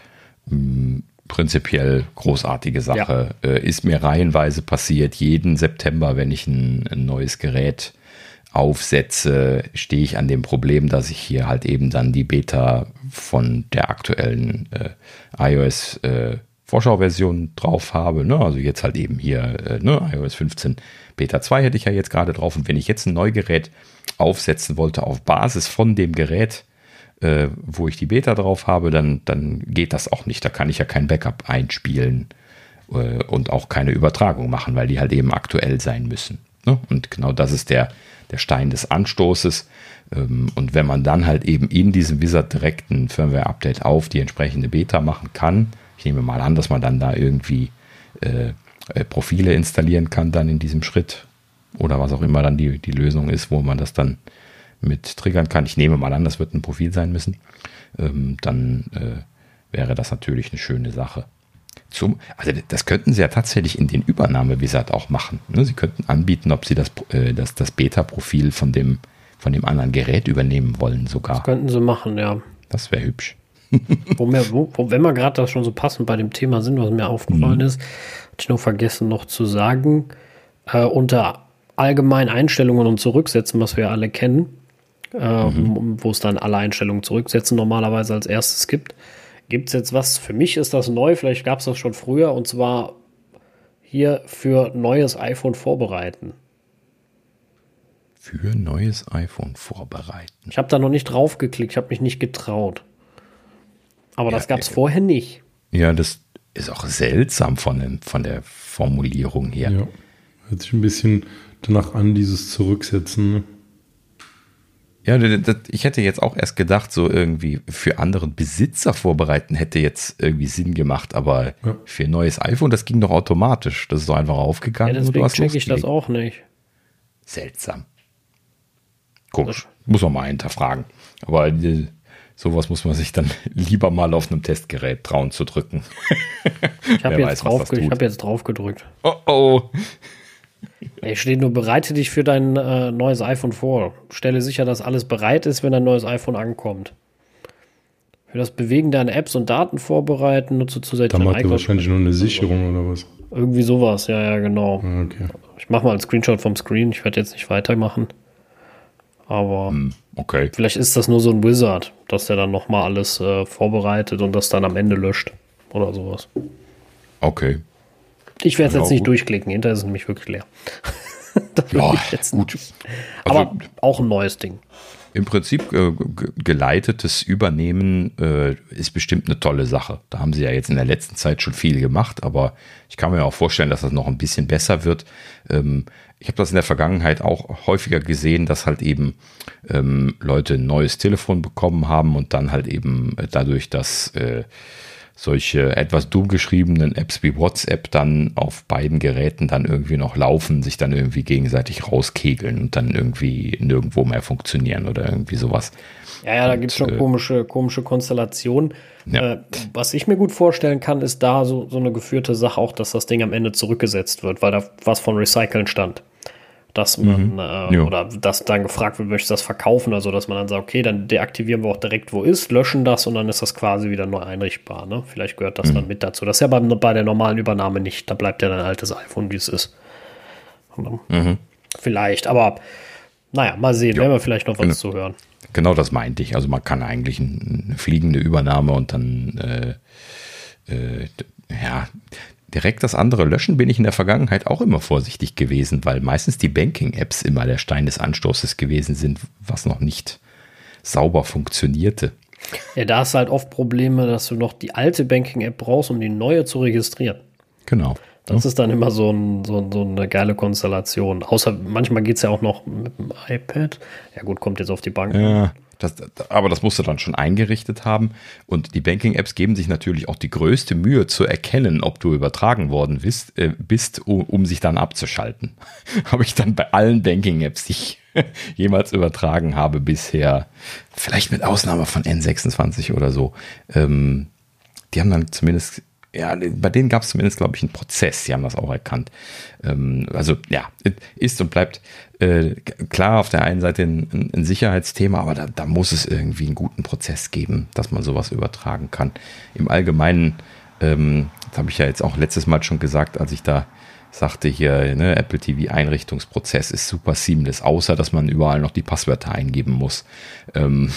Mm, Prinzipiell großartige Sache. Äh, ist mir reihenweise passiert. Jeden September, wenn ich ein, ein neues Gerät aufsetze, stehe ich an dem Problem, dass ich hier halt eben dann die Beta von der aktuellen äh, iOS äh, Vorschauversion drauf habe. Ne? Also jetzt halt eben hier äh, ne? i O S fünfzehn Beta zwei hätte ich ja jetzt gerade drauf. Und wenn ich jetzt ein Neugerät aufsetzen wollte auf Basis von dem Gerät, äh, wo ich die Beta drauf habe, dann, dann geht das auch nicht. Da kann ich ja kein Backup einspielen äh, und auch keine Übertragung machen, weil die halt eben aktuell sein müssen. Ne? Und genau das ist der, der Stein des Anstoßes. Ähm, und wenn man dann halt eben in diesem Wizard direkt ein Firmware-Update auf die entsprechende Beta machen kann, ich nehme mal an, dass man dann da irgendwie äh, äh, Profile installieren kann dann in diesem Schritt oder was auch immer dann die, die Lösung ist, wo man das dann mit triggern kann. Ich nehme mal an, das wird ein Profil sein müssen. Ähm, dann äh, wäre das natürlich eine schöne Sache. Zum, also das könnten sie ja tatsächlich in den Übernahme-Wizard auch machen. Ne? Sie könnten anbieten, ob sie das, äh, das, das Beta-Profil von dem, von dem anderen Gerät übernehmen wollen sogar. Das könnten sie machen, ja. Das wäre hübsch. wo mir, wo, wo, wenn wir gerade das schon so passend bei dem Thema sind, was mir aufgefallen mhm. ist, hatte ich noch vergessen noch zu sagen, äh, unter allgemeinen Einstellungen und Zurücksetzen, was wir alle kennen, äh, mhm. wo es dann alle Einstellungen zurücksetzen normalerweise als erstes gibt, gibt es jetzt was, für mich ist das neu, vielleicht gab es das schon früher, und zwar hier für neues iPhone vorbereiten. Für neues iPhone vorbereiten. Ich habe da noch nicht drauf geklickt, ich habe mich nicht getraut. Aber ja, das gab es vorher nicht. Ja, das ist auch seltsam von, dem, von der Formulierung her. Ja, hört sich ein bisschen danach an, dieses Zurücksetzen. Ne? Ja, das, das, ich hätte jetzt auch erst gedacht, so irgendwie für anderen Besitzer vorbereiten hätte jetzt irgendwie Sinn gemacht, aber ja. für ein neues iPhone, das ging doch automatisch. Das ist so einfach aufgegangen. Ja, deswegen checke ich das auch nicht. Seltsam. Komisch. Muss man mal hinterfragen. Aber äh, sowas muss man sich dann lieber mal auf einem Testgerät trauen zu drücken. Ich habe jetzt, hab jetzt drauf gedrückt. Oh oh. Ey, steht nur, bereite dich für dein äh, neues iPhone vor. Stelle sicher, dass alles bereit ist, wenn dein neues iPhone ankommt. Für das Bewegen deiner Apps und Daten vorbereiten, nutze zusätzlich. Da macht ihr wahrscheinlich nur eine Sicherung oder was? Irgendwie sowas, ja, ja, genau. Okay. Ich mache mal einen Screenshot vom Screen. Ich werde jetzt nicht weitermachen. Aber okay. Vielleicht ist das nur so ein Wizard, dass der dann nochmal alles äh, vorbereitet und das dann am Ende löscht. Oder sowas. Okay. Ich werde es ja, jetzt nicht gut. durchklicken. Hinterher ist es nämlich wirklich leer. das ja, ich jetzt gut. Nicht. Aber also, auch ein neues Ding. Im Prinzip äh, geleitetes Übernehmen äh, ist bestimmt eine tolle Sache. Da haben sie ja jetzt in der letzten Zeit schon viel gemacht, aber ich kann mir auch vorstellen, dass das noch ein bisschen besser wird. Ähm, ich habe das in der Vergangenheit auch häufiger gesehen, dass halt eben ähm, Leute ein neues Telefon bekommen haben und dann halt eben dadurch, dass äh, solche etwas dumm geschriebenen Apps wie WhatsApp dann auf beiden Geräten dann irgendwie noch laufen, sich dann irgendwie gegenseitig rauskegeln und dann irgendwie nirgendwo mehr funktionieren oder irgendwie sowas. Ja, ja, da gibt es schon äh, komische, komische Konstellationen. Ja. Äh, was ich mir gut vorstellen kann, ist da so, so eine geführte Sache auch, dass das Ding am Ende zurückgesetzt wird, weil da was von Recyceln stand. Dass man, mhm. äh, ja. oder dass dann gefragt wird, möchtest du das verkaufen? Also, dass man dann sagt, okay, dann deaktivieren wir auch direkt, wo ist, löschen das und dann ist das quasi wieder neu einrichtbar. Ne? Vielleicht gehört das mhm. dann mit dazu. Das ist ja bei, bei der normalen Übernahme nicht. Da bleibt ja dein altes iPhone, wie es ist. Mhm. Vielleicht, aber naja, mal sehen, ja. werden wir vielleicht noch was genau. zu hören. Genau das meinte ich. Also, man kann eigentlich eine fliegende Übernahme und dann, äh, äh, ja, direkt das andere löschen, bin ich in der Vergangenheit auch immer vorsichtig gewesen, weil meistens die Banking-Apps immer der Stein des Anstoßes gewesen sind, was noch nicht sauber funktionierte. Ja, da hast du halt oft Probleme, dass du noch die alte Banking-App brauchst, um die neue zu registrieren. Genau. Das ja. ist dann immer so, ein, so, so eine geile Konstellation. Außer manchmal geht es ja auch noch mit dem iPad. Ja gut, kommt jetzt auf die Bank. Ja. Das, aber das musst du dann schon eingerichtet haben. Und die Banking-Apps geben sich natürlich auch die größte Mühe zu erkennen, ob du übertragen worden bist, äh, bist um, um sich dann abzuschalten. Habe ich dann bei allen Banking-Apps, die ich jemals übertragen habe bisher, vielleicht mit Ausnahme von N sechsundzwanzig oder so, ähm, die haben dann zumindest... Ja, bei denen gab es zumindest, glaube ich, einen Prozess. Die haben das auch erkannt. Ähm, also ja, ist und bleibt äh, klar auf der einen Seite ein, ein Sicherheitsthema, aber da, da muss es irgendwie einen guten Prozess geben, dass man sowas übertragen kann. Im Allgemeinen, ähm, das habe ich ja jetzt auch letztes Mal schon gesagt, als ich da sagte hier, ne, Apple T V-Einrichtungsprozess ist super seamless, außer dass man überall noch die Passwörter eingeben muss. Ähm,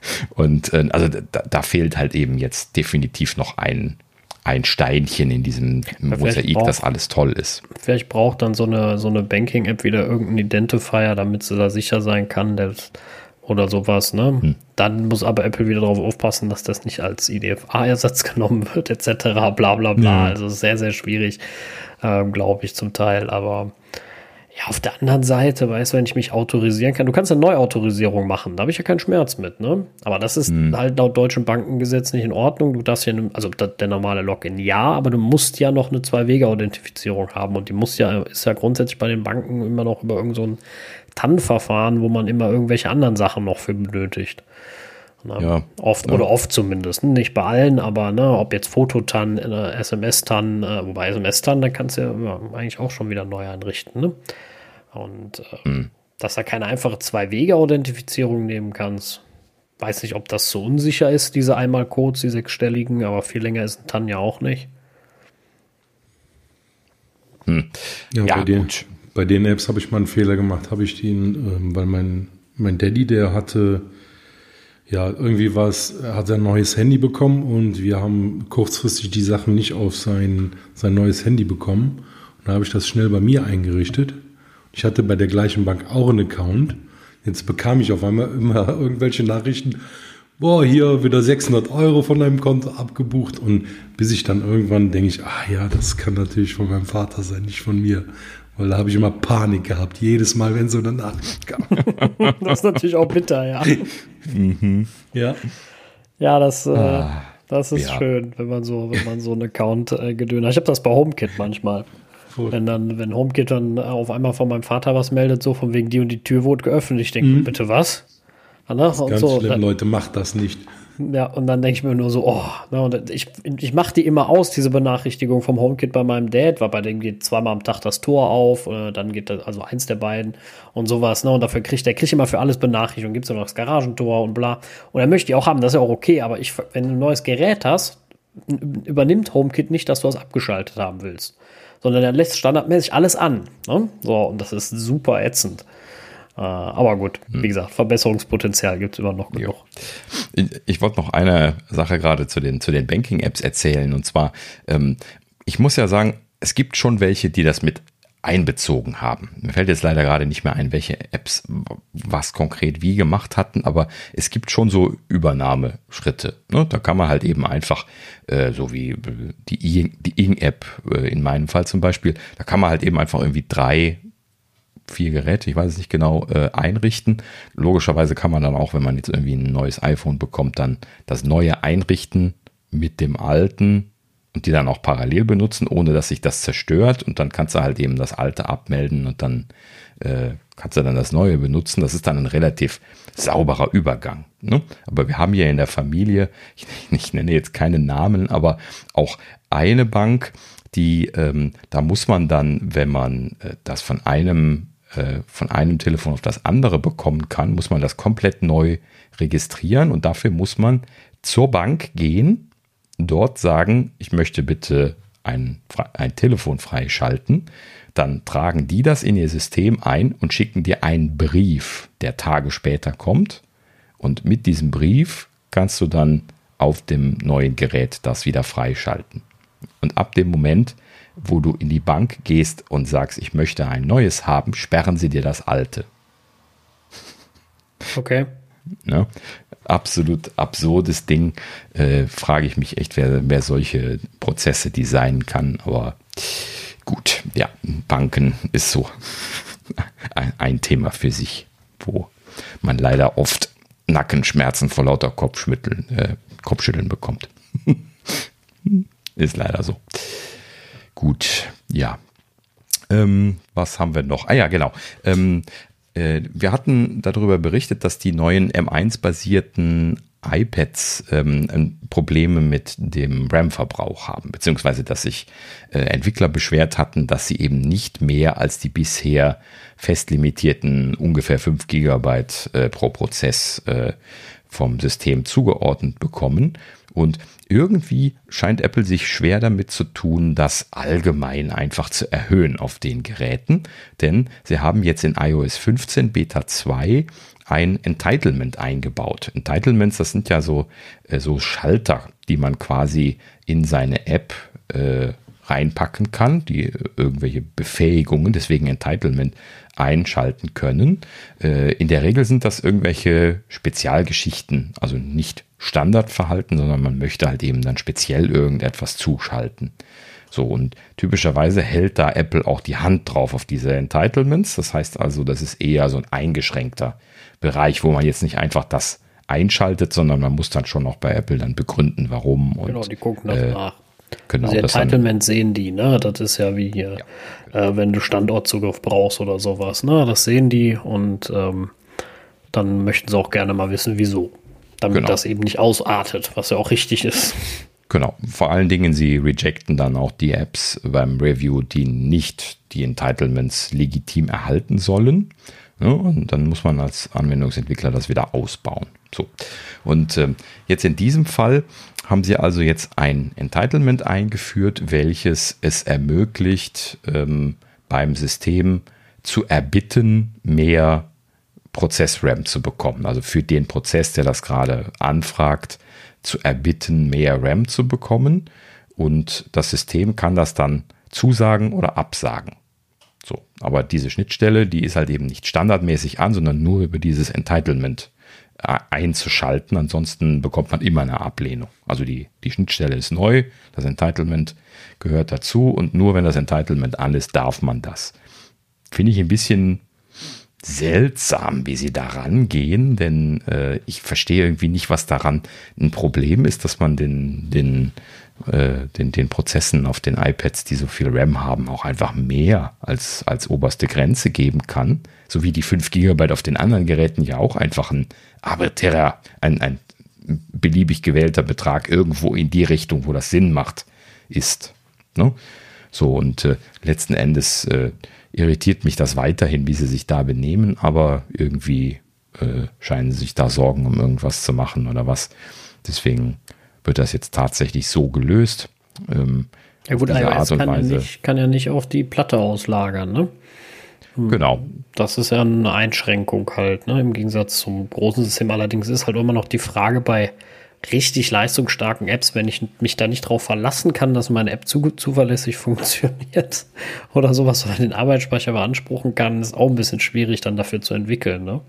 und äh, also da, da fehlt halt eben jetzt definitiv noch ein ein Steinchen in diesem Mosaik, braucht, das alles toll ist. Vielleicht braucht dann so eine, so eine Banking-App wieder irgendeinen Identifier, damit sie da sicher sein kann, das, oder sowas. Ne? Hm. Dann muss aber Apple wieder darauf aufpassen, dass das nicht als I D F A-Ersatz genommen wird, et cetera. Bla bla bla. Ja. Also sehr, sehr schwierig, ähm, glaube ich zum Teil. Aber ja, auf der anderen Seite, weißt du, wenn ich mich autorisieren kann, du kannst eine Neuautorisierung machen, da habe ich ja keinen Schmerz mit, ne? Aber das ist hm. halt laut deutschem Bankengesetz nicht in Ordnung. Du darfst ja, also der normale Login ja, aber du musst ja noch eine Zwei-Wege-Authentifizierung haben und die muss ja, ist ja grundsätzlich bei den Banken immer noch über irgend so ein T A N-Verfahren, wo man immer irgendwelche anderen Sachen noch für benötigt. Na, Ja, oft ja. oder oft zumindest. Nicht bei allen, aber ne, ob jetzt Fototan, äh, S M S-Tan, äh, wobei S M S-Tan, da kannst du ja ja eigentlich auch schon wieder neu einrichten. Ne? Und äh, Hm. dass da keine einfache Zwei-Wege-Authentifizierung nehmen kannst. Weiß nicht, ob das so unsicher ist, diese Einmal-Codes, die sechsstelligen, aber viel länger ist ein Tan ja auch nicht. Ja, Ja, bei, den, gut. bei den Apps habe ich mal einen Fehler gemacht. Habe ich den, ähm, weil mein, mein Daddy, der hatte, ja, irgendwie was, er hat ein neues Handy bekommen und wir haben kurzfristig die Sachen nicht auf sein, sein neues Handy bekommen. Und da habe ich das schnell bei mir eingerichtet. Ich hatte bei der gleichen Bank auch einen Account. Jetzt bekam ich auf einmal immer irgendwelche Nachrichten, boah, hier wieder sechshundert Euro von deinem Konto abgebucht. Und bis ich dann irgendwann denke ich, ah ja, das kann natürlich von meinem Vater sein, nicht von mir. Weil da habe ich immer Panik gehabt, jedes Mal, wenn so eine Nachricht kam. Das ist natürlich auch bitter, ja. Ja. Ja, das, äh, Ah, das ist ja. schön, wenn man so, wenn man so einen Account äh, gedöhnt hat. Ich habe das bei HomeKit manchmal. Voll. Wenn dann, wenn HomeKit dann auf einmal von meinem Vater was meldet, so von wegen die und die Tür wurde geöffnet. Ich denke, bitte was? Ja, ne? Und Ganz so, schlimm, dann, Leute, macht das nicht. ja, und dann denke ich mir nur so, oh, ne, und ich, ich mache die immer aus, diese Benachrichtigung vom HomeKit bei meinem Dad, weil bei dem geht zweimal am Tag das Tor auf, äh, dann geht das, also eins der beiden und sowas, ne, und dafür kriegt der kriegt immer für alles Benachrichtigung, gibt es ja noch das Garagentor und bla, und er möchte die auch haben, das ist ja auch okay, aber ich, wenn du ein neues Gerät hast, n- übernimmt HomeKit nicht, dass du das abgeschaltet haben willst, sondern er lässt standardmäßig alles an, ne, so, und das ist super ätzend. Äh, aber gut, wie gesagt, Verbesserungspotenzial gibt es immer noch genug. Ich, ich wollte noch eine Sache gerade zu den, zu den Banking-Apps erzählen. Und zwar, ähm, ich muss ja sagen, es gibt schon welche, die das mit einbezogen haben. Mir fällt jetzt leider gerade nicht mehr ein, welche Apps was konkret wie gemacht hatten, aber es gibt schon so Übernahmeschritte. Ne? Da kann man halt eben einfach, äh, so wie die I- die Ing-App äh, in meinem Fall zum Beispiel, da kann man halt eben einfach irgendwie drei vier Geräte, ich weiß es nicht genau, äh, einrichten. Logischerweise kann man dann auch, wenn man jetzt irgendwie ein neues iPhone bekommt, dann das neue einrichten mit dem alten und die dann auch parallel benutzen, ohne dass sich das zerstört. Und dann kannst du halt eben das alte abmelden und dann äh, kannst du dann das neue benutzen. Das ist dann ein relativ sauberer Übergang. Ne? Aber wir haben hier in der Familie, ich, ich nenne jetzt keine Namen, aber auch eine Bank, die, ähm, da muss man dann, wenn man äh, das von einem äh, von einem Telefon auf das andere bekommen kann, muss man das komplett neu registrieren und dafür muss man zur Bank gehen, dort sagen, ich möchte bitte ein, ein Telefon freischalten. Dann tragen die das in ihr System ein und schicken dir einen Brief, der Tage später kommt. Und mit diesem Brief kannst du dann auf dem neuen Gerät das wieder freischalten. Und ab dem Moment, wo du in die Bank gehst und sagst, ich möchte ein neues haben, sperren sie dir das alte. Okay. Ne? Absolut absurdes Ding. Äh, frage ich mich echt, wer, wer solche Prozesse designen kann. Aber gut, ja, Banken ist so ein, ein Thema für sich, wo man leider oft Nackenschmerzen vor lauter Kopfschütteln, äh, Kopfschütteln bekommt. Ist leider so. Gut, ja. Ähm, was haben wir noch? Ah ja, genau. Ähm, äh, wir hatten darüber berichtet, dass die neuen M eins-basierten iPads ähm, Probleme mit dem RAM-Verbrauch haben, beziehungsweise dass sich äh, Entwickler beschwert hatten, dass sie eben nicht mehr als die bisher fest limitierten ungefähr fünf Gigabyte äh, pro Prozess äh, vom System zugeordnet bekommen. Und irgendwie scheint Apple sich schwer damit zu tun, das allgemein einfach zu erhöhen auf den Geräten, denn sie haben jetzt in i O S fünfzehn Beta zwei ein Entitlement eingebaut. Entitlements, das sind ja so, äh, so Schalter, die man quasi in seine App äh, reinpacken kann, die irgendwelche Befähigungen, deswegen Entitlement, einschalten können. Äh, in der Regel sind das irgendwelche Spezialgeschichten, also nicht Standardverhalten, sondern man möchte halt eben dann speziell irgendetwas zuschalten. So, und typischerweise hält da Apple auch die Hand drauf auf diese Entitlements. Das heißt also, das ist eher so ein eingeschränkter Bereich, wo man jetzt nicht einfach das einschaltet, sondern man muss dann schon auch bei Apple dann begründen, warum. Und, Genau, die gucken das äh, nach. Genau, Also das dann, Entitlement sehen die, ne? Das ist ja wie hier, äh, wenn du Standortzugriff brauchst oder sowas, ne? Das sehen die und ähm, dann möchten sie auch gerne mal wissen, wieso. damit genau. das eben nicht ausartet, was ja auch richtig ist. Genau, vor allen Dingen, sie rejecten dann auch die Apps beim Review, die nicht die Entitlements legitim erhalten sollen. Ja, und dann muss man als Anwendungsentwickler das wieder ausbauen. So. Und äh, jetzt in diesem Fall haben sie also jetzt ein Entitlement eingeführt, welches es ermöglicht, ähm, beim System zu erbitten, mehr Prozess-RAM zu bekommen. Also für den Prozess, der das gerade anfragt, zu erbitten, mehr RAM zu bekommen. Und das System kann das dann zusagen oder absagen. So, aber diese Schnittstelle, die ist halt eben nicht standardmäßig an, sondern nur über dieses Entitlement einzuschalten. Ansonsten bekommt man immer eine Ablehnung. Also die, die Schnittstelle ist neu, das Entitlement gehört dazu und nur wenn das Entitlement an ist, darf man das. Finde ich ein bisschen seltsam, wie sie da rangehen, denn äh, ich verstehe irgendwie nicht, was daran ein Problem ist, dass man den, den, äh, den, den Prozessen auf den iPads, die so viel RAM haben, auch einfach mehr als, als oberste Grenze geben kann. So wie die fünf Gigabyte auf den anderen Geräten ja auch einfach ein arbiträrer, ein, ein beliebig gewählter Betrag irgendwo in die Richtung, wo das Sinn macht, ist. Ne? So, und äh, letzten Endes äh, irritiert mich das weiterhin, wie sie sich da benehmen, aber irgendwie äh, scheinen sie sich da Sorgen um irgendwas zu machen oder was. Deswegen wird das jetzt tatsächlich so gelöst. Ähm, ja gut, iOS kann, ja nicht, kann ja nicht auf die Platte auslagern, ne? Genau. Das ist ja eine Einschränkung halt, ne? Im Gegensatz zum großen System. Allerdings ist halt immer noch die Frage bei richtig leistungsstarken Apps, wenn ich mich da nicht drauf verlassen kann, dass meine App zu, zuverlässig funktioniert oder sowas oder den Arbeitsspeicher beanspruchen kann, ist auch ein bisschen schwierig dann dafür zu entwickeln, ne?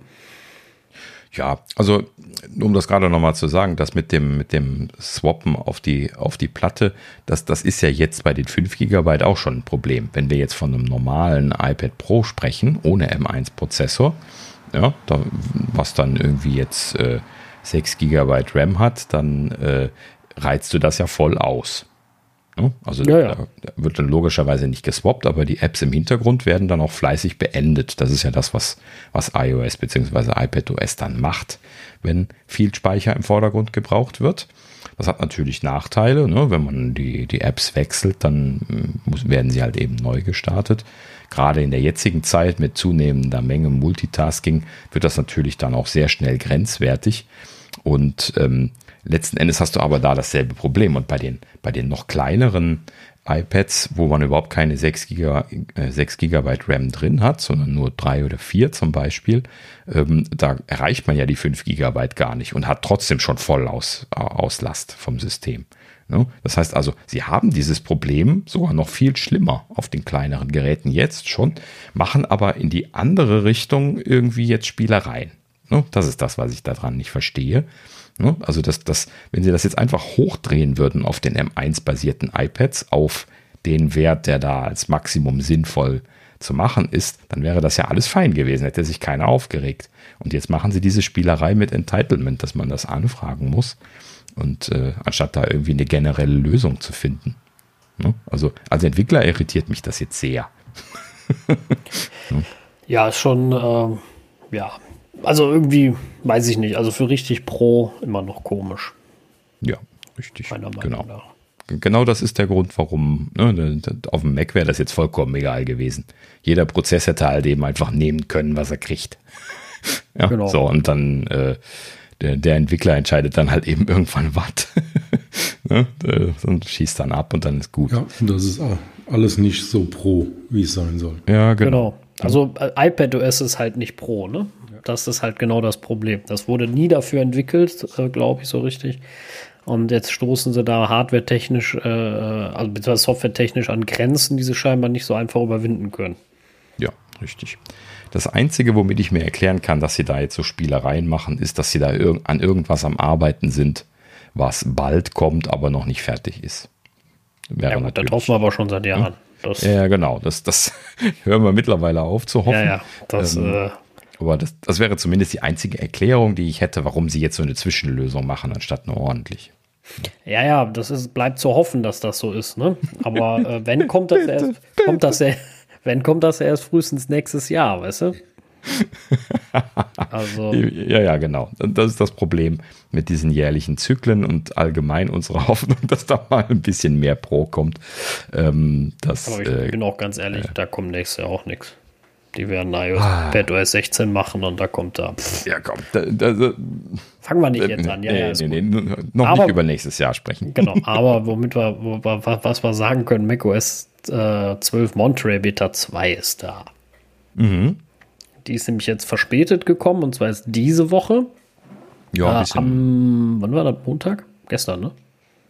Ja, also um das gerade nochmal zu sagen, das mit dem, mit dem Swappen auf die, auf die Platte, das, das ist ja jetzt bei den fünf Gigabyte auch schon ein Problem. Wenn wir jetzt von einem normalen iPad Pro sprechen, ohne M eins Prozessor, ja, da, was dann irgendwie jetzt äh, sechs Gigabyte RAM hat, dann äh, reizt du das ja voll aus. Ne? Also ja, ja. Da, da wird dann logischerweise nicht geswappt, aber die Apps im Hintergrund werden dann auch fleißig beendet. Das ist ja das, was, was iOS bzw. iPadOS dann macht, wenn viel Speicher im Vordergrund gebraucht wird. Das hat natürlich Nachteile. Ne? Wenn man die, die Apps wechselt, dann muss, werden sie halt eben neu gestartet. Gerade in der jetzigen Zeit mit zunehmender Menge Multitasking wird das natürlich dann auch sehr schnell grenzwertig. Und ähm, letzten Endes hast du aber da dasselbe Problem. Und bei den, bei den noch kleineren iPads, wo man überhaupt keine sechs Gigabyte RAM drin hat, sondern nur drei oder vier zum Beispiel, ähm, da erreicht man ja die fünf Gigabyte gar nicht und hat trotzdem schon Vollaus, Auslast vom System. Ne? Das heißt also, sie haben dieses Problem sogar noch viel schlimmer auf den kleineren Geräten jetzt schon, machen aber in die andere Richtung irgendwie jetzt Spielereien. Ne? Das ist das, was ich daran nicht verstehe. Ne? Also, das, das, wenn sie das jetzt einfach hochdrehen würden auf den M eins basierten iPads auf den Wert, der da als Maximum sinnvoll zu machen ist, dann wäre das ja alles fein gewesen, hätte sich keiner aufgeregt. Und jetzt machen sie diese Spielerei mit Entitlement, dass man das anfragen muss. Und äh, anstatt da irgendwie eine generelle Lösung zu finden. Ne? Also als Entwickler irritiert mich das jetzt sehr. ne? Ja, ist schon, äh, ja, also irgendwie, weiß ich nicht, also für richtig Pro immer noch komisch. Ja, richtig. Meiner Meinung genau. nach. Genau das ist der Grund, warum, ne, auf dem Mac wäre das jetzt vollkommen egal gewesen. Jeder Prozess hätte halt eben einfach nehmen können, was er kriegt. ja, genau. So, und dann äh, Der, der Entwickler entscheidet dann halt eben irgendwann was ne? und schießt dann ab und dann ist gut. Ja, und das ist alles nicht so pro, wie es sein soll. Ja, genau. genau. Also äh, iPadOS ist halt nicht pro, ne? Ja. Das ist halt genau das Problem. Das wurde nie dafür entwickelt, äh, glaube ich, so richtig. Und jetzt stoßen sie da hardwaretechnisch, äh, also beziehungsweise softwaretechnisch an Grenzen, die sie scheinbar nicht so einfach überwinden können. Ja, richtig. Das Einzige, womit ich mir erklären kann, dass sie da jetzt so Spielereien machen, ist, dass sie da irg- an irgendwas am Arbeiten sind, was bald kommt, aber noch nicht fertig ist. Wäre ja gut, das hoffen wir aber schon seit Jahren. Das ja, genau. Das, das hören wir mittlerweile auf zu hoffen. Ja, ja. Das, ähm, äh, aber das, das wäre zumindest die einzige Erklärung, die ich hätte, warum sie jetzt so eine Zwischenlösung machen, anstatt eine ordentliche. Ja, ja, das ist, bleibt zu hoffen, dass das so ist, ne? Aber äh, wenn kommt das erst, kommt das erst, wenn kommt das erst frühestens nächstes Jahr, weißt du? Also, ja, ja, genau. Das ist das Problem mit diesen jährlichen Zyklen und allgemein unsere Hoffnung, dass da mal ein bisschen mehr Pro kommt. Ähm, das, aber ich äh, bin auch ganz ehrlich, äh, da kommt nächstes Jahr auch nichts. Die werden iOS, Ah. PadOS sechzehn machen und da kommt da. Pff, ja, komm. Da, da, da, fangen wir nicht jetzt an. Ja, nee, ja, ist nee, gut. nee, noch Aber- nicht über nächstes Jahr sprechen. Genau, aber womit wir, wo, wa- was wir sagen können, macOS äh, zwölf Monterey Beta zwei ist da. Mhm. Die ist nämlich jetzt verspätet gekommen und zwar ist diese Woche. Ja, ein Äh, bisschen. am, wann war das? Montag? Gestern, ne?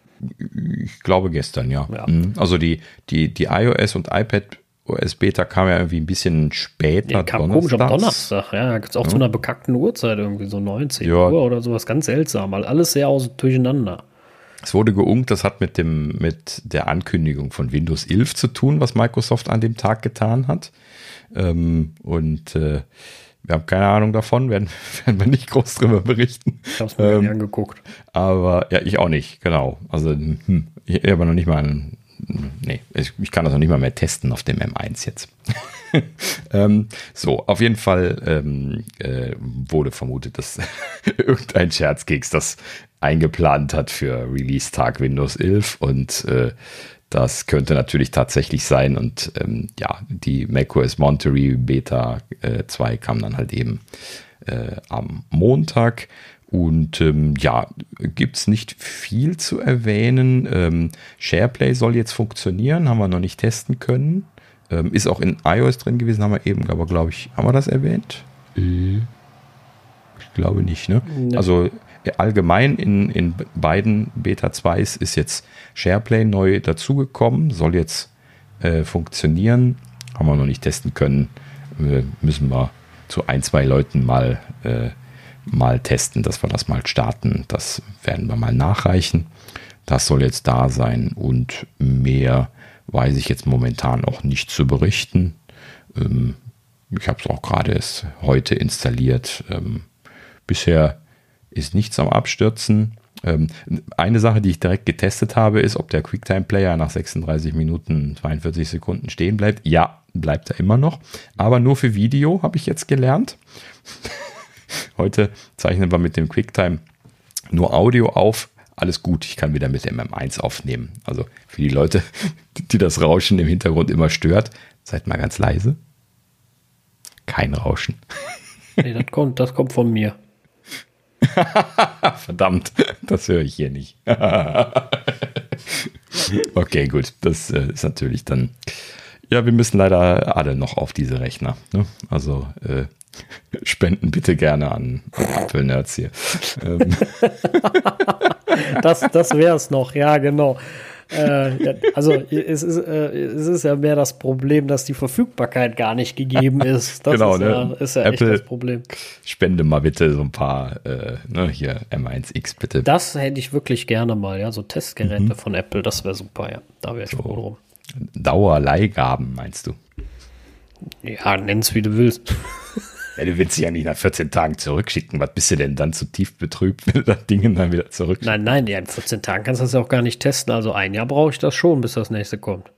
Ich glaube gestern, ja. Ja. Mhm. Also die, die, die iOS und iPadOS Beta kam ja irgendwie ein bisschen später. Die kam komisch am donnerstags. Donnerstag, ja, gibt's auch zu einer bekackten Uhrzeit irgendwie, so neunzehn Ja. Uhr oder sowas, ganz seltsam, weil alles sehr aus durcheinander. Es wurde geunkt, das hat mit dem, mit der Ankündigung von Windows elf zu tun, was Microsoft an dem Tag getan hat. Ähm, und äh, wir haben keine Ahnung davon, werden, werden wir nicht groß drüber berichten. Ich habe es mir Ähm, nicht angeguckt. Aber ja, ich auch nicht, genau. Also hm, ich habe noch nicht mal ein, nee, ich, ich kann das noch nicht mal mehr testen auf dem M eins jetzt. ähm, so, auf jeden Fall ähm, äh, wurde vermutet, dass irgendein Scherzkeks das eingeplant hat für Release-Tag Windows elf und äh, das könnte natürlich tatsächlich sein und ähm, ja, die macOS Monterey Beta äh, zwei kam dann halt eben äh, am Montag. Und ähm, ja, gibt es nicht viel zu erwähnen. Ähm, SharePlay soll jetzt funktionieren, haben wir noch nicht testen können. Ähm, ist auch in iOS drin gewesen, haben wir eben, aber glaube ich, haben wir das erwähnt? Äh, ich glaube nicht, ne? Nee. Also äh, allgemein in, in beiden Beta zweis ist jetzt SharePlay neu dazugekommen, soll jetzt äh, funktionieren. Haben wir noch nicht testen können. Äh, müssen wir zu ein, zwei Leuten mal äh, mal testen, dass wir das mal starten. Das werden wir mal nachreichen. Das soll jetzt da sein und mehr weiß ich jetzt momentan auch nicht zu berichten. Ähm, ich habe es auch gerade erst heute installiert. Ähm, bisher ist nichts am Abstürzen. Ähm, eine Sache, die ich direkt getestet habe, ist, ob der QuickTime-Player nach sechsunddreißig Minuten zweiundvierzig Sekunden stehen bleibt. Ja, bleibt er immer noch. Aber nur für Video, habe ich jetzt gelernt. Heute zeichnen wir mit dem QuickTime nur Audio auf. Alles gut, ich kann wieder mit dem M eins aufnehmen. Also für die Leute, die das Rauschen im Hintergrund immer stört, seid mal ganz leise. Kein Rauschen. Nee, das kommt, das kommt von mir. Verdammt, das höre ich hier nicht. Okay, gut, das äh, ist natürlich dann... Ja, wir müssen leider alle noch auf diese Rechner. Ne? Also äh, spenden bitte gerne an, an Apple Nerds hier. Ähm. Das, das wäre es noch, ja, genau. Äh, ja, also es ist, äh, es ist ja mehr das Problem, dass die Verfügbarkeit gar nicht gegeben ist. Das Genau, ist, ne? ja, ist ja Apple- echt das Problem. Spende mal bitte so ein paar, äh, ne, hier M eins X bitte. Das hätte ich wirklich gerne mal, ja, so Testgeräte Mhm. von Apple, das wäre super, ja. Da wäre ich froh drum. Dauerleihgaben, meinst du? Ja, nenn's wie du willst. Ja, du willst sie ja nicht nach vierzehn Tagen zurückschicken. Was bist du denn dann zu tief betrübt, wenn du das Ding dann wieder zurückschickst? Nein, nein, ja, in vierzehn Tagen kannst du das ja auch gar nicht testen. Also ein Jahr brauche ich das schon, bis das nächste kommt.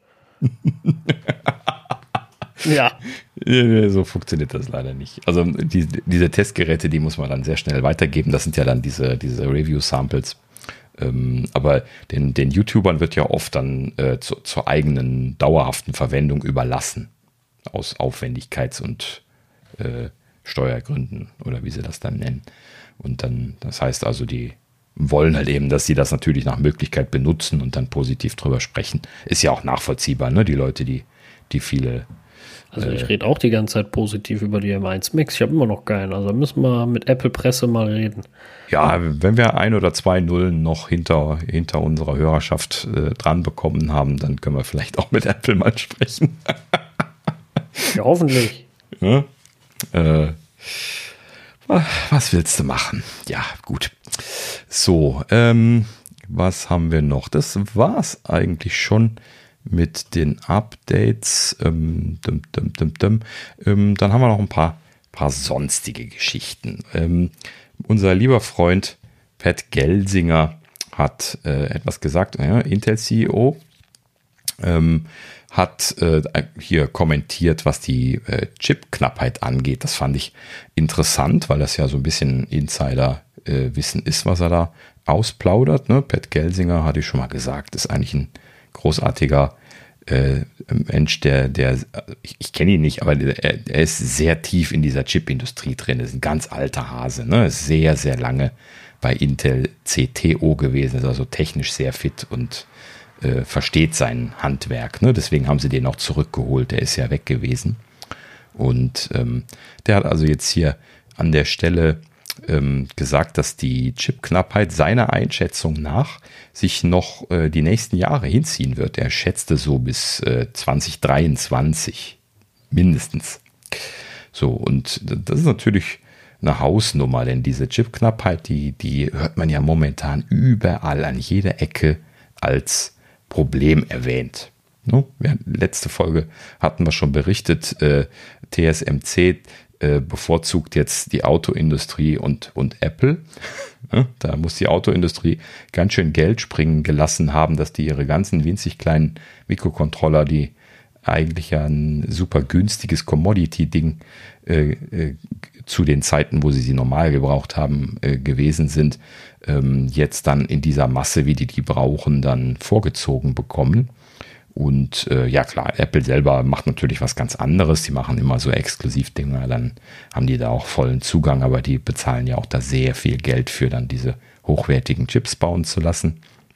Ja, Ja, so funktioniert das leider nicht. Also die, diese Testgeräte, die muss man dann sehr schnell weitergeben. Das sind ja dann diese, diese Review-Samples. Ähm, aber den, den YouTubern wird ja oft dann äh, zu, zur eigenen dauerhaften Verwendung überlassen. Aus Aufwendigkeits- und äh, Steuergründen oder wie sie das dann nennen. Und dann, das heißt also, die wollen halt eben, dass sie das natürlich nach Möglichkeit benutzen und dann positiv drüber sprechen. Ist ja auch nachvollziehbar, ne? Die Leute, die, die viele also ich rede auch die ganze Zeit positiv über die M eins Max. Ich habe immer noch keinen. Also müssen wir mit Apple Presse mal reden. Ja, wenn wir ein oder zwei Nullen noch hinter, hinter unserer Hörerschaft äh, dran bekommen haben, dann können wir vielleicht auch mit Apple mal sprechen. Ja, hoffentlich. Ja? Äh, was willst du machen? Ja, gut. So, ähm, was haben wir noch? Das war's eigentlich schon mit den Updates. Ähm, dum, dum, dum, dum. Ähm, dann haben wir noch ein paar, paar sonstige Geschichten. Ähm, unser lieber Freund Pat Gelsinger hat äh, etwas gesagt, ja, Intel C E O. ähm, hat äh, hier kommentiert, was die äh, Chip-Knappheit angeht. Das fand ich interessant, weil das ja so ein bisschen Insider-Wissen äh, ist, was er da ausplaudert. Ne? Pat Gelsinger, hatte ich schon mal gesagt, ist eigentlich ein großartiger äh, Mensch, der, der ich, ich kenne ihn nicht, aber der, er ist sehr tief in dieser Chip-Industrie drin. Er ist ein ganz alter Hase, ne? Ist sehr, sehr lange bei Intel C T O gewesen, ist also technisch sehr fit und äh, versteht sein Handwerk. Ne? Deswegen haben sie den auch zurückgeholt, der ist ja weg gewesen. Und ähm, der hat also jetzt hier an der Stelle ähm, gesagt, dass die Chipknappheit seiner Einschätzung nach sich noch äh, die nächsten Jahre hinziehen wird. Er schätzte so bis äh, zwanzig dreiundzwanzig mindestens. So, und das ist natürlich eine Hausnummer, denn diese Chipknappheit, die, die hört man ja momentan überall an jeder Ecke als Problem erwähnt. No? Ja, letzte Folge hatten wir schon berichtet, äh, T S M C äh, bevorzugt jetzt die Autoindustrie und, und Apple. Ja, da muss die Autoindustrie ganz schön Geld springen gelassen haben, dass die ihre ganzen winzig kleinen Mikrocontroller, die eigentlich ja ein super günstiges Commodity-Ding äh, äh, zu den Zeiten, wo sie sie normal gebraucht haben, äh, gewesen sind, ähm, jetzt dann in dieser Masse, wie die die brauchen, dann vorgezogen bekommen. Und äh, ja klar, Apple selber macht natürlich was ganz anderes. Die machen immer so Exklusivdinger, dann haben die da auch vollen Zugang, aber die bezahlen ja auch da sehr viel Geld für, dann diese hochwertigen Chips bauen zu lassen.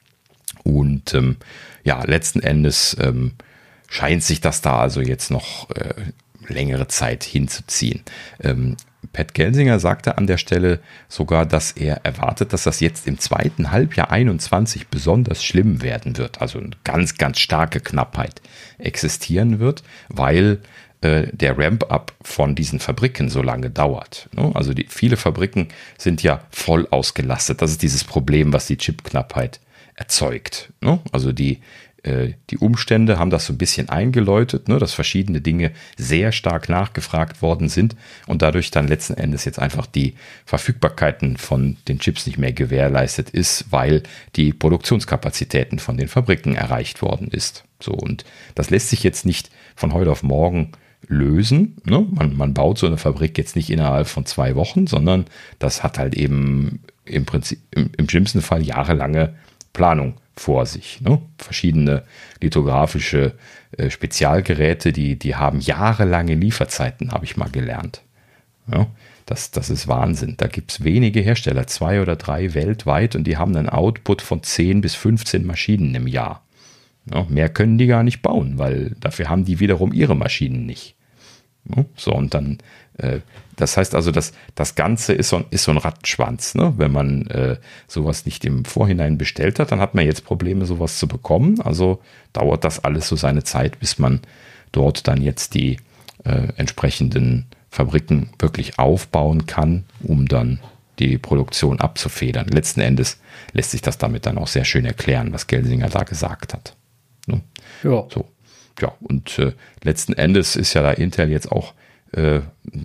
Und ähm, ja, letzten Endes ähm, scheint sich das da also jetzt noch äh, längere Zeit hinzuziehen. Ähm, Pat Gelsinger sagte an der Stelle sogar, dass er erwartet, dass das jetzt im zweiten Halbjahr einundzwanzig besonders schlimm werden wird. Also eine ganz, ganz starke Knappheit existieren wird, weil äh, der Ramp-up von diesen Fabriken so lange dauert. Ne? Also die, viele Fabriken sind ja voll ausgelastet. Das ist dieses Problem, was die Chipknappheit erzeugt. Ne? Also die Die Umstände haben das so ein bisschen eingeläutet, ne, dass verschiedene Dinge sehr stark nachgefragt worden sind und dadurch dann letzten Endes jetzt einfach die Verfügbarkeiten von den Chips nicht mehr gewährleistet ist, weil die Produktionskapazitäten von den Fabriken erreicht worden ist. So, und das lässt sich jetzt nicht von heute auf morgen lösen. Ne? Man, man baut so eine Fabrik jetzt nicht innerhalb von zwei Wochen, sondern das hat halt eben im Prinzip im, im schlimmsten Fall jahrelange Planung vor sich. Ne? Verschiedene lithografische äh, Spezialgeräte, die, die haben jahrelange Lieferzeiten, habe ich mal gelernt. Ja? Das, das ist Wahnsinn. Da gibt es wenige Hersteller, zwei oder drei weltweit, und die haben einen Output von zehn bis fünfzehn Maschinen im Jahr. Ja? Mehr können die gar nicht bauen, weil dafür haben die wiederum ihre Maschinen nicht. Ja? So, und dann äh, das heißt also, dass das Ganze ist so, ist so ein Rattenschwanz. Ne? Wenn man äh, sowas nicht im Vorhinein bestellt hat, dann hat man jetzt Probleme, sowas zu bekommen. Also dauert das alles so seine Zeit, bis man dort dann jetzt die äh, entsprechenden Fabriken wirklich aufbauen kann, um dann die Produktion abzufedern. Letzten Endes lässt sich das damit dann auch sehr schön erklären, was Gelsinger da gesagt hat. Ne? Ja. So. Ja, und äh, letzten Endes ist ja da Intel jetzt auch äh,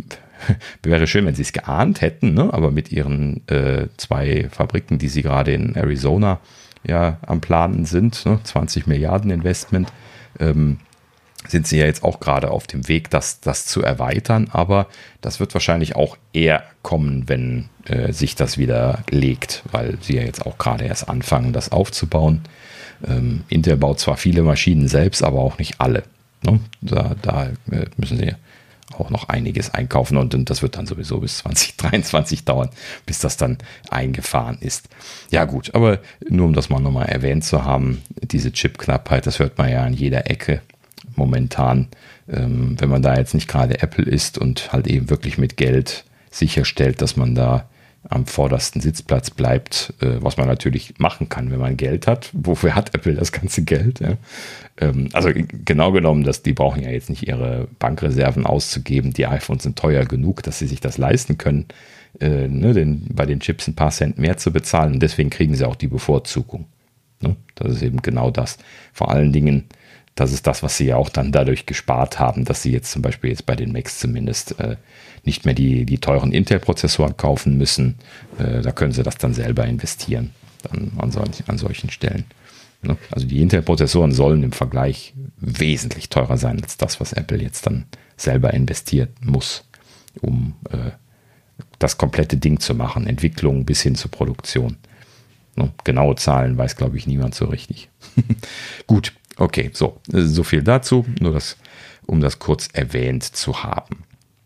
wäre schön, wenn sie es geahnt hätten, ne? Aber mit ihren äh, zwei Fabriken, die sie gerade in Arizona ja am Planen sind, ne? zwanzig Milliarden Investment, ähm, sind sie ja jetzt auch gerade auf dem Weg, das, das zu erweitern. Aber das wird wahrscheinlich auch eher kommen, wenn äh, sich das wieder legt, weil sie ja jetzt auch gerade erst anfangen, das aufzubauen. Ähm, Intel baut zwar viele Maschinen selbst, aber auch nicht alle. Ne? Da, da äh, müssen sie auch noch einiges einkaufen und, und das wird dann sowieso bis zwanzig dreiundzwanzig dauern, bis das dann eingefahren ist. Ja gut, aber nur um das mal nochmal erwähnt zu haben, diese Chipknappheit, das hört man ja an jeder Ecke momentan. Ähm, wenn man da jetzt nicht gerade Apple ist und halt eben wirklich mit Geld sicherstellt, dass man da am vordersten Sitzplatz bleibt, äh, was man natürlich machen kann, wenn man Geld hat. Wofür hat Apple das ganze Geld? Ja? Ähm, also genau genommen, dass die brauchen ja jetzt nicht ihre Bankreserven auszugeben. Die iPhones sind teuer genug, dass sie sich das leisten können, äh, ne, den, bei den Chips ein paar Cent mehr zu bezahlen. Und deswegen kriegen sie auch die Bevorzugung. Ne? Das ist eben genau das. Vor allen Dingen, das ist das, was sie ja auch dann dadurch gespart haben, dass sie jetzt zum Beispiel jetzt bei den Macs zumindest äh, nicht mehr die, die teuren Intel-Prozessoren kaufen müssen. Äh, da können sie das dann selber investieren, dann an, sol- an solchen Stellen. Also die Intel-Prozessoren sollen im Vergleich wesentlich teurer sein als das, was Apple jetzt dann selber investieren muss, um äh, das komplette Ding zu machen, Entwicklung bis hin zur Produktion. Ne? Genaue Zahlen weiß, glaube ich, niemand so richtig. Gut, okay, so, so viel dazu, nur das, um das kurz erwähnt zu haben.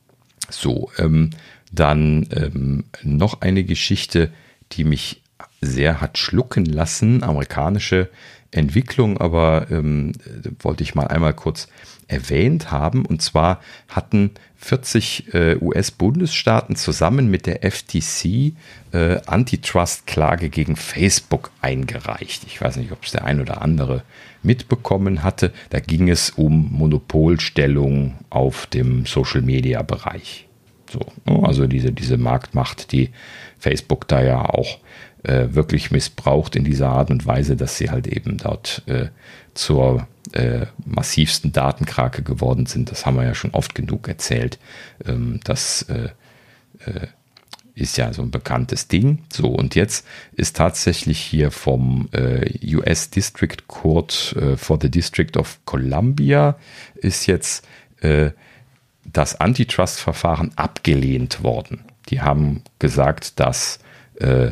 So, ähm, dann ähm, noch eine Geschichte, die mich sehr hat schlucken lassen, amerikanische Entwicklung, aber ähm, wollte ich mal einmal kurz erwähnt haben. Und zwar hatten vierzig äh, U S-Bundesstaaten zusammen mit der F T C äh, Antitrust-Klage gegen Facebook eingereicht. Ich weiß nicht, ob es der ein oder andere mitbekommen hatte. Da ging es um Monopolstellung auf dem Social-Media-Bereich. So, also diese, diese Marktmacht, die Facebook da ja auch äh, wirklich missbraucht in dieser Art und Weise, dass sie halt eben dort äh, zur äh, massivsten Datenkrake geworden sind. Das haben wir ja schon oft genug erzählt. Ähm, das äh, äh, ist ja so ein bekanntes Ding. So, und jetzt ist tatsächlich hier vom äh, U S District Court äh, for the District of Columbia ist jetzt äh, das Antitrust-Verfahren abgelehnt worden. Die haben gesagt, das äh,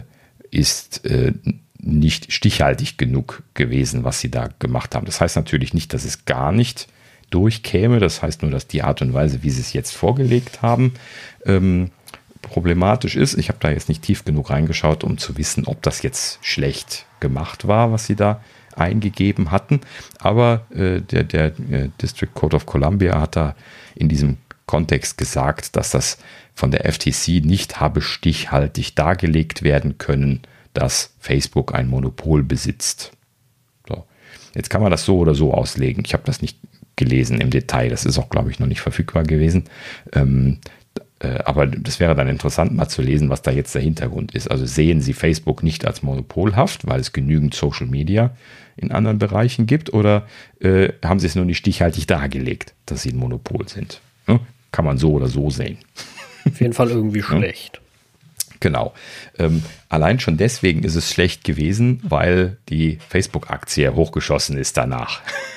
ist äh, nicht stichhaltig genug gewesen, was sie da gemacht haben. Das heißt natürlich nicht, dass es gar nicht durchkäme. Das heißt nur, dass die Art und Weise, wie sie es jetzt vorgelegt haben, ähm, problematisch ist. Ich habe da jetzt nicht tief genug reingeschaut, um zu wissen, ob das jetzt schlecht gemacht war, was sie da eingegeben hatten. Aber äh, der, der äh, District Court of Columbia hat da in diesem Kontext gesagt, dass das von der F T C nicht habe stichhaltig dargelegt werden können, dass Facebook ein Monopol besitzt. So. Jetzt kann man das so oder so auslegen. Ich habe das nicht gelesen im Detail. Das ist auch, glaube ich, noch nicht verfügbar gewesen. Ähm, äh, aber das wäre dann interessant, mal zu lesen, was da jetzt der Hintergrund ist. Also sehen Sie Facebook nicht als monopolhaft, weil es genügend Social Media in anderen Bereichen gibt, oder äh, haben Sie es nur nicht stichhaltig dargelegt, dass Sie ein Monopol sind? Ne? Kann man so oder so sehen. Auf jeden Fall irgendwie schlecht. Genau. Ähm, allein schon deswegen ist es schlecht gewesen, weil die Facebook-Aktie hochgeschossen ist danach.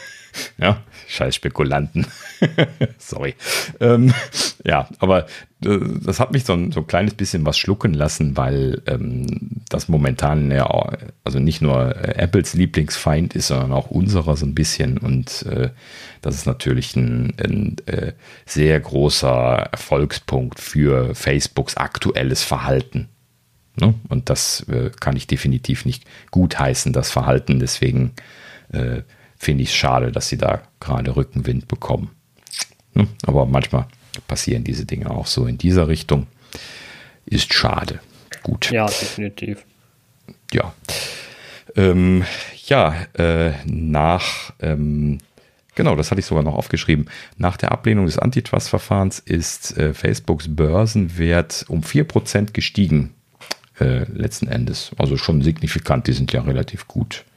Ja, scheiß Spekulanten. Sorry. Ähm, ja, aber äh, das hat mich so ein, so ein kleines bisschen was schlucken lassen, weil ähm, das momentan ja, also nicht nur äh, Apples Lieblingsfeind ist, sondern auch unserer so ein bisschen. Und äh, das ist natürlich ein, ein äh, sehr großer Erfolgspunkt für Facebooks aktuelles Verhalten. Ne? Und das äh, kann ich definitiv nicht gutheißen, das Verhalten. Deswegen äh, finde ich es schade, dass sie da gerade Rückenwind bekommen. Ne? Aber manchmal passieren diese Dinge auch so in dieser Richtung. Ist schade. Gut. Ja, definitiv. Ja. Ähm, ja, äh, nach, ähm, genau, das hatte ich sogar noch aufgeschrieben. Nach der Ablehnung des Antitrust-Verfahrens ist äh, Facebooks Börsenwert um vier Prozent gestiegen. Äh, letzten Endes. Also schon signifikant. Die sind ja relativ gut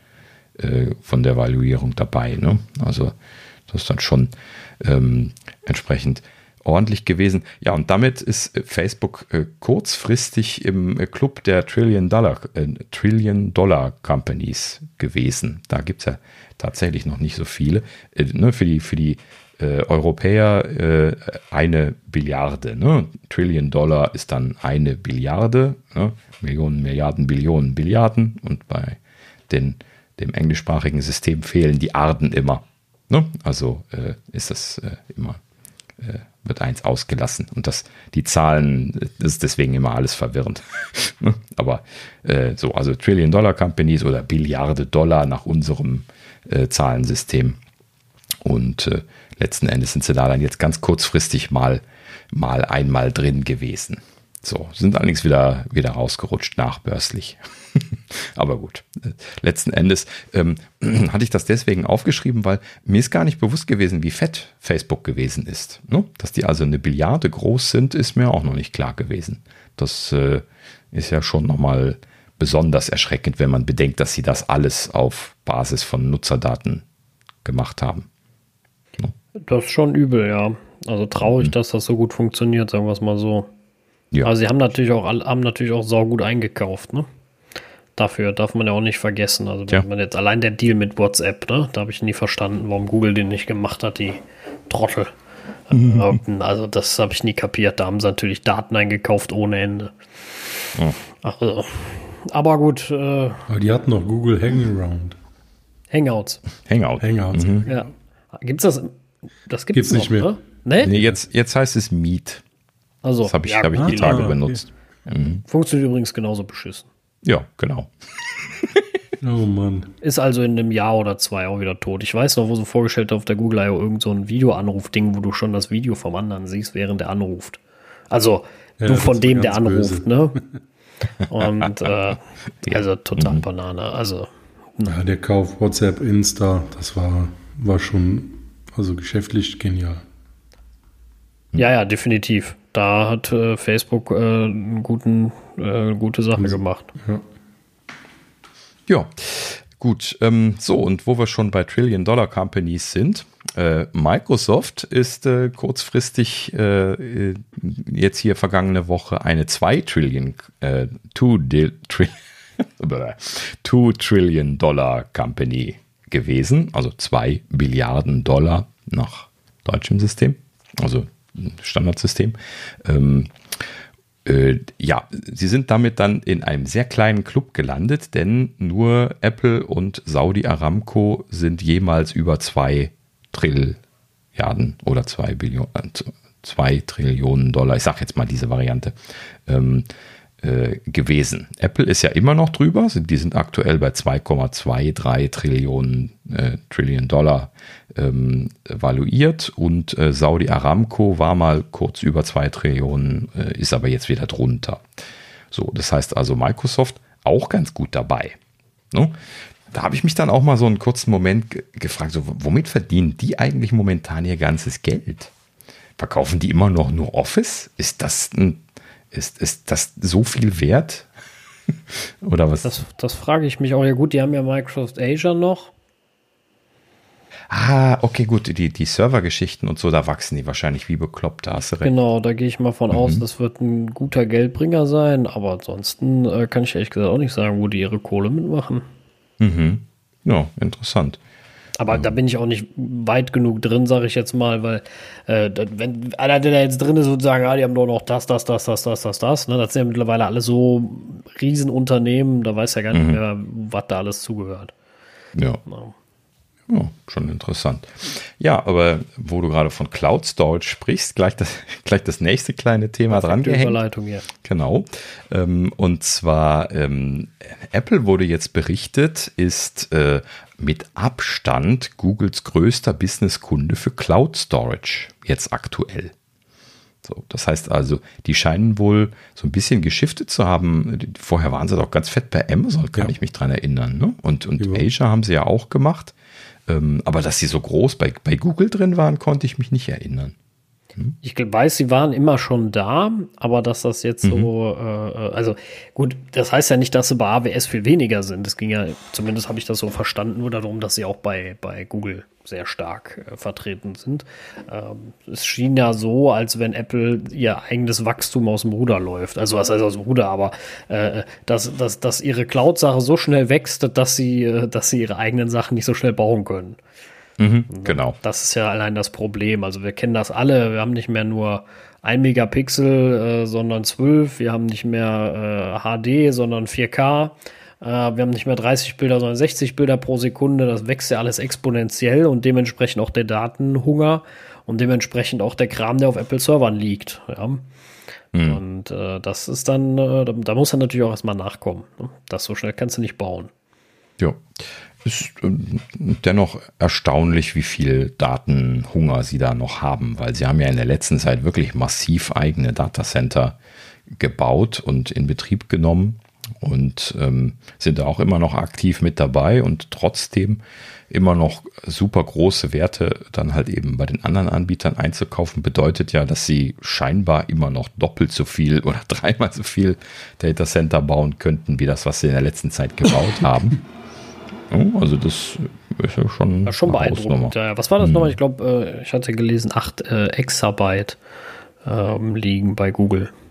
von der Valuierung dabei. Ne? Also das ist dann schon ähm, entsprechend ordentlich gewesen. Ja, und damit ist Facebook äh, kurzfristig im äh, Club der Trillion Dollar, äh, Trillion Dollar Companies gewesen. Da gibt es ja tatsächlich noch nicht so viele. Äh, ne? Für die, für die äh, Europäer äh, eine Billiarde. Ne? Trillion Dollar ist dann eine Billiarde. Ne? Millionen, Milliarden, Billionen, Billiarden. Und bei den dem englischsprachigen System fehlen die Arden immer. Ne? Also äh, ist das äh, immer, äh, wird eins ausgelassen. Und das, die Zahlen, das ist deswegen immer alles verwirrend. Ne? Aber äh, so, also Trillion Dollar Companies oder Billiarde Dollar nach unserem äh, Zahlensystem. Und äh, letzten Endes sind sie da dann jetzt ganz kurzfristig mal, mal einmal drin gewesen. So, sind allerdings wieder, wieder rausgerutscht nachbörslich. Aber gut, letzten Endes ähm, hatte ich das deswegen aufgeschrieben, weil mir ist gar nicht bewusst gewesen, wie fett Facebook gewesen ist. Ne? Dass die also eine Billiarde groß sind, ist mir auch noch nicht klar gewesen. Das äh, ist ja schon nochmal besonders erschreckend, wenn man bedenkt, dass sie das alles auf Basis von Nutzerdaten gemacht haben. Ne? Das ist schon übel, ja. Also traurig, mhm. dass das so gut funktioniert, sagen wir es mal so. Ja. Also sie haben natürlich auch haben natürlich auch saugut eingekauft, ne? Dafür darf man ja auch nicht vergessen. Also Tja. wenn man jetzt allein der Deal mit WhatsApp, ne, da habe ich nie verstanden, warum Google den nicht gemacht hat, die Trottel. Mhm. Also das habe ich nie kapiert. Da haben sie natürlich Daten eingekauft ohne Ende. Ja. Also, aber gut. Äh, Aber die hatten noch Google Hangaround. Hangouts. Hangout. Hangouts. Mhm. Ja. Gibt's das? Das gibt's, Gibt's noch, nicht mehr. Ne? Nee? Nee, jetzt, jetzt heißt es Meet. Also, Das habe ich, ja, hab ich die ah, Tage okay. benutzt. Mhm. funktioniert übrigens genauso beschissen. Ja, genau. Oh Mann. Ist also in einem Jahr oder zwei auch wieder tot. Ich weiß noch, wo sie vorgestellt auf der Google I O irgend so ein Videoanruf-Ding, wo du schon das Video vom anderen siehst, während der anruft. Also Ja, du das von war dem, der ganz anruft, böse. ne? Und äh, also total Mhm. Banane. Also Ja, der Kauf WhatsApp, Insta, das war, war schon also geschäftlich genial. ja, ja, definitiv. Da hat äh, Facebook äh, einen guten, äh, gute Sache gemacht. Ja. Ja, gut. Ähm, so, und wo wir schon bei Trillion-Dollar-Companies sind, äh, Microsoft ist äh, kurzfristig äh, jetzt hier vergangene Woche eine zwei Trillion, äh, two, tri two Trillion Dollar Company gewesen, also zwei Billiarden Dollar nach deutschem System, also Standardsystem. Ähm, Äh, ja, sie sind damit dann in einem sehr kleinen Club gelandet, denn nur Apple und Saudi Aramco sind jemals über zwei Trilliarden oder zwei Billionen, äh, zwei Trillionen Dollar, ich sage jetzt mal diese Variante, ähm, äh, gewesen. Apple ist ja immer noch drüber, die sind aktuell bei zwei Komma drei Trillionen äh, Trillion Dollar ähm, valuiert und äh, Saudi Aramco war mal kurz über zwei Trillionen, äh, ist aber jetzt wieder drunter. So, das heißt also Microsoft auch ganz gut dabei. Ne? Da habe ich mich dann auch mal so einen kurzen Moment ge- gefragt, so, womit verdienen die eigentlich momentan ihr ganzes Geld? Verkaufen die immer noch nur Office? Ist das ein Ist, ist das so viel wert? Oder was? Das, das frage ich mich auch. Ja gut, die haben ja Microsoft Azure noch. Ah, okay, gut. Die, die Servergeschichten und so, da wachsen die wahrscheinlich wie bekloppt. Da hast du recht. Genau, da gehe ich mal von Mhm. aus, das wird ein guter Geldbringer sein. Aber ansonsten äh, kann ich ehrlich gesagt auch nicht sagen, wo die ihre Kohle mitmachen. Mhm. Ja, interessant. Aber da bin ich auch nicht weit genug drin, sage ich jetzt mal, weil äh, da- wenn einer, der da jetzt drin ist und sagen, ah, die haben doch noch das, das, das, das, das, das, das, ne, das sind ja mittlerweile alle so Riesenunternehmen, da weiß ja gar nicht Mhm. mehr, was da alles zugehört. Ja. Genau. Ja, schon interessant. Ja, aber wo du gerade von Cloud Storage sprichst, gleich das, gleich das nächste kleine Thema dran Perfekte gehängt. Überleitung hier. Genau. Ähm, und zwar ähm, Apple wurde jetzt berichtet, ist äh, mit Abstand Googles größter Businesskunde für Cloud Storage jetzt aktuell. So, das heißt also, die scheinen wohl so ein bisschen geschiftet zu haben. Vorher waren sie doch ganz fett bei Amazon, kann Ja. ich mich dran erinnern. Ne? Und, und Ja. Azure haben sie ja auch gemacht. Ähm, aber dass sie so groß bei, bei Google drin waren, konnte ich mich nicht erinnern. Ich weiß, sie waren immer schon da, aber dass das jetzt Mhm. so, äh, also gut, das heißt ja nicht, dass sie bei A W S viel weniger sind. Es ging ja, zumindest habe ich das so verstanden, nur darum, dass sie auch bei, bei Google sehr stark äh, vertreten sind. Ähm, es schien ja so, als wenn Apple ihr eigenes Wachstum aus dem Ruder läuft. Also was heißt aus dem Ruder, aber äh, dass, dass, dass ihre Cloud-Sache so schnell wächst, dass sie, äh, dass sie ihre eigenen Sachen nicht so schnell bauen können. Mhm, genau. Das ist ja allein das Problem. Also wir kennen das alle. Wir haben nicht mehr nur ein Megapixel, äh, sondern zwölf. Wir haben nicht mehr äh, H D, sondern vier K. Äh, wir haben nicht mehr dreißig Bilder, sondern sechzig Bilder pro Sekunde. Das wächst ja alles exponentiell und dementsprechend auch der Datenhunger und dementsprechend auch der Kram, der auf Apple-Servern liegt. Ja. Mhm. Und äh, das ist dann, äh, da, da muss dann natürlich auch erstmal nachkommen. Ne? Das so schnell kannst du nicht bauen. Ja. Ist ähm, dennoch erstaunlich, wie viel Datenhunger sie da noch haben, weil sie haben ja in der letzten Zeit wirklich massiv eigene Datacenter gebaut und in Betrieb genommen und ähm, sind da auch immer noch aktiv mit dabei und trotzdem immer noch super große Werte dann halt eben bei den anderen Anbietern einzukaufen, bedeutet ja, dass sie scheinbar immer noch doppelt so viel oder dreimal so viel Datacenter bauen könnten, wie das, was sie in der letzten Zeit gebaut haben. Oh, also das ist ja schon, Ja, schon eine beeindruckend. Hausnummer. Ja, ja. Was war das Hm. nochmal? Ich glaube, äh, ich hatte gelesen, acht äh, Exabyte ähm, liegen bei Google.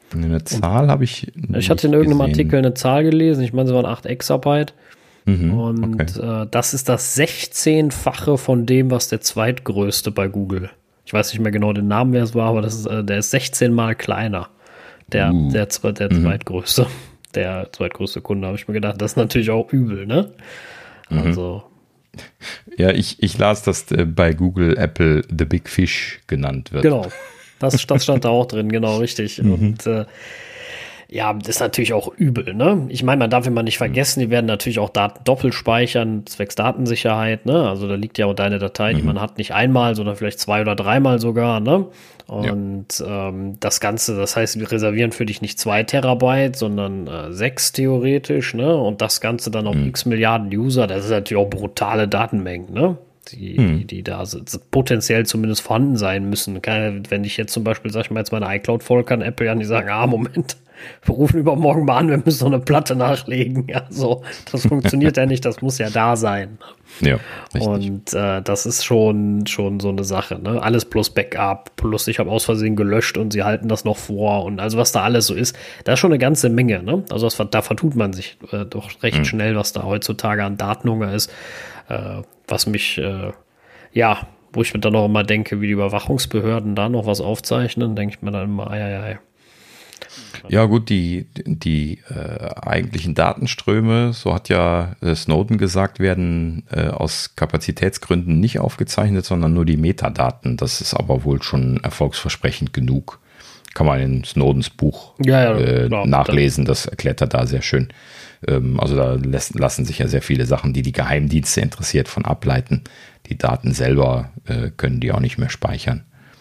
Eine Zahl habe ich nicht Ich hatte in irgendeinem gesehen. Artikel eine Zahl gelesen, ich meine, es waren acht Exabyte. Mhm, Und okay. äh, das ist das sechzehnfache von dem, was der zweitgrößte bei Google. Ich weiß nicht mehr genau den Namen, wer es war, aber das ist, äh, der ist sechzehn mal kleiner. Der, Uh. der, der, der Mhm. zweitgrößte. Der zweitgrößte Kunde, habe ich mir gedacht. Das ist natürlich auch übel, ne? Also. Ja, ich, ich las, dass äh, bei Google Apple The Big Fish genannt wird. Genau. Das, das stand da auch drin, genau, richtig. Mhm. Und äh, ja, das ist natürlich auch übel, ne? Ich meine, man darf immer nicht vergessen, die werden natürlich auch Daten doppelt speichern, zwecks Datensicherheit, ne? Also da liegt ja auch deine Datei, die mhm. man hat, nicht einmal, sondern vielleicht zwei oder dreimal sogar, ne? Und ja. ähm, das Ganze, das heißt, wir reservieren für dich nicht zwei Terabyte, sondern äh, sechs theoretisch, ne? Und das Ganze dann auf mhm. x Milliarden User, das ist natürlich auch brutale Datenmengen, ne? Die, mhm. die, die da potenziell zumindest vorhanden sein müssen. Wenn ich jetzt zum Beispiel, sag ich mal, jetzt meine iCloud voll kann, Apple ja nicht sagen, ah, Moment, wir rufen übermorgen mal an, wir müssen so eine Platte nachlegen. Ja, so, das funktioniert ja nicht, das muss ja da sein. Ja, richtig. Und äh, das ist schon, schon so eine Sache, ne? Alles plus Backup, plus ich habe aus Versehen gelöscht und sie halten das noch vor und also was da alles so ist, da ist schon eine ganze Menge, ne? Also das, da vertut man sich äh, doch recht mhm. schnell, was da heutzutage an Datenhunger ist, äh, was mich, äh, ja, wo ich mir dann auch immer denke, wie die Überwachungsbehörden da noch was aufzeichnen, denke ich mir dann immer, ei, ei, ei. Ja gut, die, die äh, eigentlichen Datenströme, so hat ja äh, Snowden gesagt, werden äh, aus Kapazitätsgründen nicht aufgezeichnet, sondern nur die Metadaten. Das ist aber wohl schon erfolgsversprechend genug. Kann man in Snowdens Buch ja, ja, äh, klar, nachlesen, das erklärt er da sehr schön. Ähm, also da lässt, lassen sich ja sehr viele Sachen, die die Geheimdienste interessiert, von ableiten. Die Daten selber äh, können die auch nicht mehr speichern.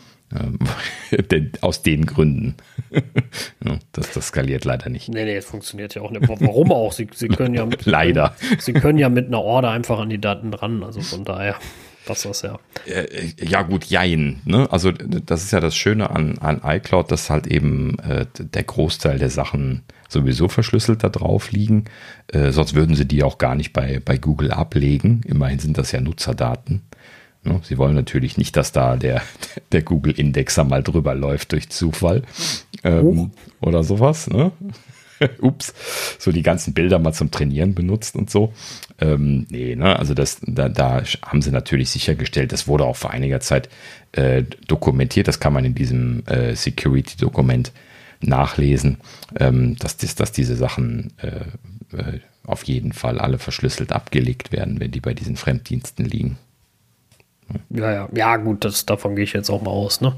Aus den Gründen. das, das skaliert leider nicht. Nee, nee, das funktioniert ja auch nicht. Warum auch? Sie, sie können ja mit, leider. Sie können ja mit einer Order einfach an die Daten dran. Also von daher passt das ja. Ja gut, jein. Ne? Also das ist ja das Schöne an, an iCloud, dass halt eben äh, der Großteil der Sachen sowieso verschlüsselt da drauf liegen. Äh, sonst würden sie die auch gar nicht bei, bei Google ablegen. Immerhin sind das ja Nutzerdaten. Sie wollen natürlich nicht, dass da der, der Google-Indexer mal drüber läuft durch Zufall ähm, oder sowas. Ne? Ups, so die ganzen Bilder mal zum Trainieren benutzt und so. Ähm, nee, ne? Also das, da, da haben sie natürlich sichergestellt, das wurde auch vor einiger Zeit äh, dokumentiert, das kann man in diesem äh, Security-Dokument nachlesen, ähm, dass, das, dass diese Sachen äh, äh, auf jeden Fall alle verschlüsselt abgelegt werden, wenn die bei diesen Fremddiensten liegen. Ja, ja, ja, gut, das, davon gehe ich jetzt auch mal aus, ne?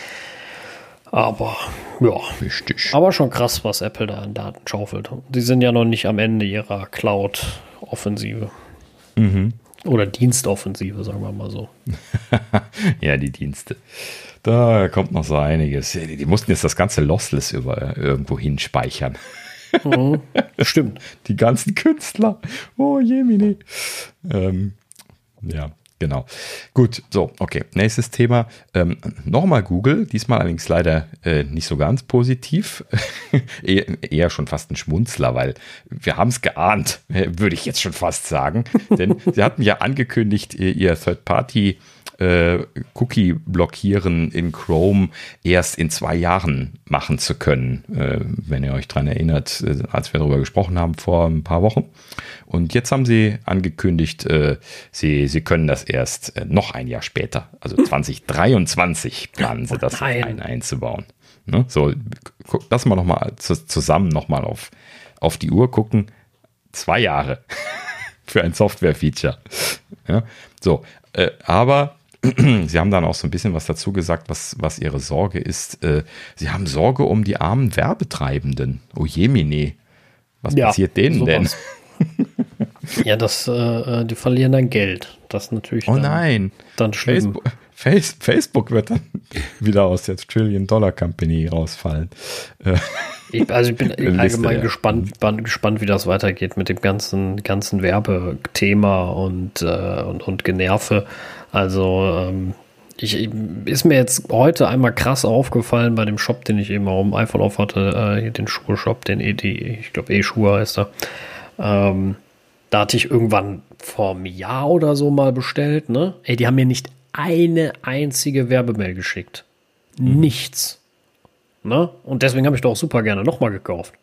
Aber, ja. Richtig. Aber schon krass, was Apple da an Daten schaufelt. Die sind ja noch nicht am Ende ihrer Cloud-Offensive. Mhm. Oder Dienstoffensive, sagen wir mal so. Ja, die Dienste. Da kommt noch so einiges. Die, die mussten jetzt das ganze Lossless über, irgendwo hinspeichern. Mhm, stimmt. Die ganzen Künstler. Oh, Jemine. Ähm, ja. Genau. Gut, so, okay. Nächstes Thema. Ähm, Nochmal Google, diesmal allerdings leider äh, nicht so ganz positiv. eher, eher schon fast ein Schmunzler, weil wir haben es geahnt, äh, würde ich jetzt schon fast sagen. Denn sie hatten ja angekündigt, ihr, ihr Third-Party äh, Cookie blockieren in Chrome erst in zwei Jahren machen zu können. Äh, wenn ihr euch dran erinnert, äh, als wir darüber gesprochen haben vor ein paar Wochen. Und jetzt haben sie angekündigt, äh, sie, sie können das erst äh, noch ein Jahr später, also zwanzig dreiundzwanzig planen sie das ein, einzubauen. Ne? So, lassen wir nochmal zusammen nochmal auf, auf die Uhr gucken. Zwei Jahre für ein Software-Feature. Ja? So, äh, aber sie haben dann auch so ein bisschen was dazu gesagt, was, was ihre Sorge ist. Äh, sie haben Sorge um die armen Werbetreibenden. Oh Jemine, was ja, passiert denen sowas. denn? Ja, das, äh, die verlieren dann Geld. Das ist natürlich oh dann, nein. dann schlimm. Facebook, Face, Facebook wird dann wieder aus der Trillion-Dollar-Company rausfallen. Ich, also ich bin allgemein gespannt, gespannt, wie das weitergeht mit dem ganzen, ganzen Werbethema und, äh, und, und Generve. Also ähm, ich, ist mir jetzt heute einmal krass aufgefallen bei dem Shop, den ich eben auch im iPhone auf hatte, äh, den Schuhe-Shop, den E D, ich glaube E-Schuhe heißt er. Ähm, da hatte ich irgendwann vor einem Jahr oder so mal bestellt, ne? Ey, die haben mir nicht eine einzige Werbemail geschickt. Mhm. Nichts. Ne? Und deswegen habe ich doch auch super gerne nochmal gekauft.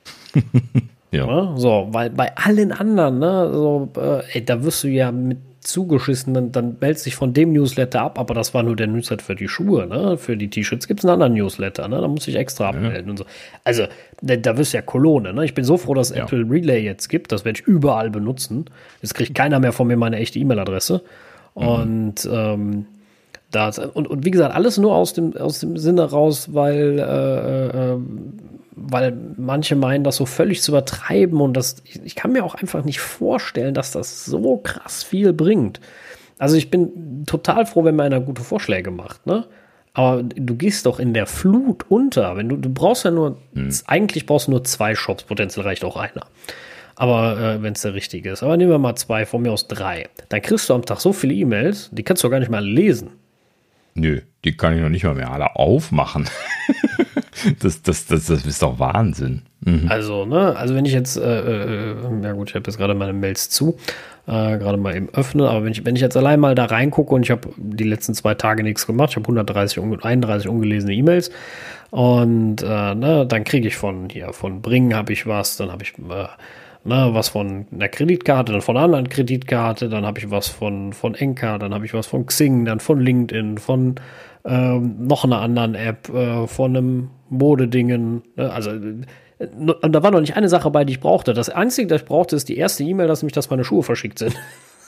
Ja. Ne? So, weil bei allen anderen, ne, so, äh, ey, da wirst du ja mit zugeschissen, dann, dann meldest dich von dem Newsletter ab, aber das war nur der Newsletter für die Schuhe, ne? Für die T-Shirts gibt es einen anderen Newsletter, ne? Da muss ich extra abmelden ja. und so. Also, da, da wirst du ja Kolone, ne? Ich bin so froh, dass es ja. Apple Relay jetzt gibt, das werde ich überall benutzen. Jetzt kriegt keiner mehr von mir meine echte E-Mail-Adresse. Mhm. Und, ähm, das, und, und wie gesagt, alles nur aus dem, aus dem Sinne raus, weil, äh, äh, weil manche meinen, das so völlig zu übertreiben und das, ich, ich kann mir auch einfach nicht vorstellen, dass das so krass viel bringt. Also ich bin total froh, wenn mir einer gute Vorschläge macht, ne? Aber du gehst doch in der Flut unter. Wenn du, du brauchst ja nur, hm. eigentlich brauchst du nur zwei Shops, potenziell reicht auch einer. Aber äh, wenn es der richtige ist. Aber nehmen wir mal zwei, von mir aus drei. Dann kriegst du am Tag so viele E-Mails, die kannst du gar nicht mal lesen. Nö, die kann ich noch nicht mal mehr alle aufmachen. das, das, das, das ist doch Wahnsinn. Mhm. Also, ne, also wenn ich jetzt, äh, äh, ja gut, ich habe jetzt gerade meine Mails zu, äh, gerade mal eben öffne, aber wenn ich, wenn ich jetzt allein mal da reingucke und ich habe die letzten zwei Tage nichts gemacht, ich habe hundertdreißig, einunddreißig ungelesene E-Mails und äh, ne, dann kriege ich von hier, von Bring habe ich was, dann habe ich äh, Na, was von einer Kreditkarte, dann von einer anderen Kreditkarte, dann habe ich was von, von Enka, dann habe ich was von Xing, dann von LinkedIn, von ähm, noch einer anderen App, äh, von einem Modedingen. Ne? Also äh, da war noch nicht eine Sache bei, die ich brauchte. Das Einzige, das ich brauchte, ist die erste E-Mail, dass nämlich, dass meine Schuhe verschickt sind.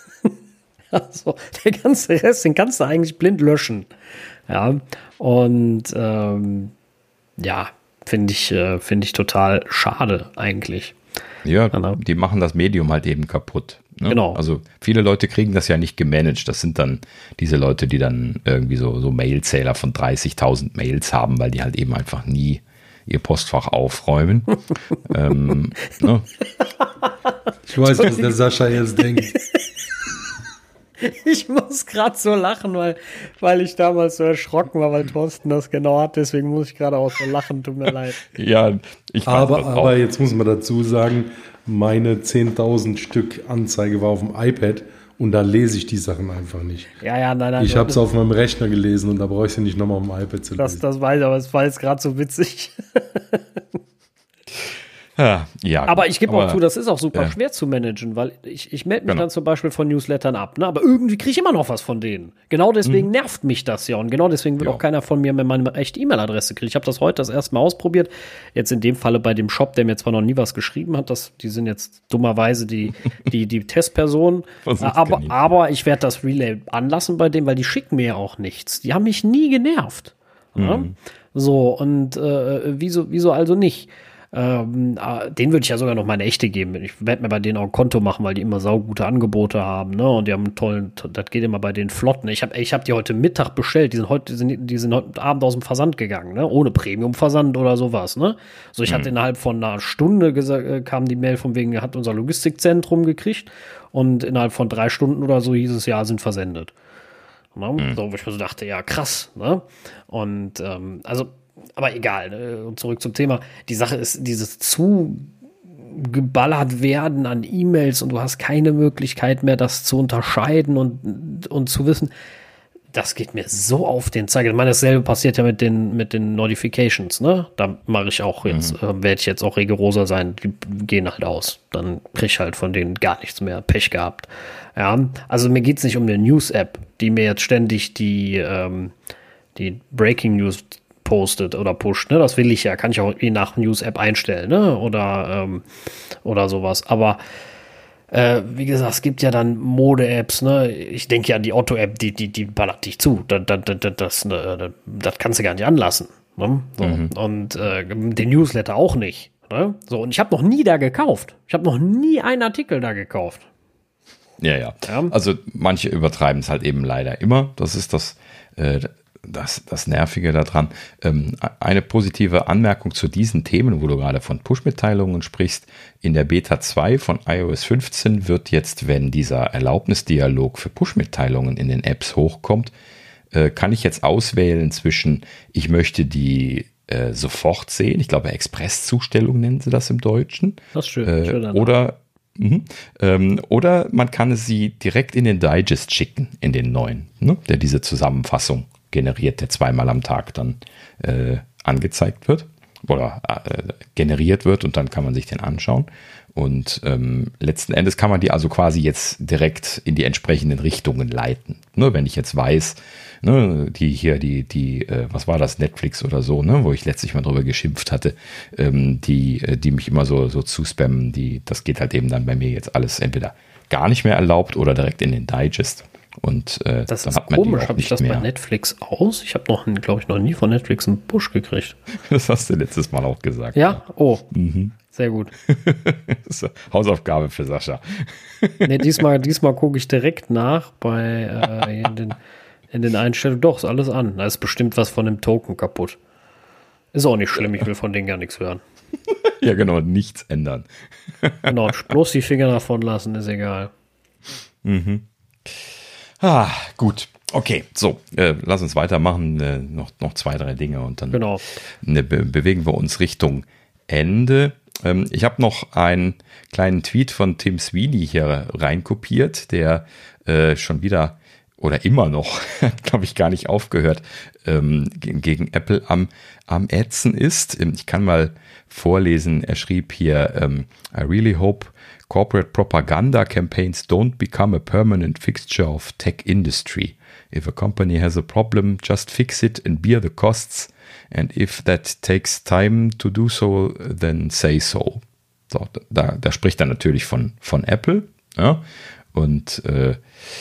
Also der ganze Rest, den kannst du eigentlich blind löschen. Ja, und ähm, ja, finde ich, äh, finde ich total schade eigentlich. Ja, die machen das Medium halt eben kaputt. Ne? Genau. Also viele Leute kriegen das ja nicht gemanagt. Das sind dann diese Leute, die dann irgendwie so, so Mailzähler von dreißigtausend Mails haben, weil die halt eben einfach nie ihr Postfach aufräumen. ähm, ne? Ich weiß, was der Sascha jetzt denkt. Ich muss gerade so lachen, weil, weil ich damals so erschrocken war, weil Thorsten das genau hat. Deswegen muss ich gerade auch so lachen. Tut mir leid. Ja, ich weiß aber, aber jetzt muss man dazu sagen, meine zehntausend Stück Anzeige war auf dem iPad und da lese ich die Sachen einfach nicht. Ja, ja, nein, nein. Ich habe es auf meinem Rechner gelesen und da brauche ich sie nicht nochmal auf dem iPad zu lesen. Das, das weiß ich, aber es war jetzt gerade so witzig. Ja, ja, aber ich gebe auch zu, das ist auch super ja. schwer zu managen, weil ich, ich melde mich genau. dann zum Beispiel von Newslettern ab, ne? Aber irgendwie kriege ich immer noch was von denen. Genau deswegen mhm. nervt mich das ja und genau deswegen will ja. auch keiner von mir mehr meine echte E-Mail-Adresse kriegen. Ich habe das heute das erste Mal ausprobiert, jetzt in dem Falle bei dem Shop, der mir zwar noch nie was geschrieben hat, das, die sind jetzt dummerweise die, die, die Testpersonen, aber, aber ich werde das Relay anlassen bei dem, weil die schicken mir ja auch nichts. Die haben mich nie genervt. Mhm. Ja? So, und äh, wieso, wieso also nicht? Ähm, den würde ich ja sogar noch meine echte geben. Ich werde mir bei denen auch ein Konto machen, weil die immer saugute Angebote haben, ne? Und die haben einen tollen, das geht immer bei den flotten. Ich habe ich hab die heute Mittag bestellt, die sind heute, die sind, die sind heute Abend aus dem Versand gegangen, ne? Ohne Premium-Versand oder sowas, ne? So, ich mhm. hatte innerhalb von einer Stunde gesagt, kam die Mail von wegen, hat unser Logistikzentrum gekriegt und innerhalb von drei Stunden oder so hieß es, ja, sind versendet. Ne? Mhm. So, wo ich mir so dachte, ja, krass, ne? Und ähm, also aber egal, ne? Zurück zum Thema. Die Sache ist, dieses zugeballert werden an E-Mails und du hast keine Möglichkeit mehr, das zu unterscheiden und, und zu wissen, das geht mir so auf den Zeiger. Ich meine, dasselbe passiert ja mit den, mit den Notifications, ne? Da mache ich auch jetzt, mhm. äh, werde ich jetzt auch rigoroser sein, die gehen halt aus. Dann kriege ich halt von denen gar nichts mehr, Pech gehabt. Ja, also mir geht es nicht um eine News-App, die mir jetzt ständig die, ähm, die Breaking News postet oder pusht, ne? Das will ich ja, kann ich auch je nach News-App einstellen, ne? Oder, ähm, oder sowas. Aber äh, wie gesagt, es gibt ja dann Mode-Apps, ne? Ich denke ja an die Otto-App, die, die, die ballert dich zu. Das, das, das, das, ne, das kannst du gar nicht anlassen. Ne? So. Mhm. Und äh, den Newsletter auch nicht. Ne? So, und ich habe noch nie da gekauft. Ich habe noch nie einen Artikel da gekauft. Ja, ja, ja. Also manche übertreiben es halt eben leider immer. Das ist das äh, Das, das Nervige daran. Ähm, eine positive Anmerkung zu diesen Themen, wo du gerade von Push-Mitteilungen sprichst. In der Beta zwei von i O S fünfzehn wird jetzt, wenn dieser Erlaubnisdialog für Push-Mitteilungen in den Apps hochkommt, äh, kann ich jetzt auswählen zwischen, ich möchte die äh, sofort sehen, ich glaube Expresszustellung nennen sie das im Deutschen. Das ist schön. Äh, schön oder Mhm. Ähm, oder man kann sie direkt in den Digest schicken, in den neuen, ne? Der diese Zusammenfassung generiert, der zweimal am Tag dann äh, angezeigt wird oder äh, generiert wird und dann kann man sich den anschauen. Und ähm, letzten Endes kann man die also quasi jetzt direkt in die entsprechenden Richtungen leiten. Ne, wenn ich jetzt weiß, ne, die hier, die, die, äh, was war das, Netflix oder so, ne, wo ich letztlich mal drüber geschimpft hatte, ähm, die, äh, die mich immer so, so zuspammen, die, das geht halt eben dann bei mir jetzt alles entweder gar nicht mehr erlaubt oder direkt in den Digest. Und äh, das dann ist hat man komisch, die auch habe ich nicht das mehr. bei Netflix aus? Ich habe noch, glaube ich, noch nie von Netflix einen Push gekriegt. Das hast du letztes Mal auch gesagt. Ja? Oh, Mhm. sehr gut. Das ist eine Hausaufgabe für Sascha. Nee, diesmal, diesmal gucke ich direkt nach bei äh, in, den, in den Einstellungen. Doch, ist alles an. Da ist bestimmt was von dem Token kaputt. Ist auch nicht schlimm, ich will von denen gar nichts hören. Ja, genau, nichts ändern. Genau, bloß die Finger davon lassen, ist egal. Mhm. Ah, gut. Okay, so, äh, lass uns weitermachen. Äh, noch, noch zwei, drei Dinge und dann Genau. ne, be bewegen wir uns Richtung Ende. Ähm, ich habe noch einen kleinen Tweet von Tim Sweeney hier reinkopiert, der äh, schon wieder oder immer noch, glaube ich, gar nicht aufgehört, ähm, gegen, gegen Apple am, am Ätzen ist. Ich kann mal vorlesen, er schrieb hier, ähm, I really hope corporate propaganda campaigns don't become a permanent fixture of tech industry. If a company has a problem, just fix it and bear the costs. And if that takes time to do so, then say so. So, da, da spricht er natürlich von, von Apple. Ja? Und äh,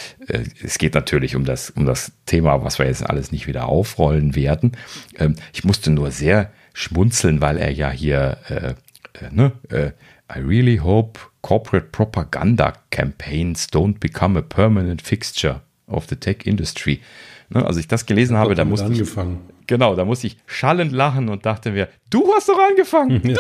es geht natürlich um das, um das Thema, was wir jetzt alles nicht wieder aufrollen werden. Ähm, ich musste nur sehr schmunzeln, weil er ja hier, äh, äh, ne, äh, I really hope corporate propaganda campaigns don't become a permanent fixture of the tech industry. Ne, als ich das gelesen habe, da musste ich, angefangen. genau, da musste ich schallend lachen und dachte mir, du hast doch angefangen, Ja.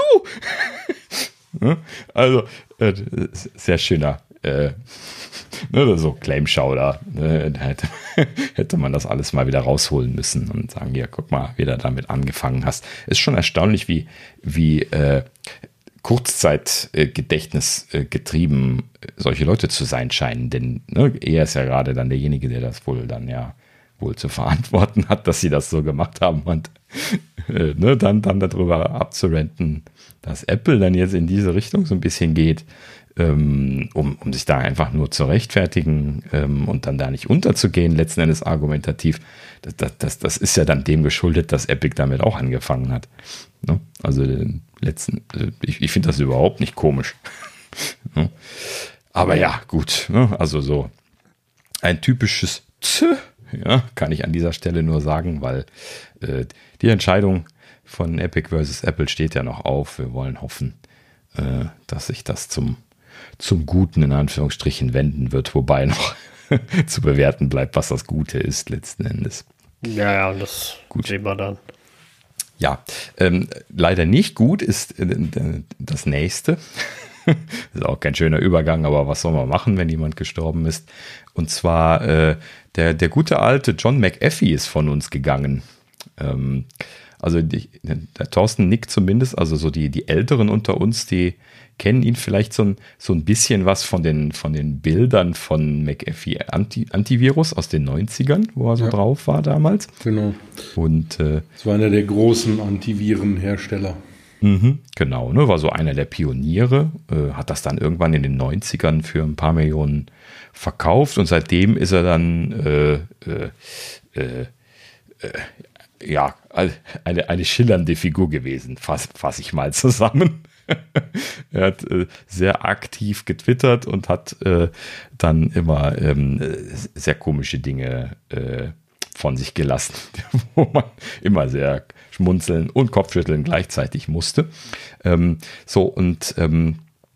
du! Ne, also, äh, sehr schöner, äh, ne, so Claim-Schauder, ne, da hätte, hätte man das alles mal wieder rausholen müssen und sagen, ja, guck mal, wie du damit angefangen hast. Ist schon erstaunlich, wie, wie äh, Kurzzeitgedächtnis äh, getrieben äh, solche Leute zu sein scheinen, denn ne, er ist ja gerade dann derjenige, der das wohl dann ja wohl zu verantworten hat, dass sie das so gemacht haben und äh, ne, dann, dann darüber abzurenten, dass Apple dann jetzt in diese Richtung so ein bisschen geht, ähm, um, um sich da einfach nur zu rechtfertigen ähm, und dann da nicht unterzugehen, letzten Endes argumentativ. Das, das, das, das ist ja dann dem geschuldet, dass Epic damit auch angefangen hat. Ne? Also den letzten, ich, ich finde das überhaupt nicht komisch. Ne? Aber ja, gut. Ne? Also so ein typisches Tö, ja, kann ich an dieser Stelle nur sagen, weil äh, die Entscheidung von Epic versus Apple steht ja noch auf. Wir wollen hoffen, äh, dass sich das zum, zum Guten in Anführungsstrichen wenden wird, wobei noch zu bewerten bleibt, was das Gute ist letzten Endes. Ja, ja, das gut sehen wir dann. Ja, ähm, leider nicht gut ist äh, das nächste. Ist auch kein schöner Übergang, aber was soll man machen, wenn jemand gestorben ist? Und zwar äh, der, der gute alte John McAfee ist von uns gegangen. Ähm, also die, der Thorsten nickt zumindest, also so die, die Älteren unter uns, die kennen ihn vielleicht so ein, so ein bisschen was von den, von den Bildern von McAfee Anti, Antivirus aus den neunzigern, wo er so ja. drauf war damals. Genau. Und äh, das war einer der großen Antivirenhersteller. Mhm, genau, ne, war so einer der Pioniere, äh, hat das dann irgendwann in den neunzigern für ein paar Millionen verkauft und seitdem ist er dann äh, äh, äh, äh, ja, eine, eine schillernde Figur gewesen, fasse fass ich mal zusammen. Er hat äh, sehr aktiv getwittert und hat äh, dann immer ähm, sehr komische Dinge äh, von sich gelassen, wo man immer sehr schmunzeln und Kopfschütteln gleichzeitig musste. Ähm, so und ähm,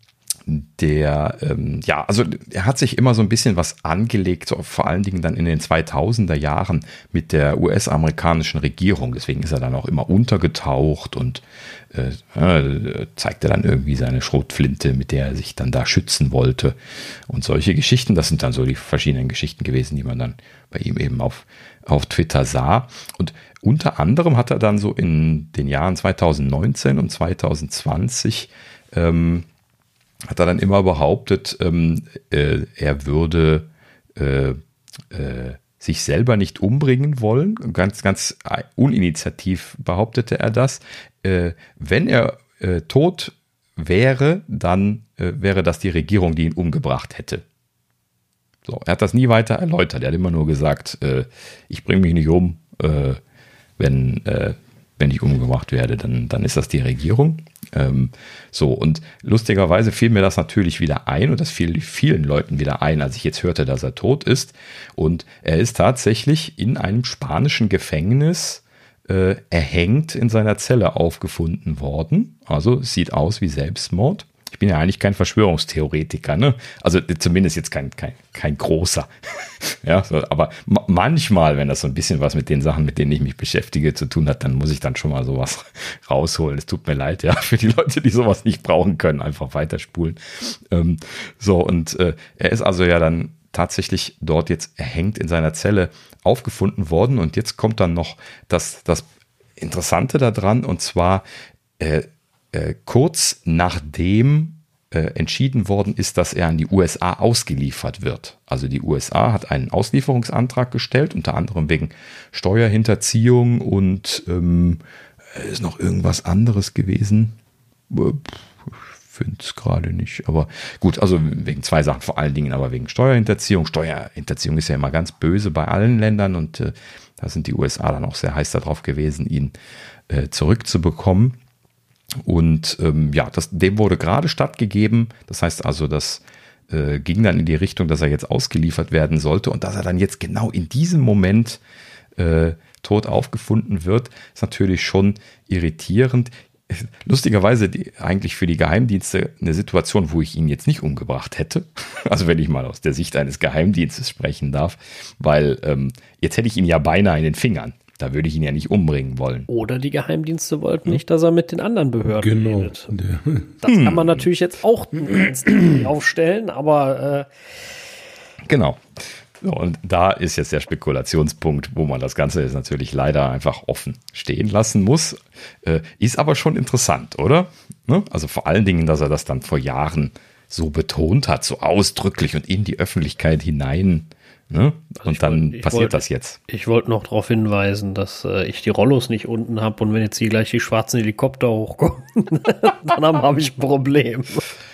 der, ähm, ja, also er hat sich immer so ein bisschen was angelegt, so vor allen Dingen dann in den zweitausender Jahren mit der U S-amerikanischen Regierung. Deswegen ist er dann auch immer untergetaucht und äh, äh, zeigte dann irgendwie seine Schrotflinte, mit der er sich dann da schützen wollte. Und solche Geschichten, das sind dann so die verschiedenen Geschichten gewesen, die man dann bei ihm eben auf, auf Twitter sah. Und unter anderem hat er dann so in den Jahren zweitausendneunzehn und zweitausendzwanzig ähm, hat er dann immer behauptet, ähm, äh, er würde äh, äh, sich selber nicht umbringen wollen. Ganz, ganz uninitiativ behauptete er das. Äh, wenn er äh, tot wäre, dann äh, wäre das die Regierung, die ihn umgebracht hätte. So, er hat das nie weiter erläutert. Er hat immer nur gesagt, äh, ich bringe mich nicht um, äh, wenn, äh, wenn ich umgebracht werde, dann, dann ist das die Regierung. Ähm, so, und lustigerweise fiel mir das natürlich wieder ein und das fiel vielen Leuten wieder ein, als ich jetzt hörte, dass er tot ist. Und er ist tatsächlich in einem spanischen Gefängnis äh, erhängt in seiner Zelle aufgefunden worden. Also es sieht aus wie Selbstmord. Ich bin ja eigentlich kein Verschwörungstheoretiker, ne? Also zumindest jetzt kein, kein, kein großer. Ja, so, aber ma- manchmal, wenn das so ein bisschen was mit den Sachen, mit denen ich mich beschäftige, zu tun hat, dann muss ich dann schon mal sowas rausholen. Es tut mir leid, ja, für die Leute, die sowas nicht brauchen können, einfach weiterspulen. Ähm, so, und äh, er ist also ja dann tatsächlich dort jetzt erhängt in seiner Zelle aufgefunden worden. Und jetzt kommt dann noch das, das Interessante daran, und zwar äh, Äh, kurz nachdem äh, entschieden worden ist, dass er an die U S A ausgeliefert wird. Also die U S A hat einen Auslieferungsantrag gestellt, unter anderem wegen Steuerhinterziehung und ähm, ist noch irgendwas anderes gewesen. Ich finde es gerade nicht, aber gut, also wegen zwei Sachen, vor allen Dingen aber wegen Steuerhinterziehung. Steuerhinterziehung ist ja immer ganz böse bei allen Ländern und äh, da sind die U S A dann auch sehr heiß darauf gewesen, ihn äh, zurückzubekommen. Und ähm, ja, das, dem wurde gerade stattgegeben. Das heißt also, das äh, ging dann in die Richtung, dass er jetzt ausgeliefert werden sollte. Und dass er dann jetzt genau in diesem Moment äh, tot aufgefunden wird, ist natürlich schon irritierend. Lustigerweise die, eigentlich für die Geheimdienste eine Situation, wo ich ihn jetzt nicht umgebracht hätte. Also wenn ich mal aus der Sicht eines Geheimdienstes sprechen darf. Weil ähm, jetzt hätte ich ihn ja beinahe in den Fingern. Da würde ich ihn ja nicht umbringen wollen. Oder die Geheimdienste wollten nicht, dass er mit den anderen Behörden Genau. redet. Das kann man natürlich jetzt auch aufstellen, aber äh genau. So, und da ist jetzt der Spekulationspunkt, wo man das Ganze jetzt natürlich leider einfach offen stehen lassen muss. Äh, ist aber schon interessant, oder? Ne? Also vor allen Dingen, dass er das dann vor Jahren so betont hat, so ausdrücklich und in die Öffentlichkeit hinein. Ne? Also und dann wollt, passiert wollt, das jetzt. Ich wollte noch darauf hinweisen, dass äh, ich die Rollos nicht unten habe und wenn jetzt hier gleich die schwarzen Helikopter hochkommen, dann habe ich ein Problem.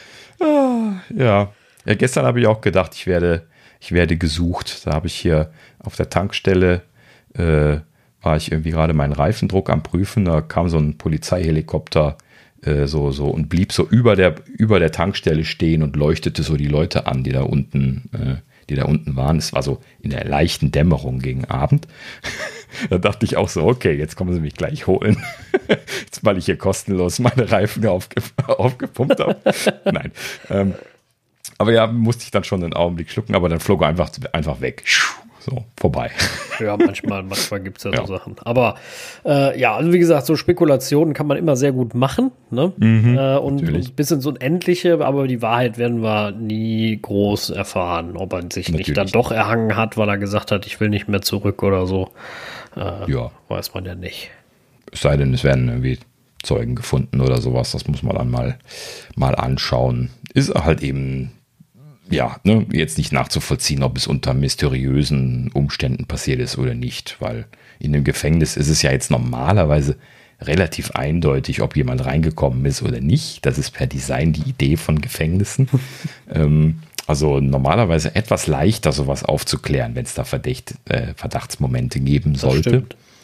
Ah, ja. ja, gestern habe ich auch gedacht, ich werde, ich werde gesucht. Da habe ich hier auf der Tankstelle, äh, war ich irgendwie gerade meinen Reifendruck am Prüfen, da kam so ein Polizeihelikopter äh, so, so und blieb so über der, über der Tankstelle stehen und leuchtete so die Leute an, die da unten äh, die da unten waren. Es war so in der leichten Dämmerung gegen Abend. Da dachte ich auch so, okay, jetzt kommen sie mich gleich holen. Jetzt, weil ich hier kostenlos meine Reifen aufge aufgepumpt habe. Nein. Ähm, aber ja, musste ich dann schon einen Augenblick schlucken, aber dann flog er einfach, einfach weg. So, vorbei. Ja, manchmal, manchmal gibt es ja, ja so Sachen. Aber äh, ja, also wie gesagt, so Spekulationen kann man immer sehr gut machen. Ne? Mhm, äh, und, und ein bisschen so unendliche, aber die Wahrheit werden wir nie groß erfahren, ob er sich natürlich nicht dann doch erhangen hat, weil er gesagt hat, ich will nicht mehr zurück oder so. Äh, ja. Weiß man ja nicht. Es sei denn, es werden irgendwie Zeugen gefunden oder sowas. Das muss man dann mal, mal anschauen. Ist halt eben ja, ne, jetzt nicht nachzuvollziehen, ob es unter mysteriösen Umständen passiert ist oder nicht, weil in dem Gefängnis ist es ja jetzt normalerweise relativ eindeutig, ob jemand reingekommen ist oder nicht. Das ist per Design die Idee von Gefängnissen. ähm, also normalerweise etwas leichter, sowas aufzuklären, wenn es da Verdacht, äh, Verdachtsmomente geben sollte.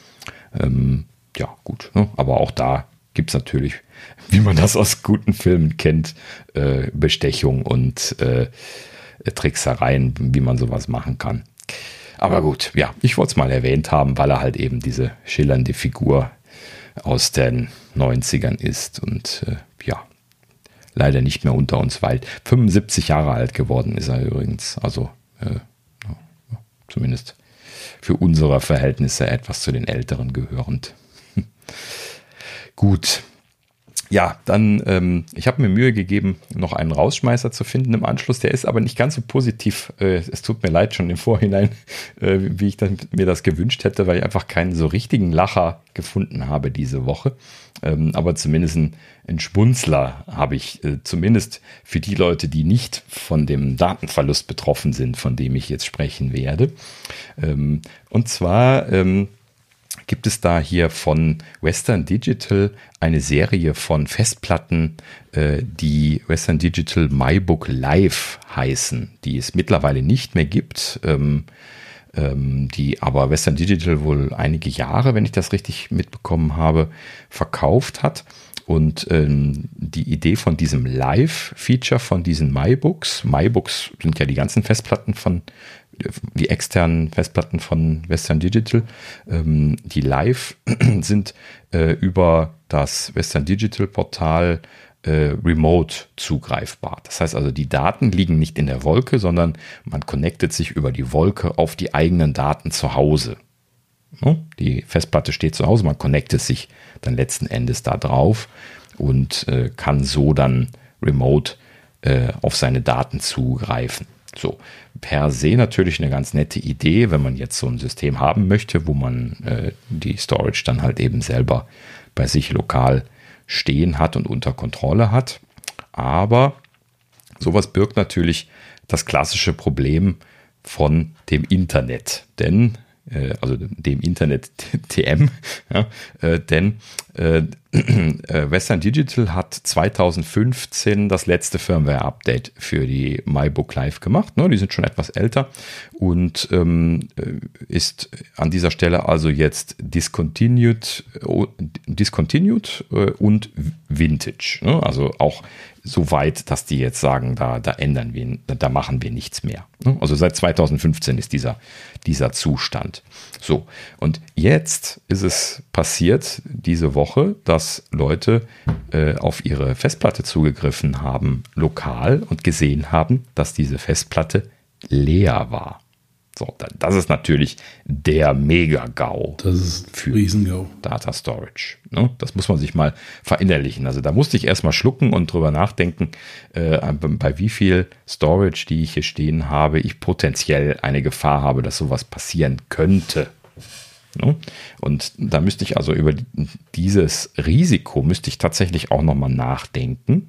Ähm, ja, gut, ne? Aber auch da gibt es natürlich, wie man das aus guten Filmen kennt, äh, Bestechung und äh, Tricksereien, wie man sowas machen kann. Aber gut, ja, ich wollte es mal erwähnt haben, weil er halt eben diese schillernde Figur aus den neunzigern ist und äh, ja, leider nicht mehr unter uns weilt. fünfundsiebzig Jahre alt geworden ist er übrigens, also äh, ja, zumindest für unsere Verhältnisse etwas zu den Älteren gehörend. Gut. Ja, dann, ähm, ich habe mir Mühe gegeben, noch einen Rausschmeißer zu finden im Anschluss. Der ist aber nicht ganz so positiv. Äh, es tut mir leid schon im Vorhinein, äh, wie ich dann, mir das gewünscht hätte, weil ich einfach keinen so richtigen Lacher gefunden habe diese Woche. Ähm, aber zumindest ein, ein Schmunzler habe ich, äh, zumindest für die Leute, die nicht von dem Datenverlust betroffen sind, von dem ich jetzt sprechen werde. Ähm, und zwar ähm, gibt es da hier von Western Digital eine Serie von Festplatten, äh, die Western Digital MyBook Live heißen, die es mittlerweile nicht mehr gibt, ähm, ähm, die aber Western Digital wohl einige Jahre, wenn ich das richtig mitbekommen habe, verkauft hat. Und ähm, die Idee von diesem Live-Feature von diesen MyBooks, MyBooks sind ja die ganzen Festplatten von, die externen Festplatten von Western Digital, ähm, die live sind äh, über das Western Digital Portal äh, remote zugreifbar. Das heißt also, die Daten liegen nicht in der Wolke, sondern man connectet sich über die Wolke auf die eigenen Daten zu Hause. Die Festplatte steht zu Hause, man connectet sich dann letzten Endes da drauf und äh, kann so dann remote äh, auf seine Daten zugreifen. So, per se natürlich eine ganz nette Idee, wenn man jetzt so ein System haben möchte, wo man äh, die Storage dann halt eben selber bei sich lokal stehen hat und unter Kontrolle hat. Aber sowas birgt natürlich das klassische Problem von dem Internet, denn also dem Internet T M, ja, äh, denn äh, Western Digital hat zwanzig fünfzehn das letzte Firmware-Update für die MyBook Live gemacht. Ne? Die sind schon etwas älter und ähm, ist an dieser Stelle also jetzt discontinued, äh, discontinued äh, und vintage. Ne? Also auch so weit, dass die jetzt sagen, da, da ändern wir, da machen wir nichts mehr. Also seit zwanzig fünfzehn ist dieser, dieser Zustand. So, und jetzt ist es passiert diese Woche, dass Leute äh, auf ihre Festplatte zugegriffen haben, lokal, und gesehen haben, dass diese Festplatte leer war. So, das ist natürlich der Mega-GAU. Das ist für Riesengau. Data Storage. Ne? Das muss man sich mal verinnerlichen. Also da musste ich erstmal schlucken und drüber nachdenken, äh, bei wie viel Storage, die ich hier stehen habe, ich potenziell eine Gefahr habe, dass sowas passieren könnte. Ne? Und da müsste ich also über dieses Risiko müsste ich tatsächlich auch nochmal nachdenken.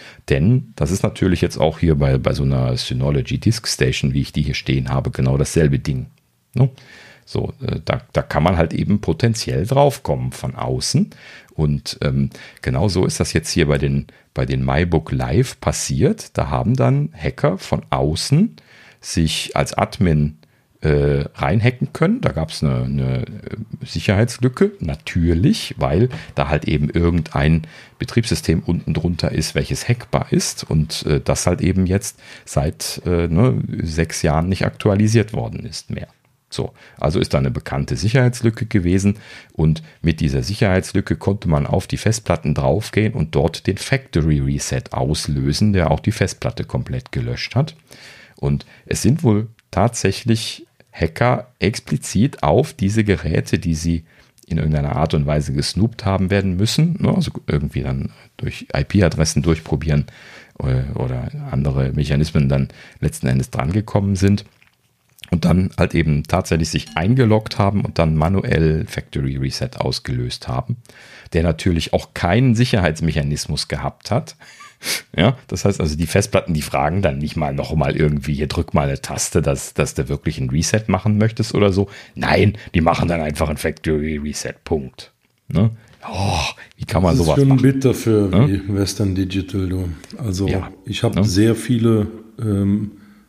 Denn das ist natürlich jetzt auch hier bei, bei so einer Synology Disk Station, wie ich die hier stehen habe, genau dasselbe Ding. Ne? So, äh, da, da kann man halt eben potenziell draufkommen von außen. Und ähm, genau so ist das jetzt hier bei den, bei den MyBook Live passiert. Da haben dann Hacker von außen sich als Admin Äh, reinhacken können. Da gab es eine, eine Sicherheitslücke, natürlich, weil da halt eben irgendein Betriebssystem unten drunter ist, welches hackbar ist und äh, das halt eben jetzt seit äh, ne, sechs Jahren nicht aktualisiert worden ist mehr. So, also ist da eine bekannte Sicherheitslücke gewesen und mit dieser Sicherheitslücke konnte man auf die Festplatten draufgehen und dort den Factory Reset auslösen, der auch die Festplatte komplett gelöscht hat. Und es sind wohl tatsächlich Hacker explizit auf diese Geräte, die sie in irgendeiner Art und Weise gesnoopt haben werden müssen, ne? Also irgendwie dann durch I P-Adressen durchprobieren oder, oder andere Mechanismen dann letzten Endes drangekommen sind und dann halt eben tatsächlich sich eingeloggt haben und dann manuell Factory Reset ausgelöst haben, der natürlich auch keinen Sicherheitsmechanismus gehabt hat. Ja, das heißt also, die Festplatten, die fragen dann nicht mal noch mal irgendwie, hier drück mal eine Taste, dass, dass du wirklich ein Reset machen möchtest oder so. Nein, die machen dann einfach ein Factory Reset, Punkt. Ne? Oh, wie kann man sowas machen? Das ist schon bitter für ne? Western Digital. Du. Also ja, ich habe ne? sehr viele ähm,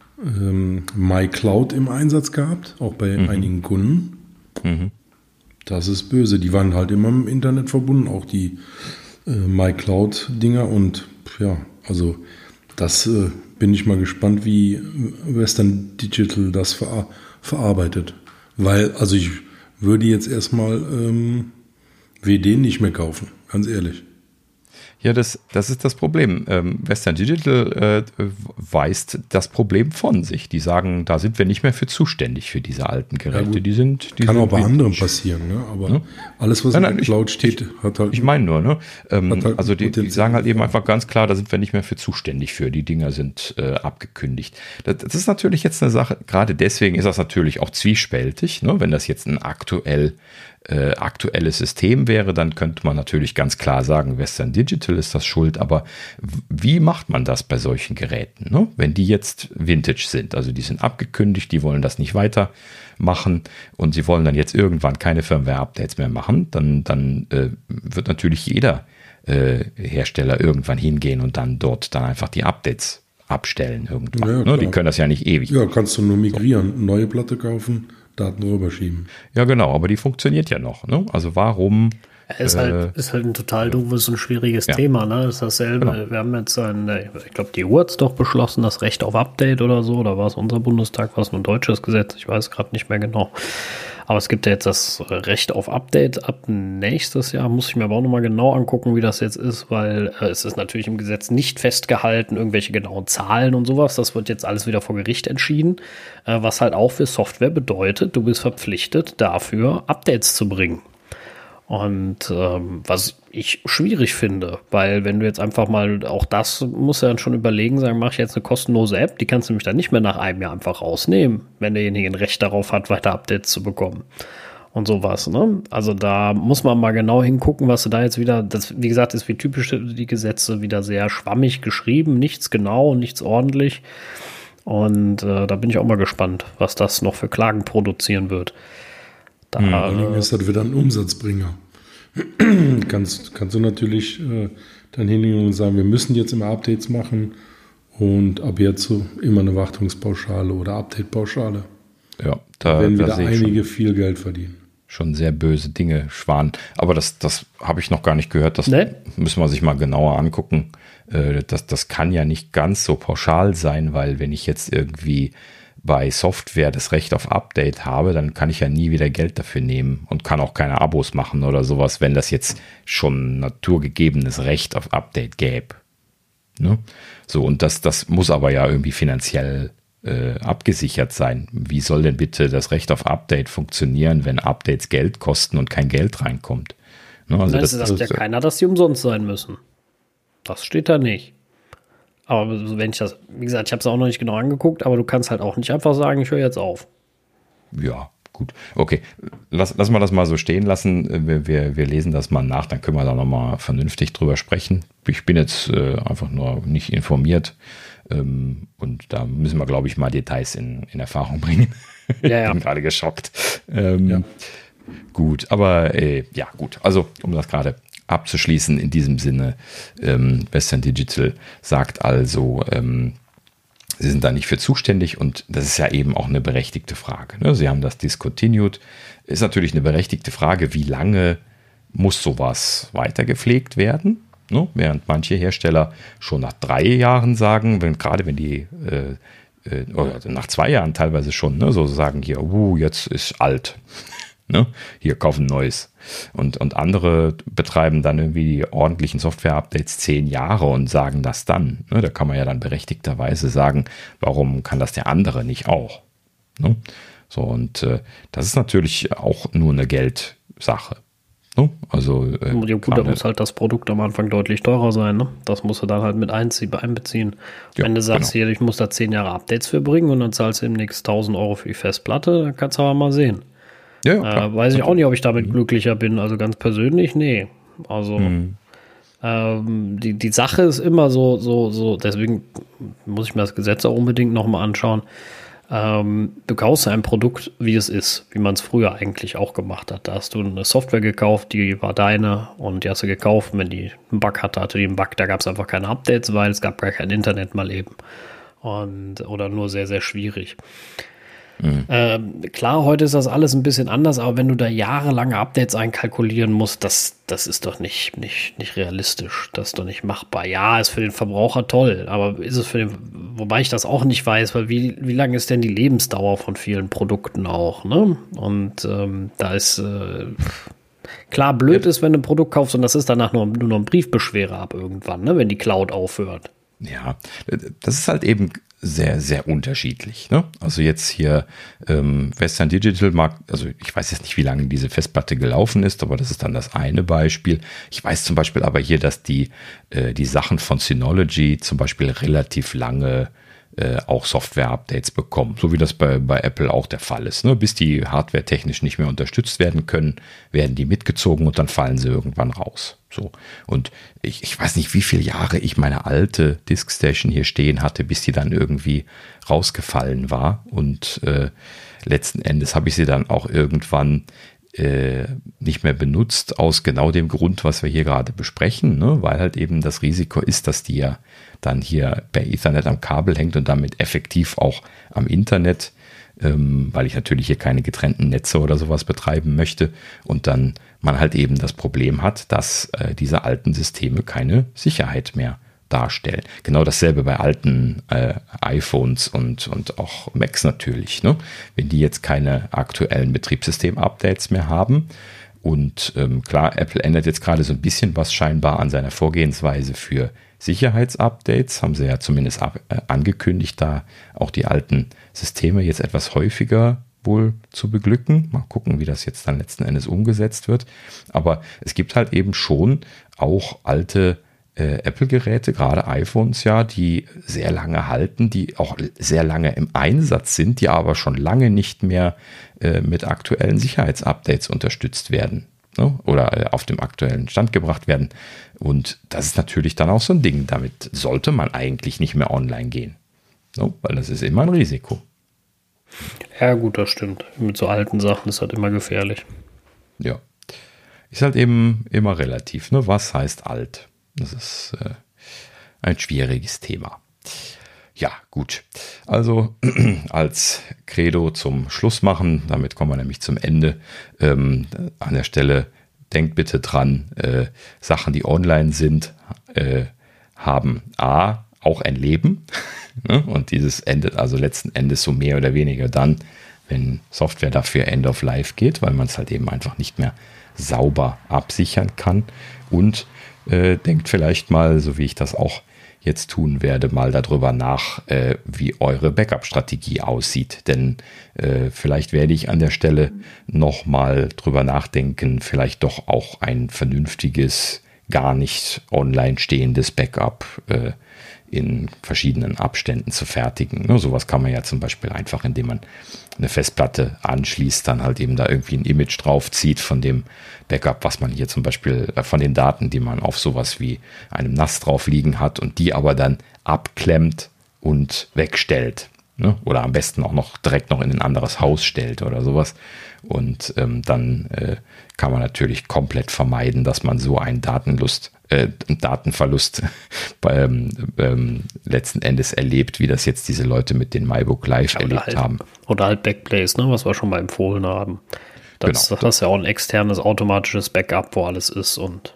ähm, MyCloud im Einsatz gehabt, auch bei mhm. einigen Kunden. Mhm. Das ist böse. Die waren halt immer im Internet verbunden, auch die äh, MyCloud-Dinger und ja, also das äh, bin ich mal gespannt, wie Western Digital das ver- verarbeitet. Weil, also ich würde jetzt erstmal ähm, W D nicht mehr kaufen, ganz ehrlich. Ja, das, das ist das Problem. Ähm, Western Digital äh, weist das Problem von sich. Die sagen, da sind wir nicht mehr für zuständig für diese alten Geräte. Ja, die sind, die kann sind auch bei windig. anderen passieren, ne? Aber Ne? alles, was Nein, in nein, der ich- Cloud steht, hat halt. Ich meine nur, ne? Ähm, Hat halt also die, die Potenzial. sagen halt eben einfach ganz klar, da sind wir nicht mehr für zuständig für. Die Dinger sind äh, abgekündigt. Das, das ist natürlich jetzt eine Sache, gerade deswegen ist das natürlich auch zwiespältig. Ne? Wenn das jetzt ein aktuell äh, aktuelles System wäre, dann könnte man natürlich ganz klar sagen, Western Digital ist das schuld. Aber w- wie macht man das bei solchen Geräten? Ne? Wenn die jetzt Vintage sind, also die sind abgekündigt, die wollen das nicht weitermachen und sie wollen dann jetzt irgendwann keine Firmware-Updates mehr machen, dann, dann äh, wird natürlich jeder äh, Hersteller irgendwann hingehen und dann dort dann einfach die Updates abstellen irgendwann. Ja, ne? klar. Die können das ja nicht ewig. Ja, kannst du nur migrieren, neue Platte kaufen, Daten rüberschieben. Ja, genau, aber die funktioniert ja noch. Ne? Also warum? Ist, Äh, halt, ist halt ein total doofes und schwieriges Ja. Thema. Ne? Das ist dasselbe. Genau. Wir haben jetzt ein, ich glaube, die E U hat es doch beschlossen, das Recht auf Update oder so. Oder war es unser Bundestag, war es nur ein deutsches Gesetz? Ich weiß gerade nicht mehr genau. Aber es gibt ja jetzt das Recht auf Update ab nächstes Jahr. Muss ich mir aber auch nochmal genau angucken, wie das jetzt ist, weil äh, es ist natürlich im Gesetz nicht festgehalten, irgendwelche genauen Zahlen und sowas. Das wird jetzt alles wieder vor Gericht entschieden, äh, was halt auch für Software bedeutet, du bist verpflichtet, dafür Updates zu bringen. Und ähm, was ich schwierig finde, weil wenn du jetzt einfach mal, auch das musst du dann schon überlegen, sagen, mache ich jetzt eine kostenlose App, die kannst du nämlich dann nicht mehr nach einem Jahr einfach rausnehmen, wenn derjenige ein Recht darauf hat, weiter Updates zu bekommen. Und sowas, ne? Also da muss man mal genau hingucken, was du da jetzt wieder, das, wie gesagt, ist wie typisch die Gesetze wieder sehr schwammig geschrieben, nichts genau, nichts ordentlich. Und äh, da bin ich auch mal gespannt, was das noch für Klagen produzieren wird. Da, Vor allen Dingen ist das wieder ein Umsatzbringer. kannst, kannst du natürlich äh, dann hingehen und sagen, wir müssen jetzt immer Updates machen und ab jetzt so immer eine Wartungspauschale oder Update-Pauschale. Ja, Da da, werden da wieder sehe ich schon, einige viel Geld verdienen. schon sehr böse Dinge schwan. Aber das, das habe ich noch gar nicht gehört. Das Nee. müssen wir sich mal genauer angucken. Äh, Das, das kann ja nicht ganz so pauschal sein, weil wenn ich jetzt irgendwie bei Software das Recht auf Update habe, dann kann ich ja nie wieder Geld dafür nehmen und kann auch keine Abos machen oder sowas, wenn das jetzt schon naturgegebenes Recht auf Update gäbe. Ne? So, und das, das muss aber ja irgendwie finanziell äh, abgesichert sein. Wie soll denn bitte das Recht auf Update funktionieren, wenn Updates Geld kosten und kein Geld reinkommt? Ne? Also das, das sagt ja keiner, dass die umsonst sein müssen. Das steht da nicht. Aber wenn ich das, wie gesagt, ich habe es auch noch nicht genau angeguckt, aber du kannst halt auch nicht einfach sagen, ich höre jetzt auf. Ja, gut. Okay, lass, lass mal das mal so stehen lassen. Wir, wir, wir lesen das mal nach, dann können wir da nochmal vernünftig drüber sprechen. Ich bin jetzt äh, einfach nur nicht informiert ähm, und da müssen wir, glaube ich, mal Details in, in Erfahrung bringen. Ja, ja. Ich bin gerade geschockt. Ähm, Ja. Gut, aber äh, ja, gut. Also, um das gerade abzuschließen, in diesem Sinne, ähm, Western Digital sagt also, ähm, sie sind da nicht für zuständig und das ist ja eben auch eine berechtigte Frage. Ne? Sie haben das discontinued. Ist natürlich eine berechtigte Frage, wie lange muss sowas weiter gepflegt werden? Ne? Während manche Hersteller schon nach drei Jahren sagen, wenn, gerade wenn die äh, äh, oder nach zwei Jahren teilweise schon, ne, so sagen hier, uh, jetzt ist alt. Ne? Hier, kaufen Neues. Und, und andere betreiben dann irgendwie die ordentlichen Software-Updates zehn Jahre und sagen das dann. Ne? Da kann man ja dann berechtigterweise sagen, warum kann das der andere nicht auch? Ne? So, und äh, das ist natürlich auch nur eine Geldsache. Ne? Also, äh, Ja, gut, da gerade- muss halt das Produkt am Anfang deutlich teurer sein. Ne? Das musst du dann halt mit einzie- einbeziehen. Ja, Wenn du sagst, genau. hier, ich muss da zehn Jahre Updates für bringen und dann zahlst du demnächst tausend Euro für die Festplatte, dann kannst du aber mal sehen. ja, ja, klar. Äh, weiß ich auch nicht, ob ich damit glücklicher bin. Also ganz persönlich, nee. Also Mhm. ähm, die, die Sache ist immer so, so, so, deswegen muss ich mir das Gesetz auch unbedingt nochmal anschauen. Ähm, du kaufst ein Produkt, wie es ist, wie man es früher eigentlich auch gemacht hat. Da hast du eine Software gekauft, die war deine und die hast du gekauft. Wenn die einen Bug hatte, hatte die einen Bug, da gab es einfach keine Updates, weil es gab gar kein Internet mal eben. Und, oder nur sehr, sehr schwierig. Ähm, klar, heute ist das alles ein bisschen anders, aber wenn du da jahrelange Updates einkalkulieren musst, das, das ist doch nicht, nicht, nicht realistisch. Das ist doch nicht machbar. Ja, ist für den Verbraucher toll, aber ist es für den, wobei ich das auch nicht weiß, weil wie, wie lang ist denn die Lebensdauer von vielen Produkten auch, ne? Und ähm, da ist, äh, Klar, blöd ist, wenn du ein Produkt kaufst und das ist danach nur, nur noch ein Briefbeschwerer ab irgendwann, ne, wenn die Cloud aufhört. Ja, das ist halt eben sehr, sehr unterschiedlich. Ne? Also jetzt hier ähm, Western Digital mag, also ich weiß jetzt nicht, wie lange diese Festplatte gelaufen ist, aber das ist dann das eine Beispiel. Ich weiß zum Beispiel aber hier, dass die, äh, die Sachen von Synology zum Beispiel relativ lange äh, auch Software-Updates bekommen, so wie das bei, bei Apple auch der Fall ist. Ne? Bis die hardware-technisch nicht mehr unterstützt werden können, werden die mitgezogen und dann fallen sie irgendwann raus. So. Und ich, ich weiß nicht, wie viele Jahre ich meine alte Diskstation hier stehen hatte, bis die dann irgendwie rausgefallen war. Und äh, letzten Endes habe ich sie dann auch irgendwann äh, nicht mehr benutzt, aus genau dem Grund, was wir hier gerade besprechen, ne? Weil halt eben das Risiko ist, dass die ja dann hier per Ethernet am Kabel hängt und damit effektiv auch am Internet, ähm, weil ich natürlich hier keine getrennten Netze oder sowas betreiben möchte und dann man halt eben das Problem hat, dass äh, diese alten Systeme keine Sicherheit mehr darstellen. Genau dasselbe bei alten äh, iPhones und, und auch Macs natürlich. Ne? Wenn die jetzt keine aktuellen Betriebssystem-Updates mehr haben und ähm, klar, Apple ändert jetzt gerade so ein bisschen was scheinbar an seiner Vorgehensweise für Sicherheitsupdates, haben sie ja zumindest ab, äh, angekündigt, da auch die alten Systeme jetzt etwas häufiger wohl zu beglücken. Mal gucken, wie das jetzt dann letzten Endes umgesetzt wird. Aber es gibt halt eben schon auch alte äh, Apple-Geräte, gerade iPhones ja, die sehr lange halten, die auch sehr lange im Einsatz sind, die aber schon lange nicht mehr äh, mit aktuellen Sicherheitsupdates unterstützt werden, ne? Oder äh, auf dem aktuellen Stand gebracht werden. Und das ist natürlich dann auch so ein Ding. Damit sollte man eigentlich nicht mehr online gehen, ne? Weil das ist immer ein Risiko. Ja gut, das stimmt. Mit so alten Sachen ist halt immer gefährlich. Ja, ist halt eben immer relativ. Ne? Was heißt alt? Das ist äh, ein schwieriges Thema. Ja, gut. Also als Credo zum Schluss machen, damit kommen wir nämlich zum Ende. Ähm, an der Stelle denkt bitte dran, äh, Sachen, die online sind, äh, haben A, auch ein Leben. Und dieses endet also letzten Endes so mehr oder weniger dann, wenn Software dafür End of Life geht, weil man es halt eben einfach nicht mehr sauber absichern kann. Und äh, denkt vielleicht mal, so wie ich das auch jetzt tun werde, mal darüber nach, äh, wie eure Backup-Strategie aussieht. Denn äh, vielleicht werde ich an der Stelle nochmal drüber nachdenken, vielleicht doch auch ein vernünftiges, gar nicht online stehendes Backup äh, in verschiedenen Abständen zu fertigen. Ne, sowas kann man ja zum Beispiel einfach, indem man eine Festplatte anschließt, dann halt eben da irgendwie ein Image draufzieht von dem Backup, was man hier zum Beispiel äh, von den Daten, die man auf sowas wie einem N A S drauf liegen hat und die aber dann abklemmt und wegstellt. Ne? Oder am besten auch noch direkt noch in ein anderes Haus stellt oder sowas. Und ähm, dann äh, kann man natürlich komplett vermeiden, dass man so einen Datenlust, äh, Datenverlust ähm, ähm, letzten Endes erlebt, wie das jetzt diese Leute mit den MyBook Live ja, erlebt halt, haben. Oder halt Backblaze, ne, was wir schon mal empfohlen haben. Das, genau. Das ist ja auch ein externes automatisches Backup, wo alles ist und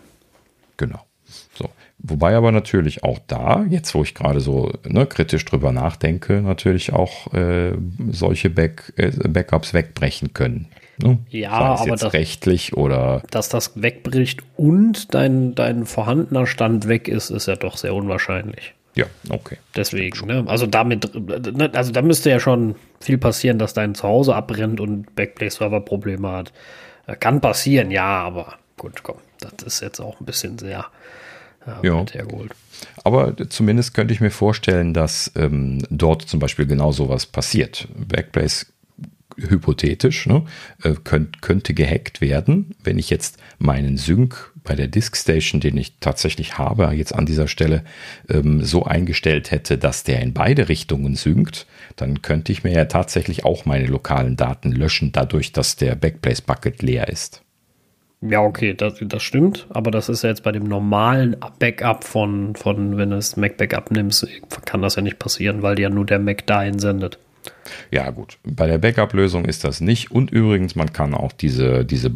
genau. So. Wobei aber natürlich auch da, jetzt wo ich gerade so ne, kritisch drüber nachdenke, natürlich auch äh, solche Back, äh, Backups wegbrechen können. Ne? Ja, Sei es aber jetzt das, rechtlich oder dass das wegbricht und dein, dein vorhandener Stand weg ist, ist ja doch sehr unwahrscheinlich. Ja, okay. Deswegen, ne? Also damit, also da müsste ja schon viel passieren, dass dein Zuhause abbrennt und Backblaze-Server Probleme hat. Kann passieren, ja, aber gut, komm, das ist jetzt auch ein bisschen sehr äh, ja. hergeholt. Aber zumindest könnte ich mir vorstellen, dass ähm, dort zum Beispiel genau sowas passiert. Backblaze hypothetisch ne, äh, könnt, könnte gehackt werden, wenn ich jetzt meinen Sync bei der Diskstation, den ich tatsächlich habe, jetzt an dieser Stelle ähm, so eingestellt hätte, dass der in beide Richtungen synkt, dann könnte ich mir ja tatsächlich auch meine lokalen Daten löschen, dadurch, dass der Backblaze-Bucket leer ist. Ja, okay, das, das stimmt, aber das ist ja jetzt bei dem normalen Backup von, von wenn du das Mac-Backup nimmst, kann das ja nicht passieren, weil ja nur der Mac dahin sendet. Ja gut, bei der Backup-Lösung ist das nicht. Und übrigens, man kann auch diese, diese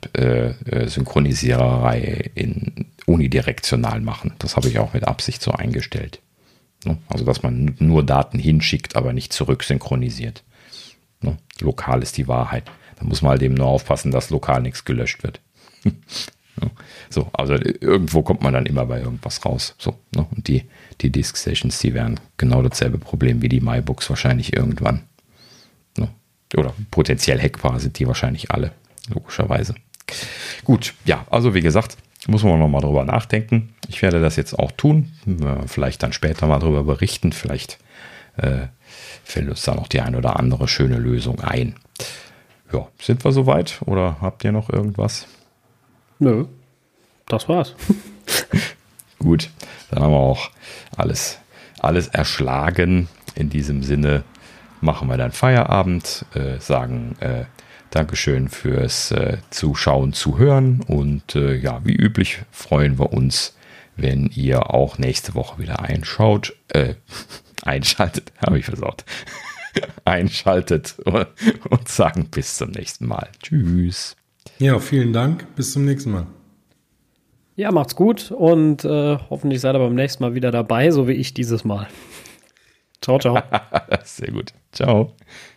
Bucket-Synchronisiererei äh, in unidirektional machen. Das habe ich auch mit Absicht so eingestellt. Ne? Also, dass man nur Daten hinschickt, aber nicht zurück synchronisiert. Ne? Lokal ist die Wahrheit. Da muss man halt eben nur aufpassen, dass lokal nichts gelöscht wird. So, also irgendwo kommt man dann immer bei irgendwas raus. So, ne? Und die, die Disk Stations, die wären genau dasselbe Problem wie die MyBooks wahrscheinlich irgendwann. Ne? Oder potenziell hackbar sind die wahrscheinlich alle, logischerweise. Gut, ja, also wie gesagt, muss man nochmal drüber nachdenken. Ich werde das jetzt auch tun. Vielleicht dann später mal drüber berichten. Vielleicht äh, fällt uns da noch die ein oder andere schöne Lösung ein. Ja, sind wir soweit? Oder habt ihr noch irgendwas? Nö, das war's. Gut, dann haben wir auch alles, alles erschlagen. In diesem Sinne machen wir dann Feierabend, äh, sagen äh, Dankeschön fürs äh, Zuschauen, Zuhören und äh, ja, wie üblich freuen wir uns, wenn ihr auch nächste Woche wieder einschaut, äh, einschaltet, habe ich versaut, einschaltet und, und sagen bis zum nächsten Mal. Tschüss. Ja, vielen Dank. Bis zum nächsten Mal. Ja, macht's gut und äh, hoffentlich seid ihr beim nächsten Mal wieder dabei, so wie ich dieses Mal. Ciao, ciao. Sehr gut. Ciao.